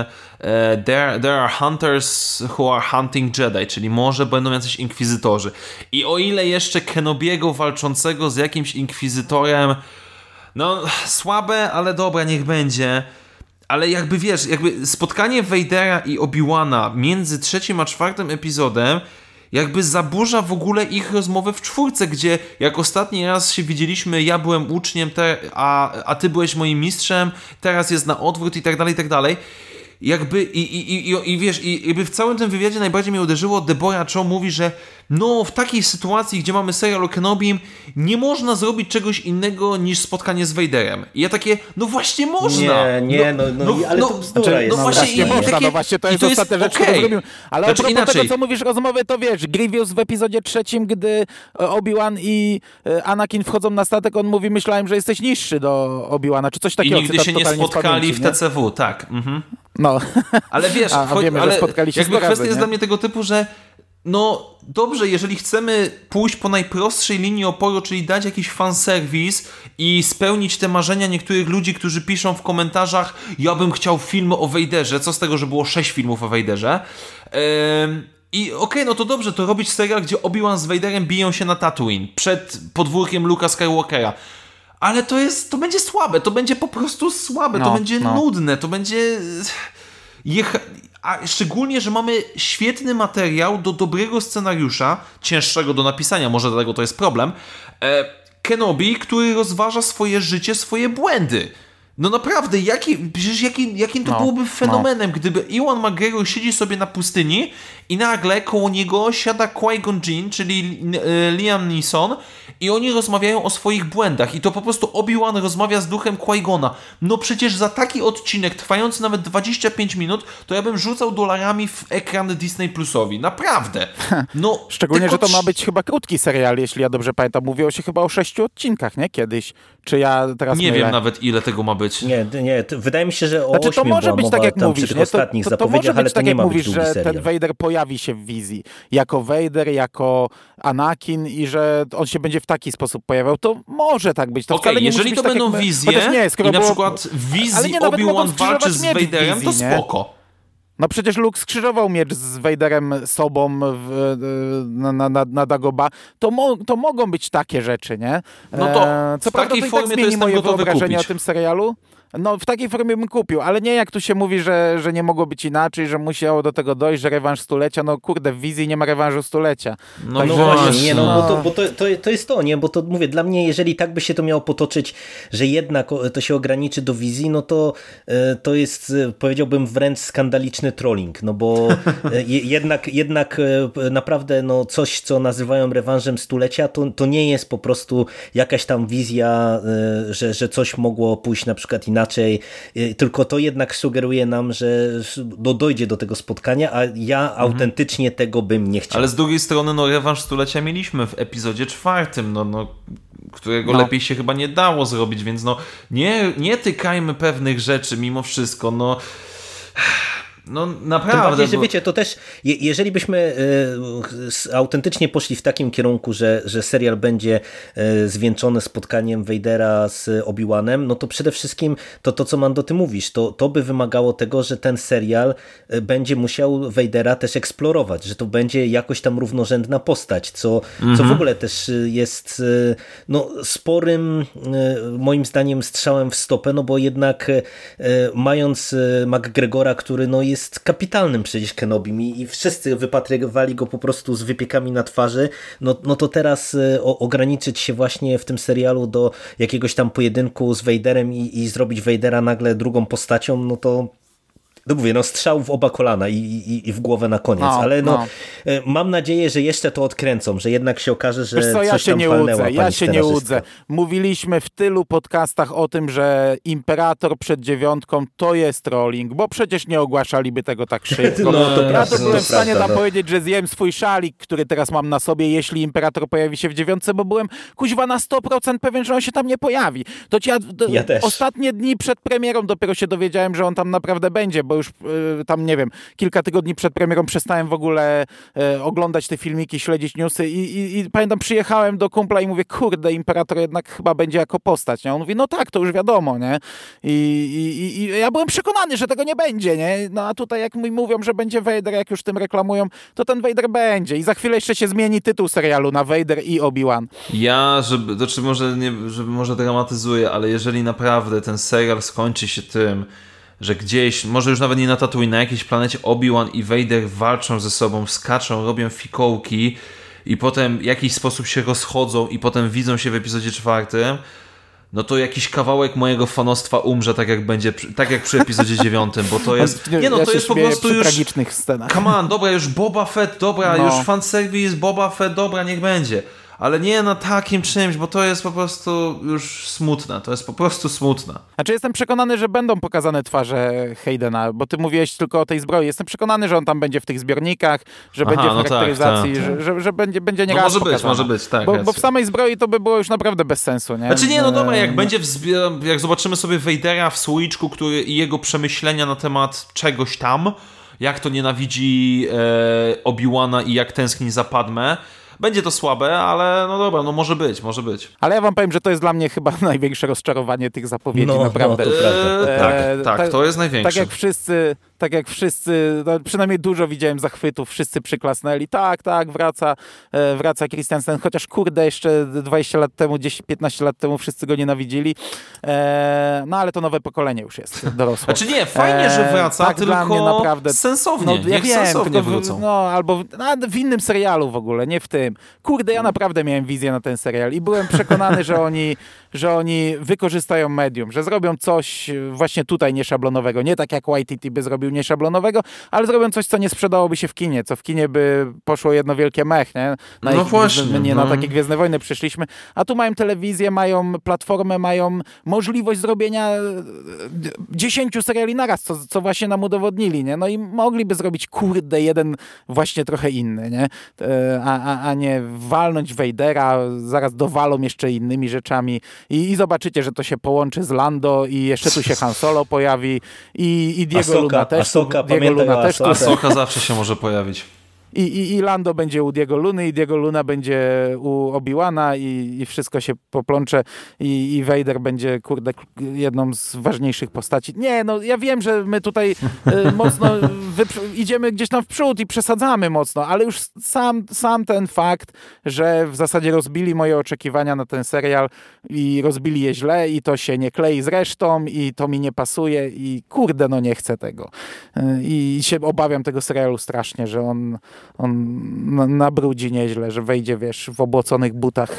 there are hunters who are hunting Jedi, czyli może będą jacyś inkwizytorzy. I o ile jeszcze Kenobiego walczącego z jakimś inkwizytorem, No, słabe, ale dobra, niech będzie. Ale jakby wiesz, jakby spotkanie Vadera i Obi-Wana między 3. a 4. epizodem jakby zaburza w ogóle ich rozmowę w 4, gdzie jak ostatni raz się widzieliśmy, ja byłem uczniem, a ty byłeś moim mistrzem, teraz jest na odwrót i tak dalej, i tak dalej. Jakby i wiesz, i jakby w całym tym wywiadzie najbardziej mnie uderzyło, Deborah Chow mówi, że no w takiej sytuacji, gdzie mamy serial o Kenobim, nie można zrobić czegoś innego niż spotkanie z Vaderem. I ja takie, no właśnie można. Ale to bzdura jest. No właśnie, no właśnie, to jest ostatnia rzecz, którą zrobimy. Ale znaczy, a propos inaczej. tego, co mówisz rozmowy, to wiesz, Grievous w epizodzie 3, gdy Obi-Wan i Anakin wchodzą na statek, on mówi, myślałem, że jesteś niższy do Obi-Wana, czy coś I takiego. nigdy się nie spotkali w TCW, tak. Mhm. No. Ale wiesz, wiemy, że spotkali się jakby razy, kwestia jest nie? dla mnie tego typu, że no dobrze, jeżeli chcemy pójść po najprostszej linii oporu, czyli dać jakiś fanserwis i spełnić te marzenia niektórych ludzi, którzy piszą w komentarzach, ja bym chciał film o Vaderze, co z tego, że było 6 filmów o Vaderze. I okej, no to dobrze, to robić serial, gdzie Obi-Wan z Vaderem biją się na Tatooine przed podwórkiem Luke'a Skywalkera. Ale to będzie słabe, to będzie po prostu słabe, to będzie nudne, to będzie... A szczególnie, że mamy świetny materiał do dobrego scenariusza, cięższego do napisania, może dlatego to jest problem, Kenobi, który rozważa swoje życie, swoje błędy. No naprawdę, jakim to byłoby fenomenem, gdyby Ewan McGregor siedzi sobie na pustyni i nagle koło niego siada Qui-Gon Jinn, czyli Liam Neeson, i oni rozmawiają o swoich błędach i to po prostu Obi-Wan rozmawia z duchem Qui-Gona. No przecież za taki odcinek trwający nawet 25 minut, to ja bym rzucał dolarami w ekran Disney Plusowi. Naprawdę. No, szczególnie, że to ma być chyba krótki serial, jeśli ja dobrze pamiętam. Mówiło się chyba o 6 odcinkach, nie? Kiedyś. Czy ja teraz nie mylę? wiem nawet, ile tego ma być. Nie, wydaje mi się, że o 8 to może być tak, jak mówisz, przy tych ostatnich to zapowiedziach, może ale być to tak, nie jak ma mówisz, być długi że serial. ten Vader pojawi się w wizji. Jako Vader, jako Anakin i że on się będzie w taki sposób pojawiał. To może tak być. To wcale nie jeżeli musi to być będą tak, wizje skoro i na było... przykład w Ale wizji nie, nawet mogą Obi-Wan walczy z skrzyżować miecz w Vaderem, to wizji, nie? spoko. No przecież Luke skrzyżował miecz z Vaderem sobą na Dagobah. To mogą być takie rzeczy, nie? No to co w prawda takiej to i formie tak to zmieni jestem moje gotowy wyobrażenie kupić. o tym serialu. No w takiej formie bym kupił, ale nie jak tu się mówi, że nie mogło być inaczej, że musiało do tego dojść, że rewanż stulecia. No kurde, w wizji nie ma rewanżu stulecia. No Także właśnie, Nie, bo to jest to, nie? Bo to mówię, dla mnie, jeżeli tak by się to miało potoczyć, że jednak to się ograniczy do wizji, no to jest, powiedziałbym, wręcz skandaliczny trolling, no bo jednak naprawdę no coś, co nazywają rewanżem stulecia, to nie jest po prostu jakaś tam wizja, że coś mogło pójść na przykład inaczej, tylko to jednak sugeruje nam, że dojdzie do tego spotkania, a ja autentycznie tego bym nie chciał. Ale z drugiej strony, no rewanż stulecia mieliśmy w epizodzie 4, którego lepiej się chyba nie dało zrobić, więc no nie tykajmy pewnych rzeczy mimo wszystko, no naprawdę. Tym bardziej, że wiecie, to też, jeżeli byśmy autentycznie poszli w takim kierunku, że serial będzie zwieńczony spotkaniem Vadera z Obi-Wanem, no to przede wszystkim to co Mando, ty mówisz, to by wymagało tego, że ten serial będzie musiał Vadera też eksplorować, że to będzie jakoś tam równorzędna postać, co w ogóle też jest sporym, moim zdaniem, strzałem w stopę, no bo jednak mając McGregora, który jest kapitalnym przecież Kenobim i wszyscy wypatrywali go po prostu z wypiekami na twarzy, no to teraz ograniczyć się właśnie w tym serialu do jakiegoś tam pojedynku z Vaderem i zrobić Vadera nagle drugą postacią, no to mówię, strzał w oba kolana i w głowę na koniec, ale mam nadzieję, że jeszcze to odkręcą, że jednak się okaże, że wiesz co, coś tam palnęła ja się nie scenarzystka. łudzę. Mówiliśmy w tylu podcastach o tym, że Imperator przed 9 to jest trolling, bo przecież nie ogłaszaliby tego tak szybko. Ja to byłem w stanie tam powiedzieć, że zjem swój szalik, który teraz mam na sobie, jeśli Imperator pojawi się w 9, bo byłem kuźwa na 100% pewien, że on się tam nie pojawi. Ja też. Ostatnie dni przed premierą dopiero się dowiedziałem, że on tam naprawdę będzie, bo już tam, nie wiem, kilka tygodni przed premierą przestałem w ogóle oglądać te filmiki, śledzić newsy i pamiętam, przyjechałem do kumpla i mówię, kurde, Imperator jednak chyba będzie jako postać, nie? On mówi, no tak, to już wiadomo, nie? I ja byłem przekonany, że tego nie będzie, nie? No a tutaj jak mi mówią, że będzie Vader, jak już tym reklamują, to ten Vader będzie i za chwilę jeszcze się zmieni tytuł serialu na Vader i Obi-Wan. Ja, może dramatyzuję, ale jeżeli naprawdę ten serial skończy się tym, że gdzieś, może już nawet nie na Tatooine, na jakiejś planecie Obi-Wan i Vader walczą ze sobą, skaczą, robią fikołki i potem w jakiś sposób się rozchodzą i potem widzą się w epizodzie 4, no to jakiś kawałek mojego fanostwa umrze, tak jak przy epizodzie 9, bo to jest... Nie no, ja to jest po prostu już... tragicznych scenach. Come on, dobra, już Boba Fett, dobra, już fanservice, Boba Fett, dobra, niech będzie. Ale nie na takim czymś, bo to jest po prostu już smutne. To jest po prostu smutne. Znaczy jestem przekonany, że będą pokazane twarze Haydena, bo ty mówiłeś tylko o tej zbroi. Jestem przekonany, że on tam będzie w tych zbiornikach, że będzie w charakteryzacji, że będzie nieraz pokazane. Może być, tak. Bo w samej zbroi to by było już naprawdę bez sensu, nie? Znaczy nie, no dobra, jak zobaczymy sobie Vadera w słoiczku, i jego przemyślenia na temat czegoś tam, jak to nienawidzi Obi-Wana i jak tęskni za Padmę, będzie to słabe, ale no dobra, no może być. Ale ja wam powiem, że to jest dla mnie chyba największe rozczarowanie tych zapowiedzi, naprawdę. To prawda. To jest największe. Tak jak wszyscy, no przynajmniej dużo widziałem zachwytów, wszyscy przyklasnęli, tak, wraca Christensen, chociaż kurde, jeszcze 20 lat temu, 10-15 lat temu wszyscy go nienawidzili, no ale to nowe pokolenie już jest dorosłe. Znaczy nie, fajnie, że wraca, tak, tylko dla mnie naprawdę, sensownie, no, ja wiem, sensownie wrócą. Albo w innym serialu w ogóle, nie w tym. Kurde, ja naprawdę miałem wizję na ten serial i byłem przekonany, że oni wykorzystają medium, że zrobią coś właśnie tutaj nieszablonowego, nie tak jak Waititi by zrobił nieszablonowego, ale zrobią coś, co nie sprzedałoby się w kinie, co w kinie by poszło jedno wielkie mech, nie? Na takie Gwiezdne Wojny przyszliśmy, a tu mają telewizję, mają platformę, mają możliwość zrobienia 10 seriali naraz, co właśnie nam udowodnili, nie? No i mogliby zrobić, kurde, jeden właśnie trochę inny, nie? A nie walnąć Vadera, zaraz dowalą jeszcze innymi rzeczami i zobaczycie, że to się połączy z Lando i jeszcze tu się Han Solo pojawi i Diego Luna też. Ahsoka zawsze się może pojawić. I Lando będzie u Diego Luny i Diego Luna będzie u Obi-Wana i wszystko się poplącze i Vader będzie, kurde, jedną z ważniejszych postaci. Nie, no ja wiem, że my tutaj mocno idziemy gdzieś tam w przód i przesadzamy mocno, ale już sam ten fakt, że w zasadzie rozbili moje oczekiwania na ten serial i rozbili je źle i to się nie klei z resztą i to mi nie pasuje i kurde, no nie chcę tego. I się obawiam tego serialu strasznie, że on nabrudzi nieźle, że wejdzie, wiesz, w obłoconych butach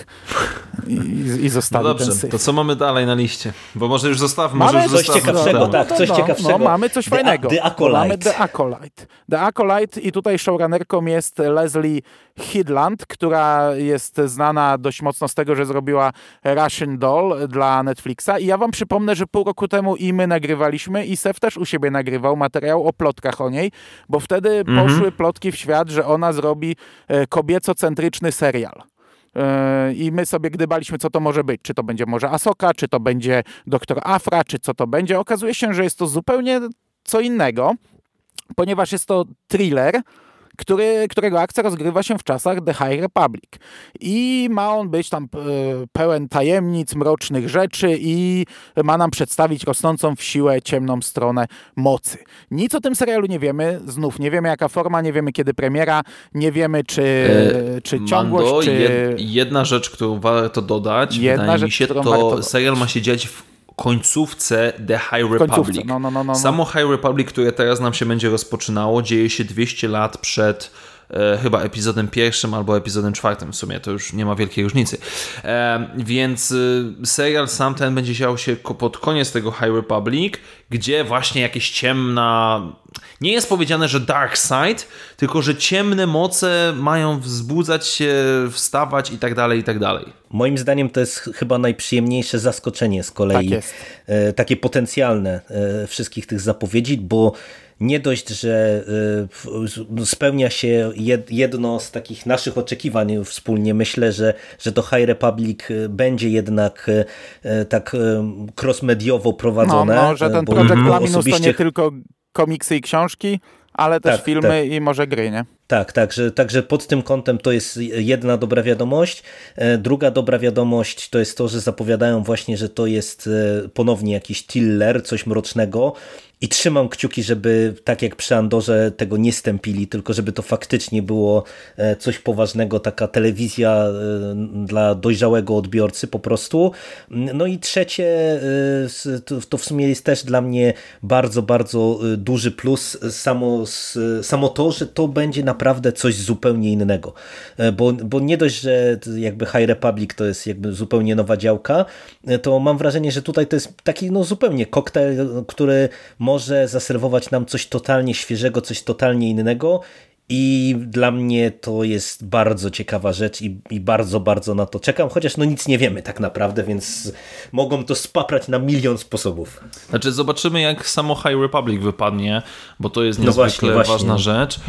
i zostawi no dobrze, ten syf. To co mamy dalej na liście? Bo może już zostawmy. Mamy coś ciekawszego, coś ciekawszego. No, mamy coś fajnego. The Acolyte. Mamy The Acolyte i tutaj showrunnerką jest Leslie Headland, która jest znana dość mocno z tego, że zrobiła Russian Doll dla Netflixa i ja wam przypomnę, że pół roku temu i my nagrywaliśmy i Sef też u siebie nagrywał materiał o plotkach o niej, bo wtedy poszły plotki w świat, że ona zrobi kobiecocentryczny serial. I my sobie gdybaliśmy, co to może być. Czy to będzie może Ahsoka, czy to będzie Doktor Afra, czy co to będzie. Okazuje się, że jest to zupełnie co innego, ponieważ jest to thriller, którego akcja rozgrywa się w czasach The High Republic. I ma on być tam pełen tajemnic, mrocznych rzeczy i ma nam przedstawić rosnącą w siłę ciemną stronę mocy. Nic o tym serialu nie wiemy. Znów nie wiemy, jaka forma, nie wiemy, kiedy premiera, nie wiemy, czy ciągłość, Mando, czy... Jedna rzecz, którą warto dodać, wydaje mi się, to serial ma się dziać w końcówce The High Republic. No. Samo High Republic, które teraz nam się będzie rozpoczynało, dzieje się 200 lat przed chyba epizodem 1 albo epizodem 4 w sumie, to już nie ma wielkiej różnicy. Więc serial sam ten będzie działo się pod koniec tego High Republic, gdzie właśnie jakieś ciemna... Nie jest powiedziane, że dark side, tylko że ciemne moce mają wzbudzać się, wstawać i tak dalej, i tak dalej. Moim zdaniem to jest chyba najprzyjemniejsze zaskoczenie z kolei. Tak jest. Takie potencjalne wszystkich tych zapowiedzi, bo nie dość, że spełnia się jedno z takich naszych oczekiwań wspólnie. Myślę, że to High Republic będzie jednak tak cross-mediowo prowadzone. Że ten Project Laminus to nie tylko komiksy i książki, ale też filmy i może gry, nie? Tak, także pod tym kątem to jest jedna dobra wiadomość. Druga dobra wiadomość to jest to, że zapowiadają właśnie, że to jest ponownie jakiś thriller, coś mrocznego i trzymam kciuki, żeby tak jak przy Andorze tego nie stępili, tylko żeby to faktycznie było coś poważnego, taka telewizja dla dojrzałego odbiorcy po prostu. No i trzecie, to w sumie jest też dla mnie bardzo, bardzo duży plus, samo to, że to będzie naprawdę coś zupełnie innego, bo nie dość, że jakby High Republic to jest jakby zupełnie nowa działka, to mam wrażenie, że tutaj to jest taki zupełnie koktajl, który może zaserwować nam coś totalnie świeżego, coś totalnie innego i dla mnie to jest bardzo ciekawa rzecz i bardzo, bardzo na to czekam, chociaż nic nie wiemy tak naprawdę, więc mogą to spaprać na milion sposobów. Znaczy zobaczymy, jak samo High Republic wypadnie, bo to jest niezwykle ważna rzecz.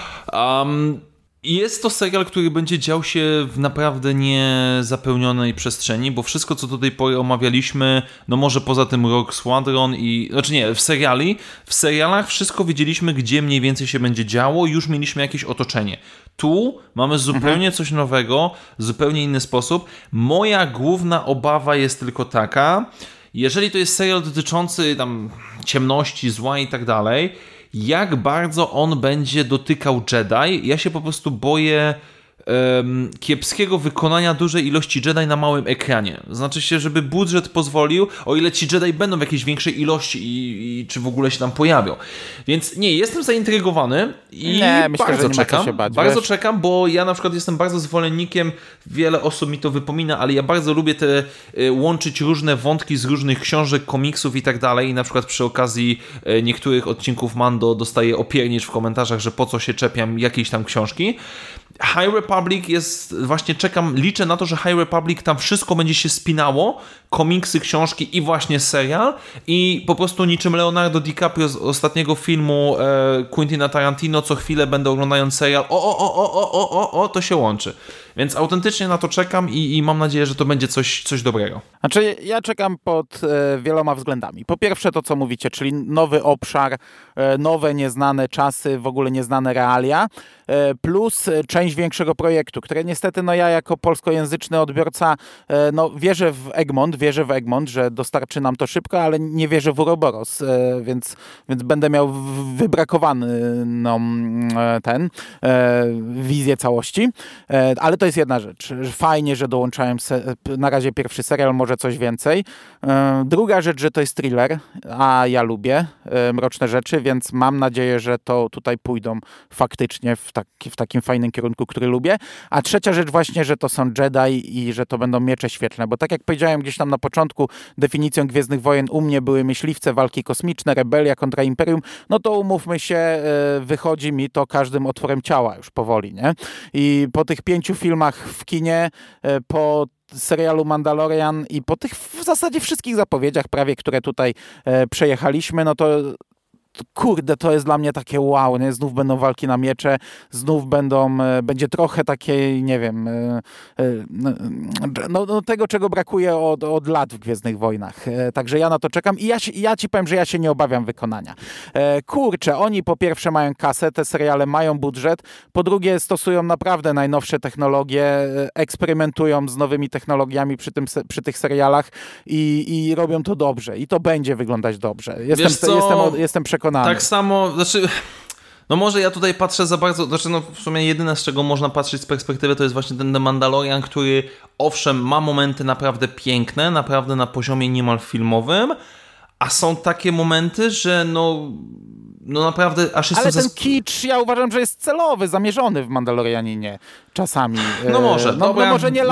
Jest to serial, który będzie dział się w naprawdę niezapełnionej przestrzeni, bo wszystko, co do tej pory omawialiśmy, może poza tym Rogue Squadron w serialach wszystko wiedzieliśmy, gdzie mniej więcej się będzie działo, już mieliśmy jakieś otoczenie. Tu mamy zupełnie coś nowego, zupełnie inny sposób. Moja główna obawa jest tylko taka, jeżeli to jest serial dotyczący tam ciemności, zła i tak dalej, jak bardzo on będzie dotykał Jedi. Ja się po prostu boję kiepskiego wykonania dużej ilości Jedi na małym ekranie. Znaczy się, żeby budżet pozwolił, o ile ci Jedi będą w jakiejś większej ilości i czy w ogóle się tam pojawią. Więc nie, jestem zaintrygowany i myślę, bardzo że nie czekam. ma co się bać, bardzo czekam, bo ja na przykład jestem bardzo zwolennikiem, wiele osób mi to wypomina, ale ja bardzo lubię łączyć różne wątki z różnych książek, komiksów i tak dalej. I na przykład przy okazji niektórych odcinków Mando dostaję opiernicz w komentarzach, że po co się czepiam jakiejś tam książki. High Republic jest, właśnie liczę na to, że High Republic tam wszystko będzie się spinało, komiksy, książki i właśnie serial i po prostu niczym Leonardo DiCaprio z ostatniego filmu Quentina Tarantino, co chwilę będę oglądając serial, to się łączy. Więc autentycznie na to czekam i mam nadzieję, że to będzie coś dobrego. Znaczy ja czekam pod wieloma względami. Po pierwsze to, co mówicie, czyli nowy obszar, nowe, nieznane czasy, w ogóle nieznane realia, plus część większego projektu, które niestety ja jako polskojęzyczny odbiorca wierzę w Egmont, że dostarczy nam to szybko, ale nie wierzę w Uroboros, więc będę miał wybrakowany wizję całości, ale to jest jedna rzecz. Fajnie, że dołączałem na razie pierwszy serial, może coś więcej. Druga rzecz, że to jest thriller, a ja lubię mroczne rzeczy, więc mam nadzieję, że to tutaj pójdą faktycznie w takim fajnym kierunku, który lubię. A trzecia rzecz właśnie, że to są Jedi i że to będą miecze świetlne, bo tak jak powiedziałem gdzieś tam na początku, definicją Gwiezdnych Wojen u mnie były myśliwce, walki kosmiczne, rebelia kontra Imperium, to umówmy się, wychodzi mi to każdym otworem ciała już powoli, nie? I po tych 5 filmach w kinie, po serialu Mandalorian i po tych w zasadzie wszystkich zapowiedziach prawie, które tutaj przejechaliśmy, kurde, to jest dla mnie takie wow, nie? Znów będą walki na miecze, znów będzie trochę takiej, nie wiem, tego, czego brakuje od lat w Gwiezdnych Wojnach. Także ja na to czekam i ja ci powiem, że ja się nie obawiam wykonania. Kurczę, oni po pierwsze mają kasę, te seriale mają budżet, po drugie stosują naprawdę najnowsze technologie, eksperymentują z nowymi technologiami przy tych serialach i robią to dobrze i to będzie wyglądać dobrze. Jestem przekonany. Tak samo, może ja tutaj patrzę za bardzo, w sumie jedyne, z czego można patrzeć z perspektywy, to jest właśnie ten The Mandalorian, który owszem ma momenty naprawdę piękne, naprawdę na poziomie niemal filmowym, a są takie momenty, że naprawdę aż jestem... Ale ten kicz, ja uważam, że jest celowy, zamierzony w Mandalorianinie czasami. Może. Dobra, może nie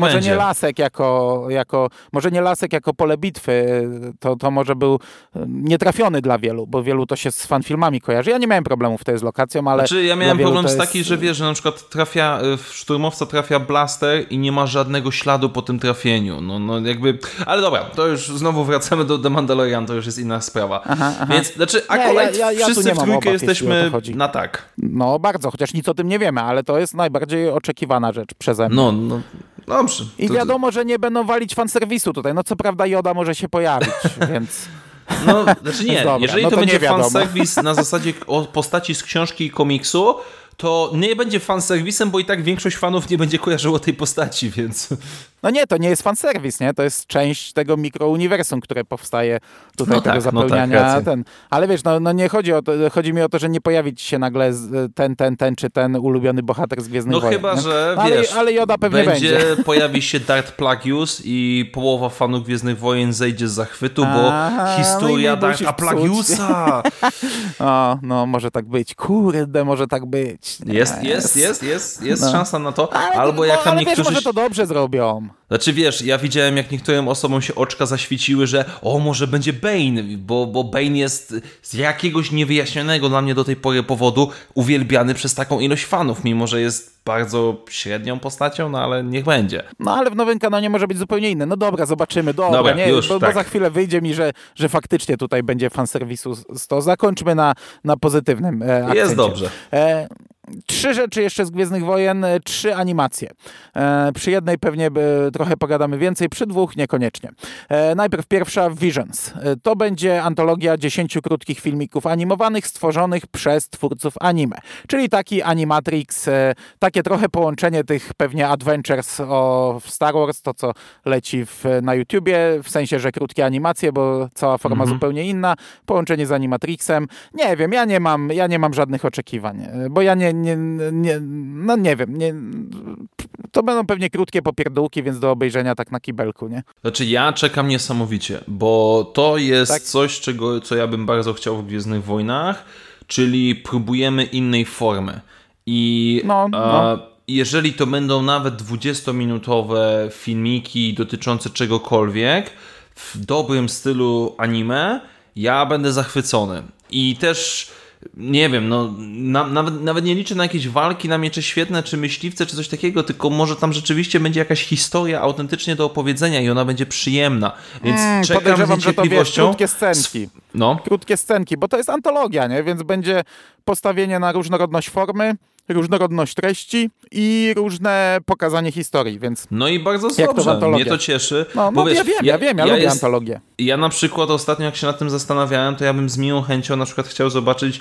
lasek jako pole bitwy, to może był nietrafiony dla wielu, bo wielu to się z fanfilmami kojarzy. Ja nie miałem problemów wtedy z lokacją, ale... ja miałem problem z taki, że wiesz, że na przykład w szturmowca trafia blaster i nie ma żadnego śladu po tym trafieniu. Ale dobra, to już znowu wracamy do The Mandalorian, to już jest inna sprawa. Aha. Więc, akurat wszyscy w trójkę jesteśmy na tak. Bardzo, chociaż nic o tym nie wiemy, ale to jest najbardziej oczekiwana rzecz przeze mnie. Dobrze. I wiadomo, że nie będą walić fanserwisu tutaj. Co prawda Yoda może się pojawić, więc... No, znaczy nie, Dobra, jeżeli no to to nie będzie wiadomo. fanserwis na zasadzie postaci z książki i komiksu, to nie będzie fanserwisem, bo i tak większość fanów nie będzie kojarzyło tej postaci, więc... No nie, to nie jest fanserwis, nie? To jest część tego mikrouniwersum, które powstaje tutaj, No tego tak, zapełniania. racja. Ale wiesz, no nie chodzi o to, chodzi mi o to, że nie pojawi ci się nagle ten czy ten ulubiony bohater z Gwiezdnych No Wojen. chyba, nie? że No, wiesz, ale Yoda pewnie będzie. pojawi się Darth Plagueis i połowa fanów Gwiezdnych Wojen zejdzie z zachwytu, bo Aha, historia no i musisz Dartha psuć. Plagueisa. O, no może tak być. Kurde, może tak być. Jest No. szansa na to. Ale, Albo jak tam ale niektórzy... wiesz, może to dobrze zrobią. Znaczy wiesz, ja widziałem jak niektórym osobom się oczka zaświeciły, że może będzie Bane, bo Bane jest z jakiegoś niewyjaśnionego dla mnie do tej pory powodu uwielbiany przez taką ilość fanów, mimo że jest bardzo średnią postacią, no ale niech będzie. No ale w nowym kanonie może być zupełnie inny. No dobra, zobaczymy. Dobra, nie? już, Bo tak. za chwilę wyjdzie mi, że faktycznie tutaj będzie fanserwisu. To zakończmy na pozytywnym akcencie. Jest dobrze. 3 rzeczy jeszcze z Gwiezdnych Wojen, 3 animacje. Przy jednej pewnie trochę pogadamy więcej, przy 2 niekoniecznie. Najpierw pierwsza Visions. To będzie antologia 10 krótkich filmików animowanych stworzonych przez twórców anime. Czyli taki Animatrix, takie trochę połączenie tych pewnie Adventures w Star Wars, to co leci na YouTubie, w sensie, że krótkie animacje, bo cała forma zupełnie inna. Połączenie z Animatrixem. Nie wiem, ja nie mam żadnych oczekiwań, bo ja nie wiem, to będą pewnie krótkie popierdółki, więc do obejrzenia tak na kibelku, nie? Znaczy ja czekam niesamowicie, bo to jest Tak. coś, co ja bym bardzo chciał w Gwiezdnych Wojnach, czyli próbujemy innej formy. I jeżeli to będą nawet 20-minutowe filmiki dotyczące czegokolwiek w dobrym stylu anime, ja będę zachwycony. I też nie wiem, nawet nie liczę na jakieś walki na miecze świetne, czy myśliwce, czy coś takiego, tylko może tam rzeczywiście będzie jakaś historia autentycznie do opowiedzenia i ona będzie przyjemna. Więc czekam z podejrzewam, że to wiesz, niecierpliwością. krótkie scenki. Krótkie scenki, bo to jest antologia, nie? Więc będzie postawienie na różnorodność formy, różnorodność treści i różne pokazanie historii, więc... No i bardzo Jak to w dobrze, antologię? mnie to cieszy. No bo wiesz, ja wiem, ja lubię antologię. Ja na przykład ostatnio jak się nad tym zastanawiałem, to ja bym z miłą chęcią na przykład chciał zobaczyć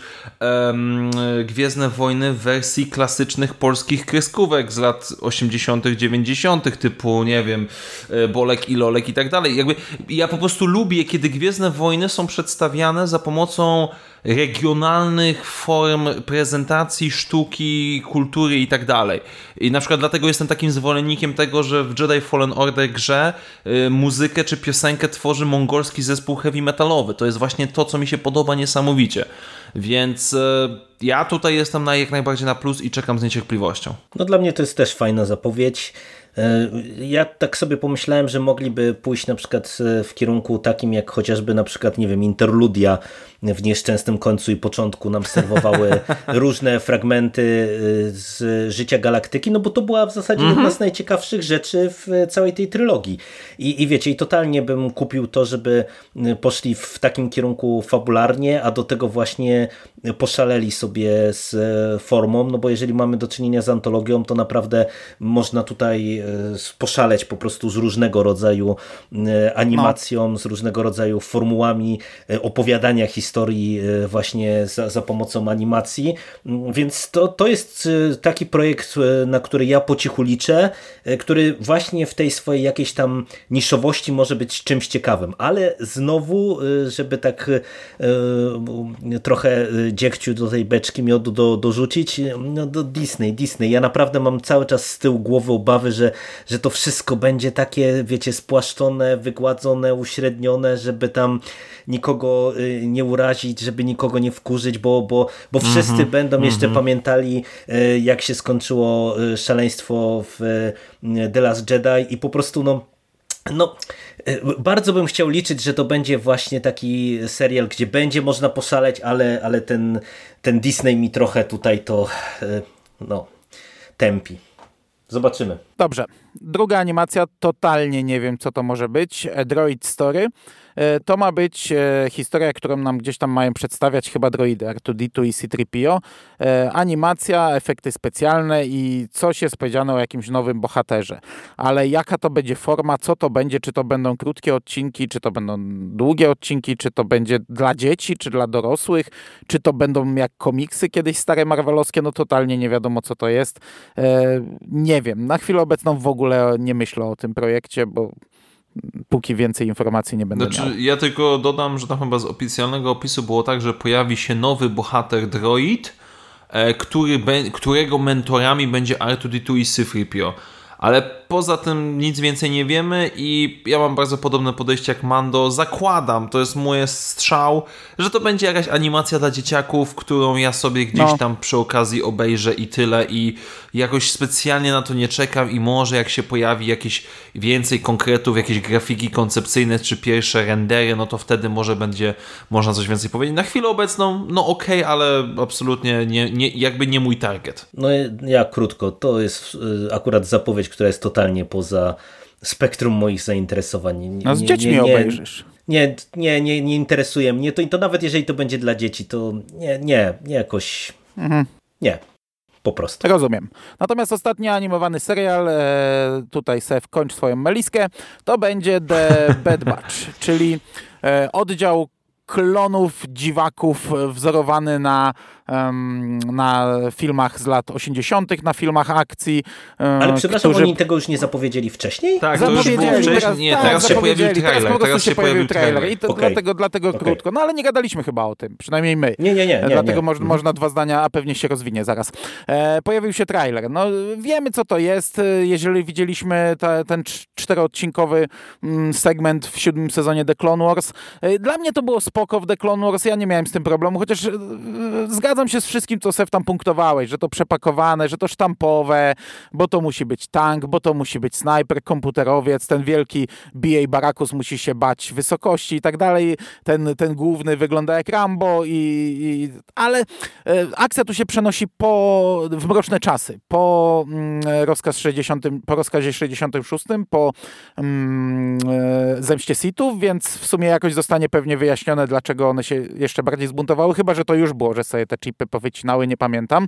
Gwiezdne Wojny w wersji klasycznych polskich kreskówek z lat 80., 90., typu, nie wiem, Bolek i Lolek i tak dalej. Jakby ja po prostu lubię, kiedy Gwiezdne Wojny są przedstawiane za pomocą regionalnych form prezentacji, sztuki, kultury i tak dalej. I na przykład dlatego jestem takim zwolennikiem tego, że w Jedi Fallen Order grze muzykę czy piosenkę tworzy mongolski zespół heavy metalowy. To jest właśnie to, co mi się podoba niesamowicie. Więc ja tutaj jestem jak najbardziej na plus i czekam z niecierpliwością. No dla mnie to jest też fajna zapowiedź. Ja tak sobie pomyślałem, że mogliby pójść na przykład w kierunku takim jak chociażby na przykład, nie wiem, interludia w nieszczęsnym końcu i początku nam serwowały różne fragmenty z życia galaktyki, no bo to była w zasadzie jedna z najciekawszych rzeczy w całej tej trylogii. I wiecie, i totalnie bym kupił to, żeby poszli w takim kierunku fabularnie, a do tego właśnie poszaleli sobie z formą, no bo jeżeli mamy do czynienia z antologią, to naprawdę można tutaj poszaleć po prostu z różnego rodzaju animacją, z różnego rodzaju formułami opowiadania historii właśnie za pomocą animacji, więc to jest taki projekt, na który ja po cichu liczę, który właśnie w tej swojej jakiejś tam niszowości może być czymś ciekawym, ale znowu, żeby tak trochę dziegciu do tej beczki miodu dorzucić, no do Disney. Ja naprawdę mam cały czas z tyłu głowy obawy, że to wszystko będzie takie, wiecie, spłaszczone, wygładzone, uśrednione, żeby tam nikogo nie urazić, żeby nikogo nie wkurzyć, bo wszyscy będą jeszcze pamiętali, jak się skończyło szaleństwo w The Last Jedi i po prostu no, bardzo bym chciał liczyć, że to będzie właśnie taki serial, gdzie będzie można poszaleć, ale ten Disney mi trochę tutaj to tępi. Zobaczymy. Dobrze. Druga animacja, totalnie nie wiem, co to może być. Droid Story. To ma być historia, którą nam gdzieś tam mają przedstawiać chyba droidy R2-D2 i C-3PO. Animacja, efekty specjalne i coś jest powiedziane o jakimś nowym bohaterze. Ale jaka to będzie forma, co to będzie, czy to będą krótkie odcinki, czy to będą długie odcinki, czy to będzie dla dzieci, czy dla dorosłych, czy to będą jak komiksy kiedyś stare marvelowskie, no totalnie nie wiadomo, co to jest. Nie wiem, na chwilę obecną w ogóle nie myślę o tym projekcie, bo póki więcej informacji nie będę miał. Ja tylko dodam, że tam chyba z oficjalnego opisu było tak, że pojawi się nowy bohater droid, którego mentorami będzie R2-D2 i C-3PO. Ale poza tym nic więcej nie wiemy i ja mam bardzo podobne podejście jak Mando. Zakładam, to jest mój strzał, że to będzie jakaś animacja dla dzieciaków, którą ja sobie gdzieś tam przy okazji obejrzę i tyle i jakoś specjalnie na to nie czekam i może jak się pojawi jakieś więcej konkretów, jakieś grafiki koncepcyjne czy pierwsze rendery, no to wtedy może będzie można coś więcej powiedzieć. Na chwilę obecną, no okej, ale absolutnie jakby nie mój target. No ja krótko, to jest akurat zapowiedź, która jest totalnie poza spektrum moich zainteresowań. No z dziećmi obejrzysz. Nie interesuje mnie to i to nawet jeżeli to będzie dla dzieci, to nie jakoś nie, po prostu. Rozumiem. Natomiast ostatni animowany serial, tutaj Sef, kończ swoją meliskę, to będzie The Bad Batch, czyli oddział klonów, dziwaków wzorowany na filmach z lat 80., na filmach akcji. Ale przepraszam, oni tego już nie zapowiedzieli wcześniej? Tak, to już było wcześniej. Teraz się pojawił trailer. Teraz się pojawił trailer. I to dlatego krótko. No ale nie gadaliśmy chyba o tym, przynajmniej my. Nie. Dlatego można dwa zdania, a pewnie się rozwinie zaraz. Pojawił się trailer. No wiemy, co to jest. Jeżeli widzieliśmy ten 4-odcinkowy segment w 7. sezonie The Clone Wars, dla mnie to było spoko w The Clone Wars. Ja nie miałem z tym problemu, chociaż zgadzam się z wszystkim, co Sef tam punktowałeś, że to przepakowane, że to sztampowe, bo to musi być tank, bo to musi być snajper, komputerowiec, ten wielki B.A. Baracus musi się bać wysokości i tak dalej. Ten główny wygląda jak Rambo, ale akcja tu się przenosi w mroczne czasy, po rozkazie 66, po zemście Sithów, więc w sumie jakoś zostanie pewnie wyjaśnione, dlaczego one się jeszcze bardziej zbuntowały, chyba że to już było, że sobie te chipy powycinały, nie pamiętam.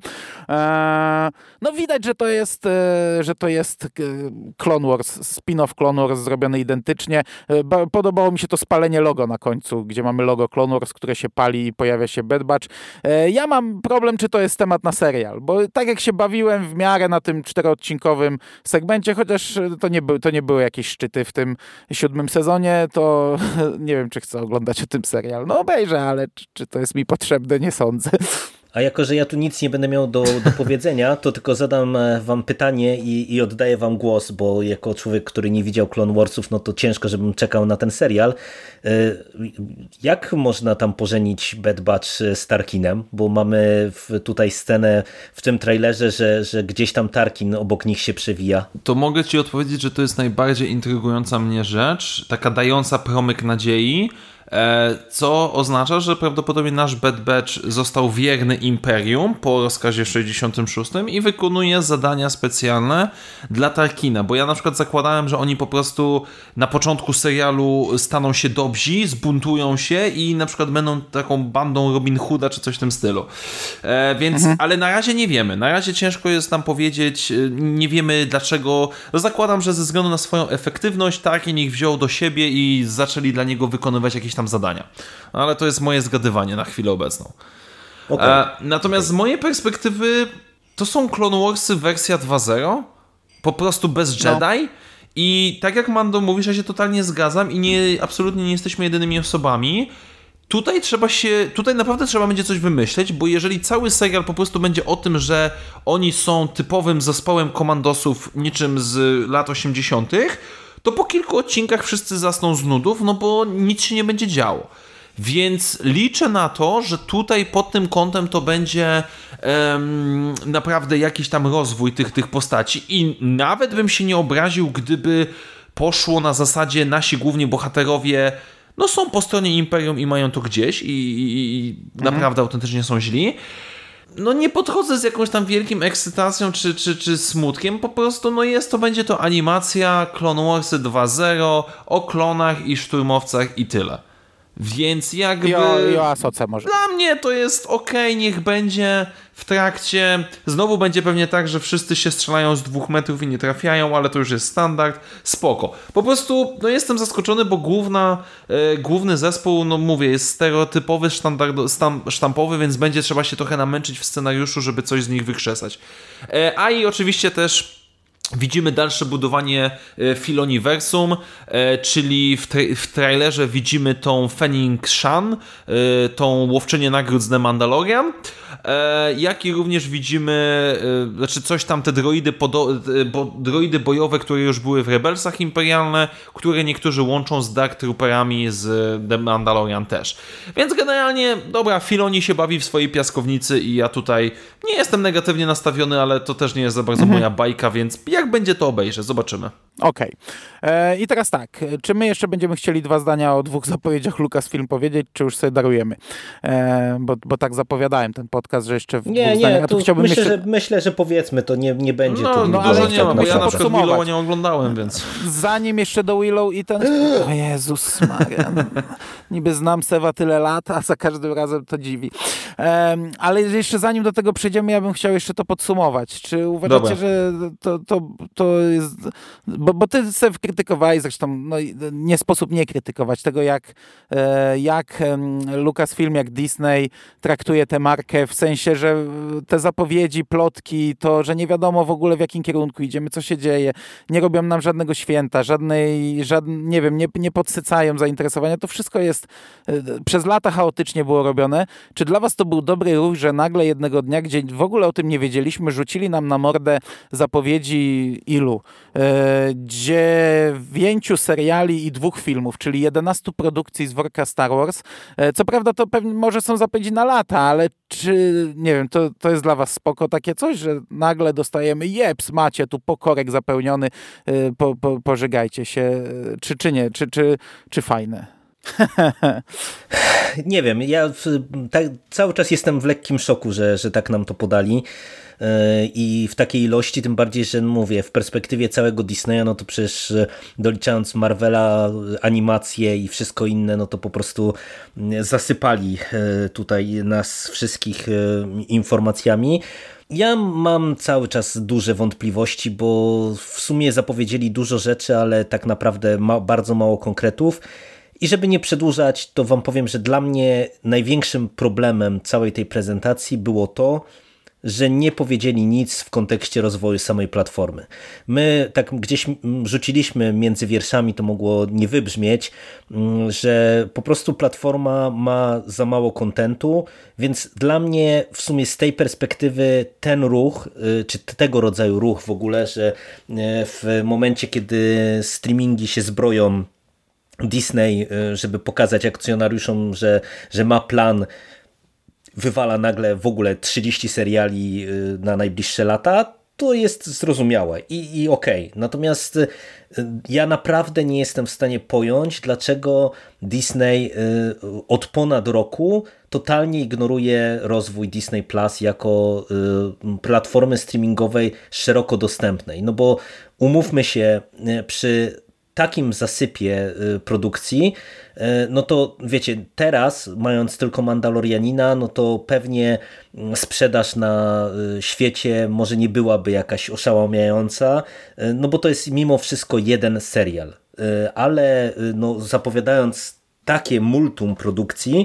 No widać, że to jest Clone Wars, spin-off Clone Wars zrobiony identycznie. Podobało mi się to spalenie logo na końcu, gdzie mamy logo Clone Wars, które się pali i pojawia się Bad Batch. Ja mam problem, czy to jest temat na serial, bo tak jak się bawiłem w miarę na tym 4-odcinkowym segmencie, chociaż to nie były jakieś szczyty w tym 7. sezonie, to nie wiem, czy chcę oglądać o tym serial. No obejrzę, ale czy to jest mi potrzebne, nie sądzę. A jako, że ja tu nic nie będę miał do powiedzenia, to tylko zadam wam pytanie i oddaję wam głos, bo jako człowiek, który nie widział Clone Warsów, no to ciężko, żebym czekał na ten serial. Jak można tam pożenić Bad Batch z Tarkinem? Bo mamy tutaj scenę w tym trailerze, że gdzieś tam Tarkin obok nich się przewija. To mogę ci odpowiedzieć, że to jest najbardziej intrygująca mnie rzecz, taka dająca promyk nadziei, co oznacza, że prawdopodobnie nasz Bad Batch został wierny Imperium po rozkazie 66 i wykonuje zadania specjalne dla Tarkina, bo ja na przykład zakładałem, że oni po prostu na początku serialu staną się dobrzy, zbuntują się i na przykład będą taką bandą Robin Hooda czy coś w tym stylu. Ale na razie nie wiemy. Na razie ciężko jest nam powiedzieć, nie wiemy dlaczego. No zakładam, że ze względu na swoją efektywność Tarkin ich wziął do siebie i zaczęli dla niego wykonywać jakieś tam zadania. Ale to jest moje zgadywanie na chwilę obecną. Natomiast z mojej perspektywy to są Clone Warsy wersja 2.0, po prostu bez Jedi. I tak jak Mando mówisz, ja się totalnie zgadzam i absolutnie nie jesteśmy jedynymi osobami. Tutaj naprawdę trzeba będzie coś wymyśleć, bo jeżeli cały serial po prostu będzie o tym, że oni są typowym zespołem komandosów niczym z lat 80., to po kilku odcinkach wszyscy zasną z nudów, no bo nic się nie będzie działo. Więc liczę na to, że tutaj pod tym kątem to będzie naprawdę jakiś tam rozwój tych postaci i nawet bym się nie obraził, gdyby poszło na zasadzie nasi główni bohaterowie są po stronie Imperium i mają to gdzieś i naprawdę autentycznie są źli. no nie podchodzę z jakąś tam wielkim ekscytacją czy smutkiem, po prostu no będzie to animacja Clone Warsy 2.0 o klonach i szturmowcach i tyle. Więc jakby... Joasoce może. Dla mnie to jest okej, niech będzie w trakcie. Znowu będzie pewnie tak, że wszyscy się strzelają z 2 metrów i nie trafiają, ale to już jest standard. Spoko. Po prostu no jestem zaskoczony, bo główny zespół, no mówię, jest stereotypowy, sztampowy, więc będzie trzeba się trochę namęczyć w scenariuszu, żeby coś z nich wykrzesać. A i oczywiście też widzimy dalsze budowanie Filoniversum, czyli w trailerze widzimy tą Fennec Shan, tą łowczynię nagród z The Mandalorian, jak i również widzimy, coś tam, te droidy bojowe, które już były w Rebelsach imperialne, które niektórzy łączą z Dark Trooperami z The Mandalorian też. Więc generalnie, dobra, Filoni się bawi w swojej piaskownicy i ja tutaj nie jestem negatywnie nastawiony, ale to też nie jest za bardzo moja bajka, więc jak będzie, to obejrzę, zobaczymy. Okej. I teraz tak, czy my jeszcze będziemy chcieli 2 zdania o 2 zapowiedziach Lucasfilm powiedzieć, czy już sobie darujemy? Bo tak zapowiadałem ten podcast, że jeszcze w 2 zdaniach. Ja tu chciałbym myślę, że powiedzmy, to nie będzie to. No ale nie, bo ja na przykład Willowa nie oglądałem, więc... Zanim jeszcze do Willow i ten... O Jezus Maria. Niby znam Sewa tyle lat, a za każdym razem to dziwi. Ale jeszcze zanim do tego przejdziemy, ja bym chciał jeszcze to podsumować. Czy uważacie, że to jest... Bo ty Sew krytykowałeś, zresztą no, nie sposób nie krytykować tego, jak Lucasfilm, jak Disney traktuje tę markę, w sensie, że te zapowiedzi, plotki, to, że nie wiadomo w ogóle w jakim kierunku idziemy, co się dzieje, nie robią nam żadnego święta, nie wiem, nie podsycają zainteresowania, to wszystko jest przez lata chaotycznie było robione. Czy dla was to był dobry ruch, że nagle jednego dnia, gdzie w ogóle o tym nie wiedzieliśmy, rzucili nam na mordę zapowiedzi 9 seriali i 2 filmów, czyli 11 produkcji z worka Star Wars. Co prawda to pewnie może są zapowiedzi na lata, ale czy, nie wiem, to jest dla was spoko takie coś, że nagle dostajemy macie tu pokorek zapełniony, pożygajcie się, czy nie, czy fajne? Nie wiem, ja cały czas jestem w lekkim szoku, że tak nam to podali. I w takiej ilości, tym bardziej, że mówię, w perspektywie całego Disneya, no to przecież doliczając Marvela, animacje i wszystko inne, no to po prostu zasypali tutaj nas wszystkich informacjami. Ja mam cały czas duże wątpliwości, bo w sumie zapowiedzieli dużo rzeczy, ale tak naprawdę bardzo mało konkretów. I żeby nie przedłużać, to wam powiem, że dla mnie największym problemem całej tej prezentacji było to, że nie powiedzieli nic w kontekście rozwoju samej platformy. My tak gdzieś rzuciliśmy między wierszami, to mogło nie wybrzmieć, że po prostu platforma ma za mało kontentu, więc dla mnie w sumie z tej perspektywy ten ruch, czy tego rodzaju ruch w ogóle, że w momencie, kiedy streamingi się zbroją Disney, żeby pokazać akcjonariuszom, że ma plan, wywala nagle w ogóle 30 seriali na najbliższe lata, to jest zrozumiałe i okej. Natomiast ja naprawdę nie jestem w stanie pojąć, dlaczego Disney od ponad roku totalnie ignoruje rozwój Disney Plus jako platformy streamingowej szeroko dostępnej. No bo umówmy się, przy takim zasypie produkcji, no to wiecie, teraz mając tylko Mandalorianina, no to pewnie sprzedaż na świecie może nie byłaby jakaś oszałamiająca, no bo to jest mimo wszystko jeden serial, ale no zapowiadając takie multum produkcji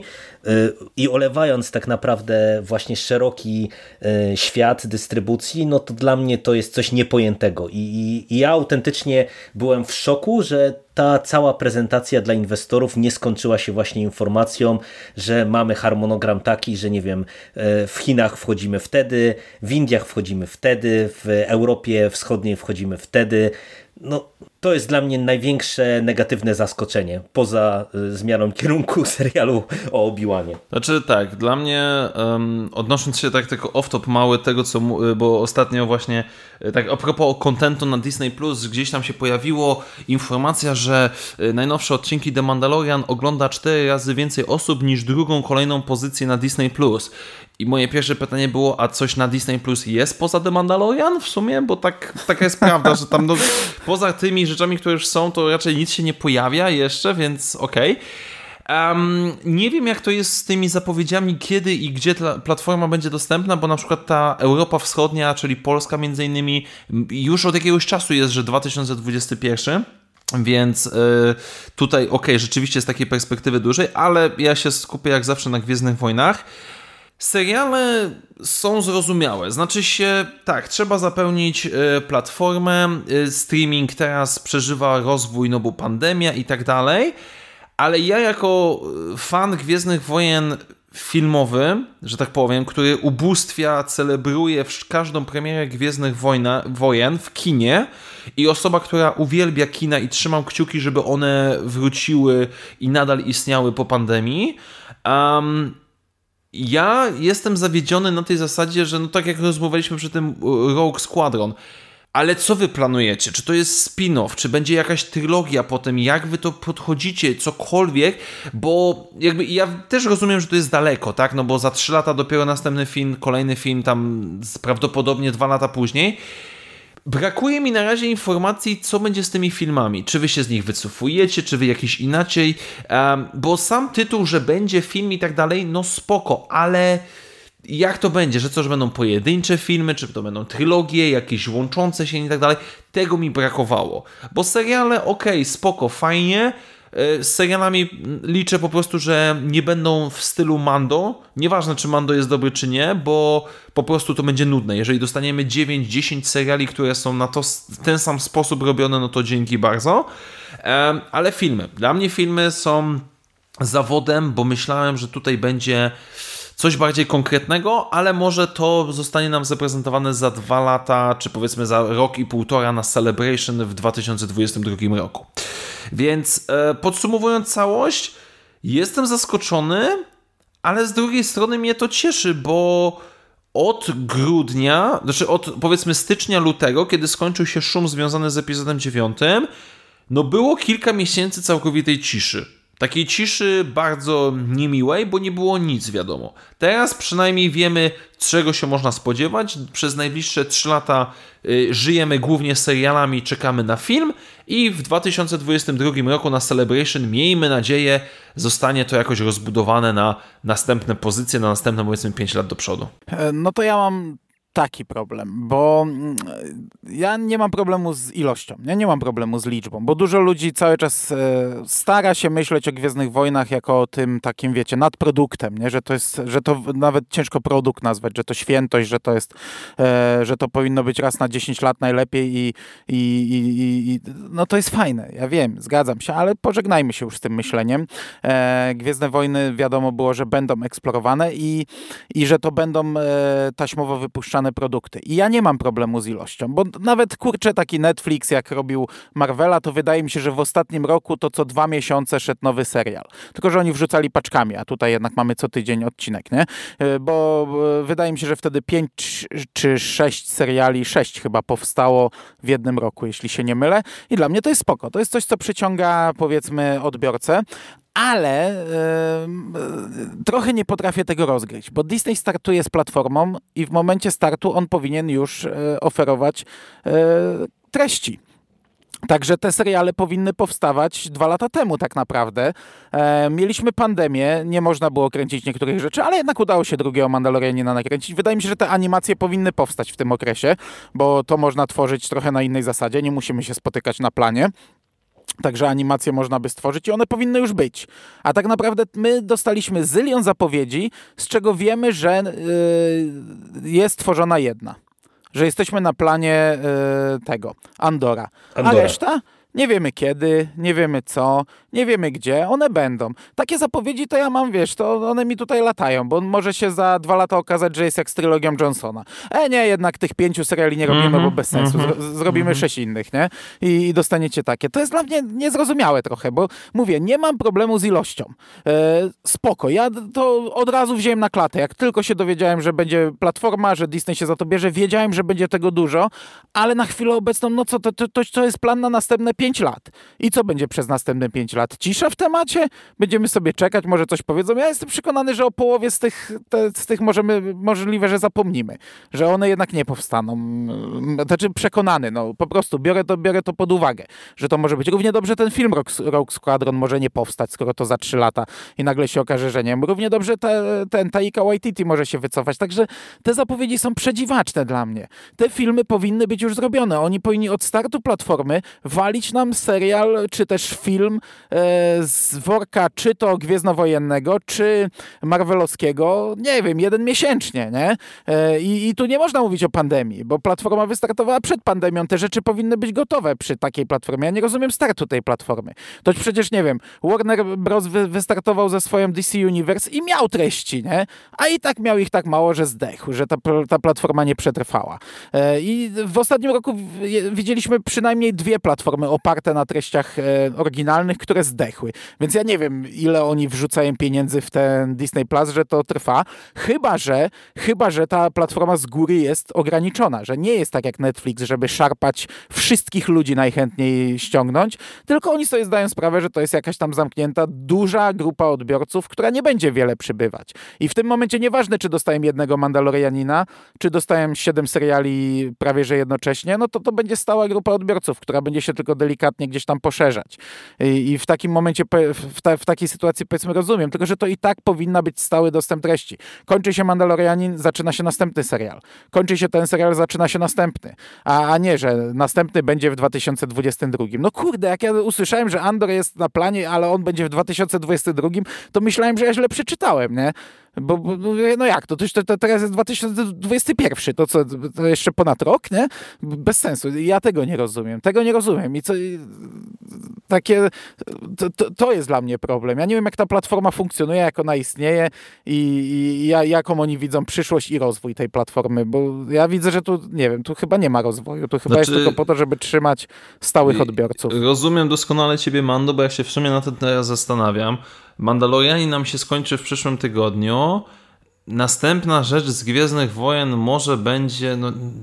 i olewając tak naprawdę właśnie szeroki świat dystrybucji, no to dla mnie to jest coś niepojętego i ja autentycznie byłem w szoku, że ta cała prezentacja dla inwestorów nie skończyła się właśnie informacją, że mamy harmonogram taki, że nie wiem, w Chinach wchodzimy wtedy, w Indiach wchodzimy wtedy, w Europie Wschodniej wchodzimy wtedy. No, to jest dla mnie największe negatywne zaskoczenie, poza zmianą kierunku serialu o Obi-Wanie. Znaczy tak, dla mnie, odnosząc się tak tylko off-top mały tego, bo ostatnio właśnie, tak a propos kontentu na Disney+, gdzieś tam się pojawiło informacja, że najnowsze odcinki The Mandalorian ogląda 4 razy więcej osób niż drugą kolejną pozycję na Disney+. I moje pierwsze pytanie było, a coś na Disney Plus jest poza The Mandalorian w sumie? Bo taka jest prawda, że tam poza tymi rzeczami, które już są, to raczej nic się nie pojawia jeszcze, więc okej. Nie wiem, jak to jest z tymi zapowiedziami, kiedy i gdzie ta platforma będzie dostępna, bo na przykład ta Europa Wschodnia, czyli Polska między innymi, już od jakiegoś czasu jest, że 2021, więc tutaj rzeczywiście z takiej perspektywy dużej, ale ja się skupię jak zawsze na Gwiezdnych Wojnach. Seriale są zrozumiałe, znaczy się, tak, trzeba zapełnić platformę, streaming teraz przeżywa rozwój, no bo pandemia i tak dalej, ale ja jako fan Gwiezdnych Wojen filmowy, że tak powiem, który ubóstwia, celebruje każdą premierę Gwiezdnych Wojen w kinie i osoba, która uwielbia kina i trzymam kciuki, żeby one wróciły i nadal istniały po pandemii, ja jestem zawiedziony na tej zasadzie, że no tak jak rozmawialiśmy przy tym Rogue Squadron, ale co wy planujecie? Czy to jest spin-off? Czy będzie jakaś trylogia potem? Jak wy to podchodzicie? Cokolwiek? Bo jakby ja też rozumiem, że to jest daleko, tak? No bo za 3 lata dopiero następny film, kolejny film tam prawdopodobnie 2 lata później. Brakuje mi na razie informacji, co będzie z tymi filmami. Czy wy się z nich wycofujecie, czy wy jakiś inaczej? Bo sam tytuł, że będzie film i tak dalej, no spoko, ale jak to będzie? Że będą pojedyncze filmy, czy to będą trylogie, jakieś łączące się i tak dalej? Tego mi brakowało. Bo seriale, spoko, fajnie. Z serialami liczę po prostu, że nie będą w stylu Mando. Nieważne, czy Mando jest dobry, czy nie, bo po prostu to będzie nudne. Jeżeli dostaniemy 9-10 seriali, które są na ten sam sposób robione, no to dzięki bardzo. Ale filmy. Dla mnie filmy są zawodem, bo myślałem, że tutaj będzie coś bardziej konkretnego, ale może to zostanie nam zaprezentowane za 2 lata, czy powiedzmy za rok i półtora na Celebration w 2022 roku. Więc podsumowując całość, jestem zaskoczony, ale z drugiej strony mnie to cieszy, bo od grudnia, znaczy od powiedzmy stycznia, lutego, kiedy skończył się szum związany z epizodem 9, no było kilka miesięcy całkowitej ciszy. Takiej ciszy bardzo niemiłej, bo nie było nic wiadomo. Teraz przynajmniej wiemy, czego się można spodziewać. Przez najbliższe 3 lata żyjemy głównie serialami, czekamy na film i w 2022 roku na Celebration, miejmy nadzieję, zostanie to jakoś rozbudowane na następne pozycje, na następne powiedzmy 5 lat do przodu. No to ja mam taki problem, bo ja nie mam problemu z ilością, nie mam problemu z liczbą, bo dużo ludzi cały czas stara się myśleć o Gwiezdnych Wojnach jako o tym takim, wiecie, nadproduktem, nie? Że to nawet ciężko produkt nazwać, że to świętość, że to jest, że to powinno być raz na 10 lat najlepiej i no to jest fajne, ja wiem, zgadzam się, ale pożegnajmy się już z tym myśleniem. Gwiezdne Wojny wiadomo było, że będą eksplorowane i że to będą taśmowo wypuszczane produkty. I ja nie mam problemu z ilością, bo nawet kurczę taki Netflix jak robił Marvela, to wydaje mi się, że w ostatnim roku to co 2 miesiące szedł nowy serial. Tylko, że oni wrzucali paczkami, a tutaj jednak mamy co tydzień odcinek, nie? Bo wydaje mi się, że wtedy 5 czy 6 seriali, 6 chyba powstało w jednym roku, jeśli się nie mylę. I dla mnie to jest spoko. To jest coś, co przyciąga powiedzmy odbiorcę. Ale trochę nie potrafię tego rozgryźć, bo Disney startuje z platformą i w momencie startu on powinien już oferować treści. Także te seriale powinny powstawać 2 lata temu tak naprawdę. Mieliśmy pandemię, nie można było kręcić niektórych rzeczy, ale jednak udało się drugiego Mandalorianina nakręcić. Wydaje mi się, że te animacje powinny powstać w tym okresie, bo to można tworzyć trochę na innej zasadzie, nie musimy się spotykać na planie. Także animacje można by stworzyć i one powinny już być. A tak naprawdę my dostaliśmy zylion zapowiedzi, z czego wiemy, że jest tworzona jedna. Że jesteśmy na planie tego, Andora. A reszta? Nie wiemy kiedy, nie wiemy co, nie wiemy gdzie, one będą. Takie zapowiedzi to ja mam, wiesz, to one mi tutaj latają, bo może się za 2 lata okazać, że jest jak z trylogią Johnsona. Nie, jednak tych 5 seriali nie robimy, bo bez sensu. Zrobimy 6 innych, nie? I dostaniecie takie. To jest dla mnie niezrozumiałe trochę, bo mówię, nie mam problemu z ilością. Spoko, ja to od razu wziąłem na klatę. Jak tylko się dowiedziałem, że będzie platforma, że Disney się za to bierze, wiedziałem, że będzie tego dużo, ale na chwilę obecną, no co, to jest plan na następne 5 5 lat. I co będzie przez następne 5 lat? Cisza w temacie? Będziemy sobie czekać, może coś powiedzą. Ja jestem przekonany, że o połowie z tych możliwe, że zapomnimy. Że one jednak nie powstaną. Znaczy przekonany, no po prostu biorę to pod uwagę. Że to może być równie dobrze ten film Rogue Squadron może nie powstać, skoro to za 3 lata i nagle się okaże, że nie. Równie dobrze ten Taika Waititi może się wycofać. Także te zapowiedzi są przedziwaczne dla mnie. Te filmy powinny być już zrobione. Oni powinni od startu platformy walić nam serial, czy też film z worka, czy to gwiezdnowojennego, czy marvelowskiego, nie wiem, 1 miesięcznie, nie? I tu nie można mówić o pandemii, bo platforma wystartowała przed pandemią. Te rzeczy powinny być gotowe przy takiej platformie. Ja nie rozumiem startu tej platformy. To przecież, nie wiem, Warner Bros. Wystartował ze swoją DC Universe i miał treści, nie? A i tak miał ich tak mało, że zdechł, że ta platforma nie przetrwała. I w ostatnim roku widzieliśmy przynajmniej 2 platformy oparte na treściach oryginalnych, które zdechły. Więc ja nie wiem, ile oni wrzucają pieniędzy w ten Disney Plus, że to trwa. Chyba, że ta platforma z góry jest ograniczona, że nie jest tak jak Netflix, żeby szarpać wszystkich ludzi najchętniej ściągnąć, tylko oni sobie zdają sprawę, że to jest jakaś tam zamknięta, duża grupa odbiorców, która nie będzie wiele przybywać. I w tym momencie nieważne, czy dostają jednego Mandalorianina, czy dostają 7 seriali prawie że jednocześnie, no to będzie stała grupa odbiorców, która będzie się tylko delikatnie gdzieś tam poszerzać. I w takim momencie, w takiej sytuacji powiedzmy rozumiem, tylko że to i tak powinna być stały dostęp treści. Kończy się Mandalorianin, zaczyna się następny serial. Kończy się ten serial, zaczyna się następny. A nie, że następny będzie w 2022. No kurde, jak ja usłyszałem, że Andor jest na planie, ale on będzie w 2022, to myślałem, że ja źle przeczytałem, nie? Bo no jak, to teraz jest 2021, to co, to jeszcze ponad rok, nie? Bez sensu. Ja tego nie rozumiem. I co, takie, to jest dla mnie problem. Ja nie wiem, jak ta platforma funkcjonuje, jak ona istnieje i jaką oni widzą przyszłość i rozwój tej platformy, bo ja widzę, że tu, nie wiem, tu chyba nie ma rozwoju. Tu chyba jest tylko po to, żeby trzymać stałych odbiorców. Rozumiem doskonale ciebie, Mando, bo ja się w sumie na to teraz zastanawiam. Mandalorianin nam się skończy w przyszłym tygodniu. Następna rzecz z Gwiezdnych Wojen może będzie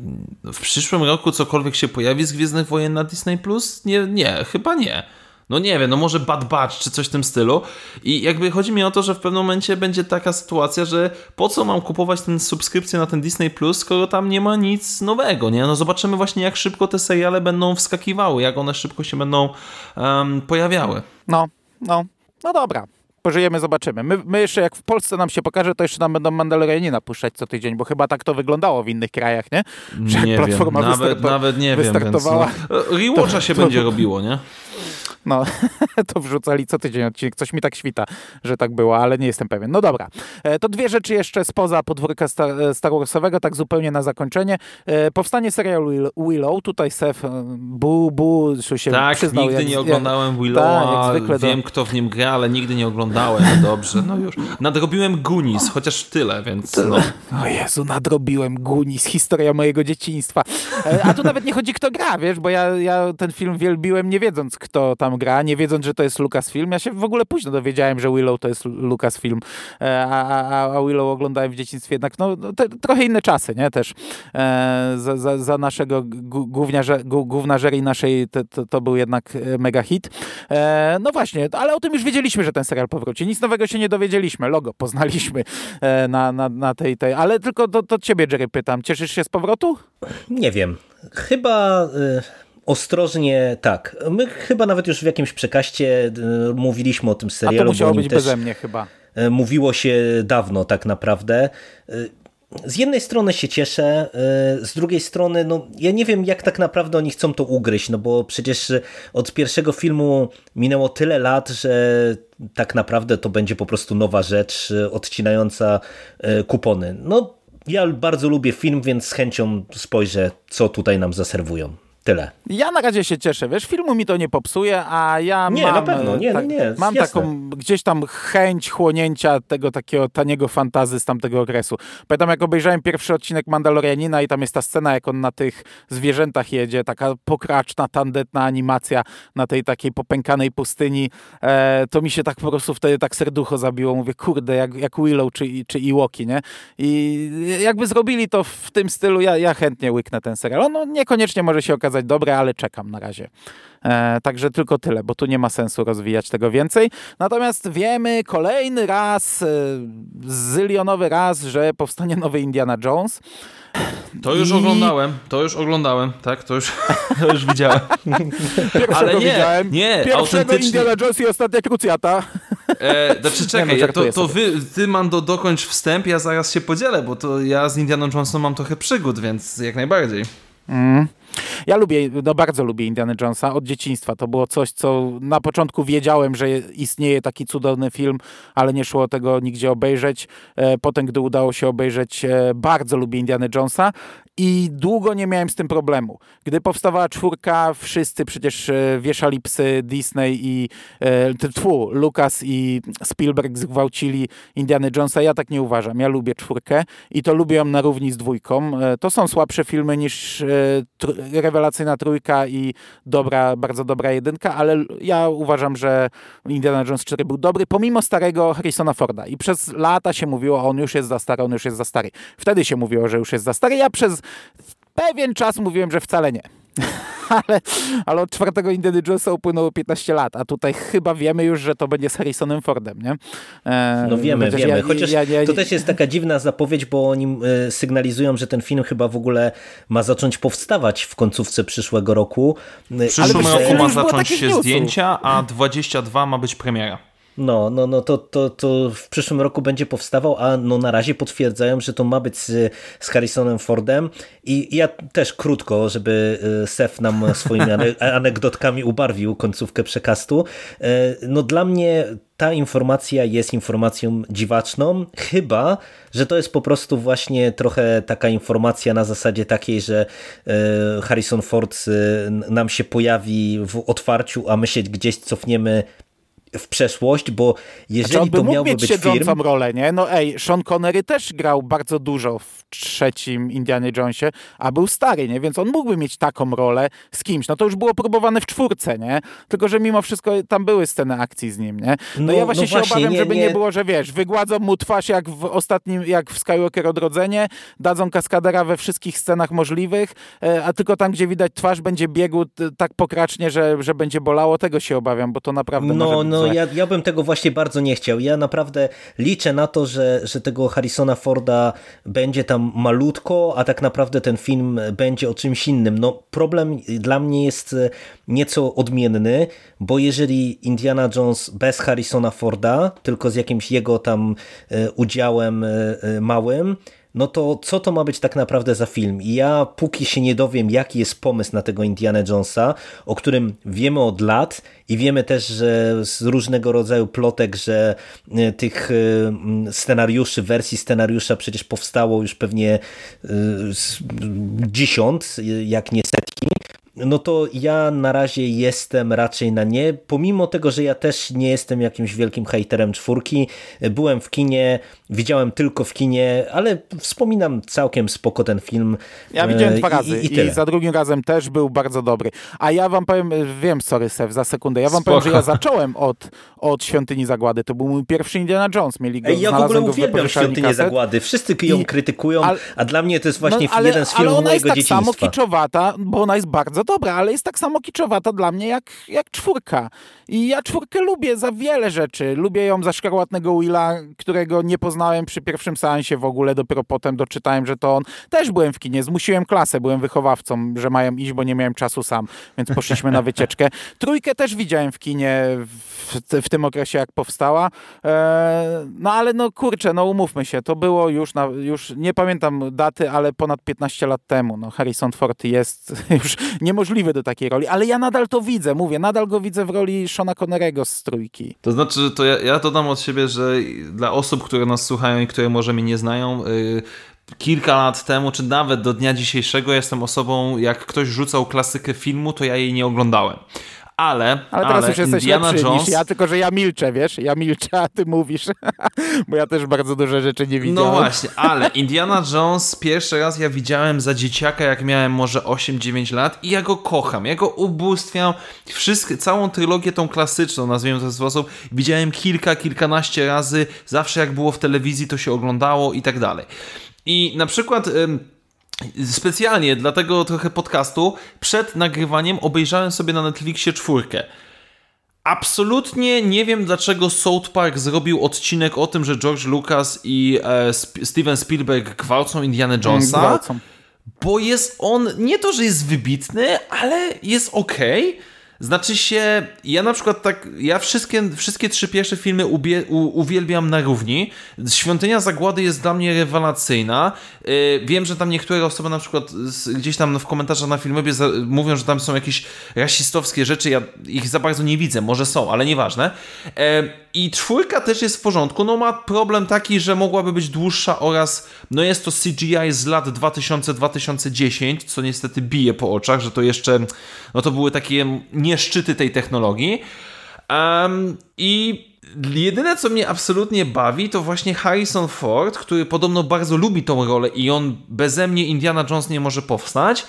w przyszłym roku cokolwiek się pojawi z Gwiezdnych Wojen na Disney+? Nie, chyba nie. No nie wiem, może Bad Batch czy coś w tym stylu. I jakby chodzi mi o to, że w pewnym momencie będzie taka sytuacja, że po co mam kupować tę subskrypcję na ten Disney+, skoro tam nie ma nic nowego, nie? No zobaczymy właśnie, jak szybko te seriale będą wskakiwały, jak one szybko się będą pojawiały. No dobra. Pożyjemy, zobaczymy. My jeszcze, jak w Polsce nam się pokaże, to jeszcze nam będą Mandalorianina puszczać co tydzień, bo chyba tak to wyglądało w innych krajach, nie? Że nie platforma wiem, nawet nie wystartowała. Wiem, więc rewatcha się będzie robiło, nie? No, to wrzucali co tydzień odcinek. Coś mi tak świta, że tak było, ale nie jestem pewien. No dobra. To 2 rzeczy jeszcze spoza podwórka Star Warsowego, tak zupełnie na zakończenie. Powstanie serialu Willow. Tutaj Seth się tak, przyznał. Nigdy nie oglądałem Willowa. Wiem, kto w nim gra, ale nigdy nie oglądałem. Dobrze, no już. Nadrobiłem Goonies, chociaż tyle, więc no. O Jezu, nadrobiłem Goonies. Historia mojego dzieciństwa. A tu nawet nie chodzi, kto gra, wiesz, bo ja ten film wielbiłem, nie wiedząc, kto tam gra, nie wiedząc, że to jest Lucasfilm. Ja się w ogóle późno dowiedziałem, że Willow to jest Lucasfilm, a Willow oglądałem w dzieciństwie jednak, trochę inne czasy, nie? Też za naszego gównażerii naszej to był jednak mega hit. No właśnie, ale o tym już wiedzieliśmy, że ten serial powróci. Nic nowego się nie dowiedzieliśmy. Logo poznaliśmy na tej. Ale tylko do ciebie, Jerry, pytam. Cieszysz się z powrotu? Nie wiem. Chyba... Ostrożnie, tak. My chyba nawet już w jakimś przekaście mówiliśmy o tym serialu. A to musiało być beze mnie chyba. Mówiło się dawno tak naprawdę. Z jednej strony się cieszę, z drugiej strony ja nie wiem, jak tak naprawdę oni chcą to ugryźć, bo przecież od pierwszego filmu minęło tyle lat, że tak naprawdę to będzie po prostu nowa rzecz odcinająca kupony. Ja bardzo lubię film, więc z chęcią spojrzę, co tutaj nam zaserwują. Tyle. Ja na razie się cieszę, wiesz, filmu mi to nie popsuje, a ja nie, mam... na pewno, mam taką gdzieś tam chęć chłonięcia tego takiego taniego fantazy z tamtego okresu. Pamiętam, jak obejrzałem pierwszy odcinek Mandalorianina i tam jest ta scena, jak on na tych zwierzętach jedzie, taka pokraczna, tandetna animacja na tej takiej popękanej pustyni, to mi się tak po prostu wtedy tak serducho zabiło. Mówię, kurde, jak Willow czy Ewoki, nie? I jakby zrobili to w tym stylu, ja chętnie łyknę ten serial. On niekoniecznie może się okazać okazać dobre, ale czekam na razie. Także tylko tyle, bo tu nie ma sensu rozwijać tego więcej. Natomiast wiemy kolejny raz, zylionowy raz, że powstanie nowy Indiana Jones. To już oglądałem, tak, to już widziałem. Pierwszego Ale nie, widziałem. nie, Pierwszego autentycznie. Indiana Jones i ostatnia krucjata. Znaczy czekaj, ty Mando dokończ wstęp, ja zaraz się podzielę, bo to ja z Indianą Jonesem mam trochę przygód, więc jak najbardziej. Ja bardzo lubię Indiana Jonesa od dzieciństwa. To było coś, co na początku wiedziałem, że istnieje taki cudowny film, ale nie szło tego nigdzie obejrzeć. Potem, gdy udało się obejrzeć, bardzo lubię Indiana Jonesa i długo nie miałem z tym problemu. Gdy powstawała 4, wszyscy przecież wieszali psy, Disney i Lucas i Spielberg zgwałcili Indiana Jonesa. Ja tak nie uważam. Ja lubię 4 i to lubię ją na równi z 2. To są słabsze filmy niż rewelacyjna 3 i bardzo dobra 1, ale ja uważam, że Indiana Jones 4 był dobry, pomimo starego Harrisona Forda. I przez lata się mówiło, on już jest za stary. Wtedy się mówiło, że już jest za stary. Ja przez pewien czas mówiłem, że wcale nie. ale od 4 Indiana Jonesa upłynęło 15 lat, a tutaj chyba wiemy już, że to będzie z Harrisonem Fordem, nie? No wiemy. Chociaż to też jest taka dziwna zapowiedź, bo oni sygnalizują, że ten film chyba w ogóle ma zacząć powstawać w końcówce przyszłego roku. W przyszłym roku ma zacząć się zdjęcia, a 22 ma być premiera. To w przyszłym roku będzie powstawał, a na razie potwierdzają, że to ma być z Harrisonem Fordem i ja też krótko, żeby Sef nam swoimi anegdotkami ubarwił końcówkę przekastu. Dla mnie ta informacja jest informacją dziwaczną, chyba że to jest po prostu właśnie trochę taka informacja na zasadzie takiej, że Harrison Ford nam się pojawi w otwarciu, a my się gdzieś cofniemy w przeszłość, bo jeżeli to miałby być siedzącą rolę, nie? Sean Connery też grał bardzo dużo w 3 Indianie Jonesie, a był stary, nie? Więc on mógłby mieć taką rolę z kimś. To już było próbowane w 4, nie? Tylko, że mimo wszystko tam były sceny akcji z nim, nie? Ja właśnie się obawiam, żeby nie było, że wygładzą mu twarz jak w Skywalker Odrodzenie, dadzą kaskadera we wszystkich scenach możliwych, a tylko tam, gdzie widać twarz, będzie biegł tak pokracznie, że będzie bolało. Tego się obawiam, bo to naprawdę ja bym tego właśnie bardzo nie chciał. Ja naprawdę liczę na to, że tego Harrisona Forda będzie tam malutko, a tak naprawdę ten film będzie o czymś innym. Problem dla mnie jest nieco odmienny, bo jeżeli Indiana Jones bez Harrisona Forda, tylko z jakimś jego tam udziałem małym, to co to ma być tak naprawdę za film? I ja póki się nie dowiem, jaki jest pomysł na tego Indiana Jonesa, o którym wiemy od lat i wiemy też, że z różnego rodzaju plotek, że tych scenariuszy, wersji scenariusza przecież powstało już pewnie 10, jak nie setki, to ja na razie jestem raczej na nie, pomimo tego, że ja też nie jestem jakimś wielkim hejterem 4. Byłem w kinie, widziałem tylko w kinie, ale wspominam całkiem spoko ten film. Ja widziałem 2 razy i za drugim razem też był bardzo dobry. A ja wam powiem, sorry Sef, za sekundę, ja wam powiem, że ja zacząłem od Świątyni Zagłady. To był mój pierwszy Indiana Jones. Mieli go, ja w ogóle uwielbiam Świątynię Zagłady. Wszyscy ją krytykują, a dla mnie to jest właśnie jeden z filmów mojego dzieciństwa. Ale ona jest tak samo kiczowata, bo ona jest bardzo dobra, ale jest tak samo kiczowata dla mnie jak 4. I ja 4 lubię za wiele rzeczy. Lubię ją za Szkarłatnego Willa, którego nie poznałem przy pierwszym seansie w ogóle, dopiero potem doczytałem, że to on. Też byłem w kinie, zmusiłem klasę, byłem wychowawcą, że mają iść, bo nie miałem czasu sam, więc poszliśmy na wycieczkę. 3 też widziałem w kinie w tym okresie, jak powstała. Ale umówmy się, to było już nie pamiętam daty, ale ponad 15 lat temu. Harrison Ford jest już niemożliwy do takiej roli, ale ja nadal to widzę, nadal go widzę w roli Seana Connerego z 3. To znaczy, to ja dodam od siebie, że dla osób, które nas słuchają i które może mnie nie znają, kilka lat temu, czy nawet do dnia dzisiejszego jestem osobą, jak ktoś rzucał klasykę filmu, to ja jej nie oglądałem. Ale teraz już jesteś Indiana lepszy Jones... niż ja, tylko że ja milczę, wiesz? Ja milczę, a ty mówisz. Bo ja też bardzo dużo rzeczy nie widziałem. No właśnie, ale Indiana Jones pierwszy raz ja widziałem za dzieciaka, jak miałem może 8-9 lat i ja go kocham, ja go ubóstwiam. Całą trylogię tą klasyczną, nazwijmy to w ten sposób, widziałem kilkanaście razy. Zawsze jak było w telewizji, to się oglądało i tak dalej. I na przykład... specjalnie dla tego trochę podcastu przed nagrywaniem obejrzałem sobie na Netflixie 4. Absolutnie nie wiem, dlaczego South Park zrobił odcinek o tym, że George Lucas i Steven Spielberg gwałcą Indiana Jonesa, bo jest on, nie to, że jest wybitny, ale jest okej. Znaczy się, ja na przykład ja wszystkie 3 pierwsze filmy uwielbiam na równi. Świątynia Zagłady jest dla mnie rewelacyjna. Wiem, że tam niektóre osoby na przykład gdzieś tam w komentarzach na Filmwebie mówią, że tam są jakieś rasistowskie rzeczy. Ja ich za bardzo nie widzę, może są, ale nieważne. I 4 też jest w porządku. No ma problem taki, że mogłaby być dłuższa oraz no jest to CGI z lat 2000-2010, co niestety bije po oczach, że to jeszcze, no to były takie szczyty tej technologii. I jedyne, co mnie absolutnie bawi, to właśnie Harrison Ford, który podobno bardzo lubi tą rolę i on beze mnie Indiana Jones nie może powstać.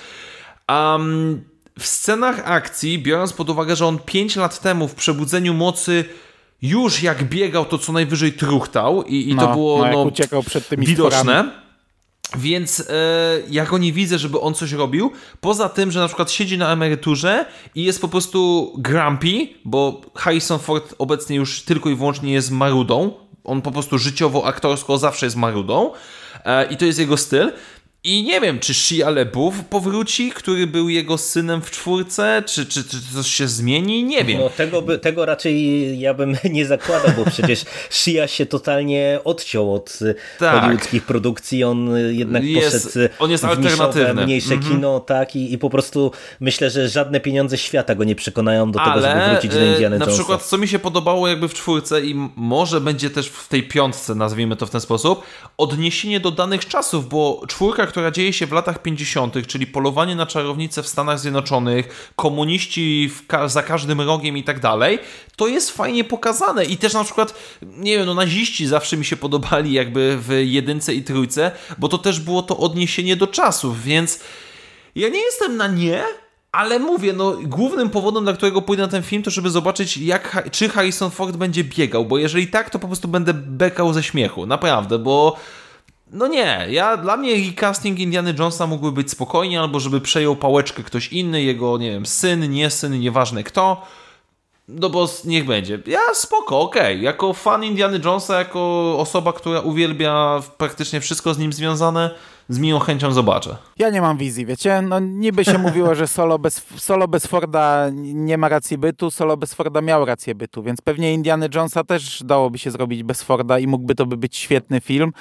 W scenach akcji, biorąc pod uwagę, że on 5 lat temu w Przebudzeniu Mocy już jak biegał, to co najwyżej truchtał i to było jak uciekał przed tymi widoczne. stworami. Więc ja go nie widzę, żeby on coś robił. Poza tym, że na przykład siedzi na emeryturze i jest po prostu grumpy, bo Harrison Ford obecnie już tylko i wyłącznie jest marudą. On po prostu życiowo, aktorsko zawsze jest marudą. I to jest jego styl. I nie wiem, czy Shia LaBeouf powróci, który był jego synem w 4, czy coś się zmieni, nie wiem. No tego raczej ja bym nie zakładał, bo przecież Shia się totalnie odciął od hollywoodzkich produkcji, on jednak on jest w alternatywny. Mniejsze kino, tak, i po prostu myślę, że żadne pieniądze świata go nie przekonają do tego, żeby wrócić do Indiana Jonesa. Na przykład, co mi się podobało jakby w 4 i może będzie też w tej 5, nazwijmy to w ten sposób, odniesienie do danych czasów, bo 4, która dzieje się w latach 50., czyli polowanie na czarownicę w Stanach Zjednoczonych, komuniści za każdym rogiem i tak dalej, to jest fajnie pokazane i też na przykład, nie wiem, naziści zawsze mi się podobali jakby w 1 i 3, bo to też było to odniesienie do czasów, więc ja nie jestem na nie, ale mówię, głównym powodem, dla którego pójdę na ten film, to żeby zobaczyć, czy Harrison Ford będzie biegał, bo jeżeli tak, to po prostu będę bekał ze śmiechu, naprawdę, bo no nie, dla mnie recasting Indiana Jonesa mógłby być spokojnie, albo żeby przejął pałeczkę ktoś inny, jego, nie wiem, syn, nieważne kto, no bo niech będzie. Ja spoko, okej. Jako fan Indiana Jonesa, jako osoba, która uwielbia praktycznie wszystko z nim związane, z miłą chęcią zobaczę. Ja nie mam wizji, wiecie? Niby się mówiło, że Solo bez Forda nie ma racji bytu, Solo bez Forda miał rację bytu, więc pewnie Indiana Jonesa też dałoby się zrobić bez Forda i mógłby to być świetny film.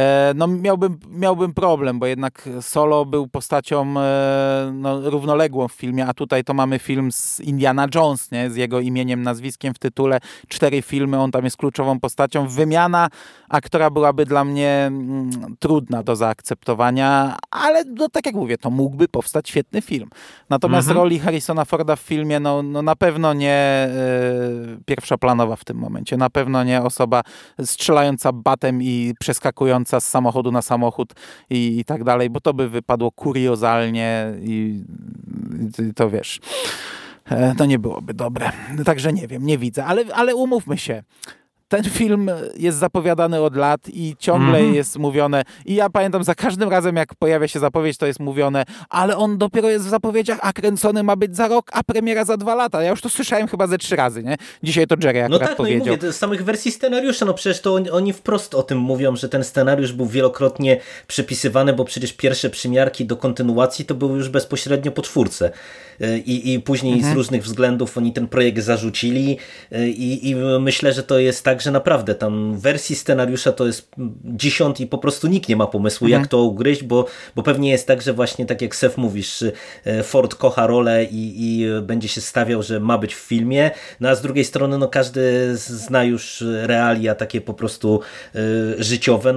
Miałbym problem, bo jednak Solo był postacią równoległą w filmie, a tutaj to mamy film z Indiana Jones, nie? Z jego imieniem, nazwiskiem w tytule. 4 filmy, on tam jest kluczową postacią. Wymiana aktora byłaby dla mnie trudna do zaakceptowania, ale tak jak mówię, to mógłby powstać świetny film. Natomiast roli Harrisona Forda w filmie na pewno nie pierwszoplanowa w tym momencie. Na pewno nie osoba strzelająca batem i przeskakująca z samochodu na samochód i tak dalej, bo to by wypadło kuriozalnie i to wiesz, to nie byłoby dobre. Także nie wiem, nie widzę, ale umówmy się. Ten film jest zapowiadany od lat i ciągle jest mówione, i ja pamiętam za każdym razem, jak pojawia się zapowiedź, to jest mówione, ale on dopiero jest w zapowiedziach, a kręcony ma być za rok, a premiera za 2 lata. Ja już to słyszałem chyba ze 3 razy, nie? Dzisiaj to Jerry akurat powiedział. No i mówię, z samych wersji scenariusza, przecież to oni wprost o tym mówią, że ten scenariusz był wielokrotnie przepisywany, bo przecież pierwsze przymiarki do kontynuacji to były już bezpośrednio po 4. I później z różnych względów oni ten projekt zarzucili i myślę, że to jest tak, że naprawdę tam wersji scenariusza to jest 10 i po prostu nikt nie ma pomysłu, jak to ugryźć, bo pewnie jest tak, że właśnie tak jak Sef mówisz, Ford kocha rolę i będzie się stawiał, że ma być w filmie, a z drugiej strony każdy zna już realia takie po prostu życiowe,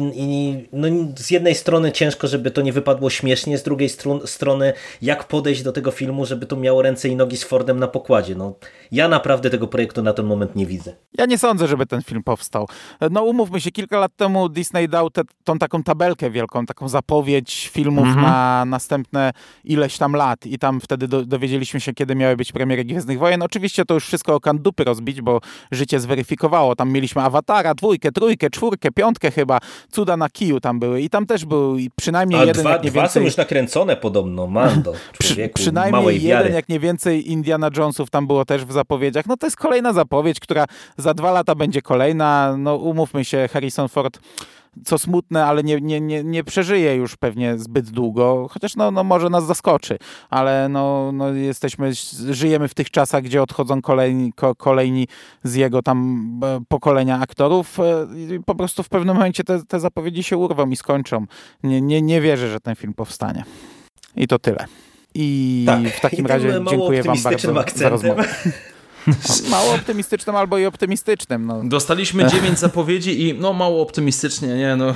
z jednej strony ciężko, żeby to nie wypadło śmiesznie, z drugiej strony jak podejść do tego filmu, żeby to miało ręce i nogi z Fordem na pokładzie. Ja naprawdę tego projektu na ten moment nie widzę. Ja nie sądzę, żeby ten film powstał. No umówmy się, kilka lat temu Disney dał tą taką tabelkę wielką, taką zapowiedź filmów na następne ileś tam lat i tam wtedy dowiedzieliśmy się, kiedy miały być premiery Gwiezdnych Wojen. Oczywiście to już wszystko o kandupy rozbić, bo życie zweryfikowało. Tam mieliśmy Awatara, 2, 3, 4, 5 chyba, cuda na kiju tam były i tam też był przynajmniej jeden, jak nie dwa więcej... są już nakręcone podobno, Mando, człowieku, przynajmniej małej jeden, wiary. jak nie więcej Indiana Jonesów tam było też w zapowiedziach. No to jest kolejna zapowiedź, która za 2 lata będzie kolejna. No umówmy się, Harrison Ford, co smutne, ale nie przeżyje już pewnie zbyt długo, chociaż no może nas zaskoczy, ale żyjemy w tych czasach, gdzie odchodzą kolejni z jego tam pokolenia aktorów i po prostu w pewnym momencie te zapowiedzi się urwą i skończą. Nie wierzę, że ten film powstanie. I to tyle. I tak, w takim i razie dziękuję wam bardzo za rozmowę. Mało optymistycznym albo i optymistycznym. No. Dostaliśmy 9 zapowiedzi i no mało optymistycznie, nie no.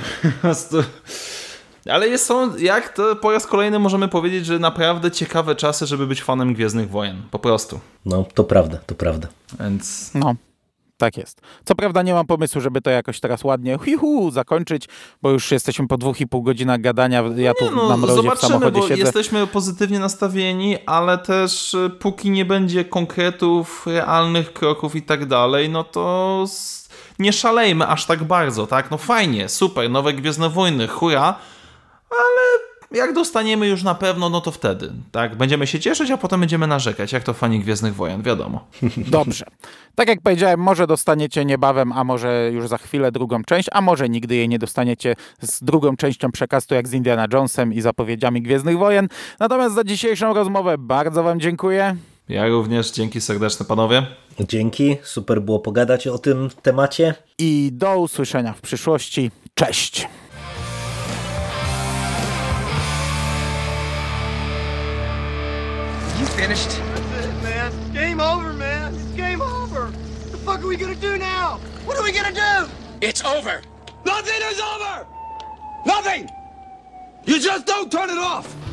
Ale jak to po raz kolejny możemy powiedzieć, że naprawdę ciekawe czasy, żeby być fanem Gwiezdnych Wojen. Po prostu. No, to prawda, to prawda. Więc... No. Tak jest. Co prawda nie mam pomysłu, żeby to jakoś teraz ładnie zakończyć, bo już jesteśmy po 2,5 godzinach gadania. Ja tu na mrozie w samochodzie bo siedzę. jesteśmy pozytywnie nastawieni, ale też póki nie będzie konkretów, realnych kroków i tak dalej, no to nie szalejmy aż tak bardzo, tak? No fajnie, super, nowe Gwiezdne Wojny, hurra, ale jak dostaniemy już na pewno, no to wtedy, tak? Będziemy się cieszyć, a potem będziemy narzekać, jak to fani Gwiezdnych Wojen, wiadomo. Dobrze. Tak jak powiedziałem, może dostaniecie niebawem, a może już za chwilę drugą część, a może nigdy jej nie dostaniecie z drugą częścią przekazu jak z Indiana Jonesem i zapowiedziami Gwiezdnych Wojen. Natomiast za dzisiejszą rozmowę bardzo wam dziękuję. Ja również, dzięki serdeczne panowie. Dzięki, super było pogadać o tym temacie. I do usłyszenia w przyszłości. Cześć! You finished? That's it, man. Game over, man. It's game over. What the fuck are we gonna do now? What are we gonna do? It's over. Nothing is over! Nothing! You just don't turn it off!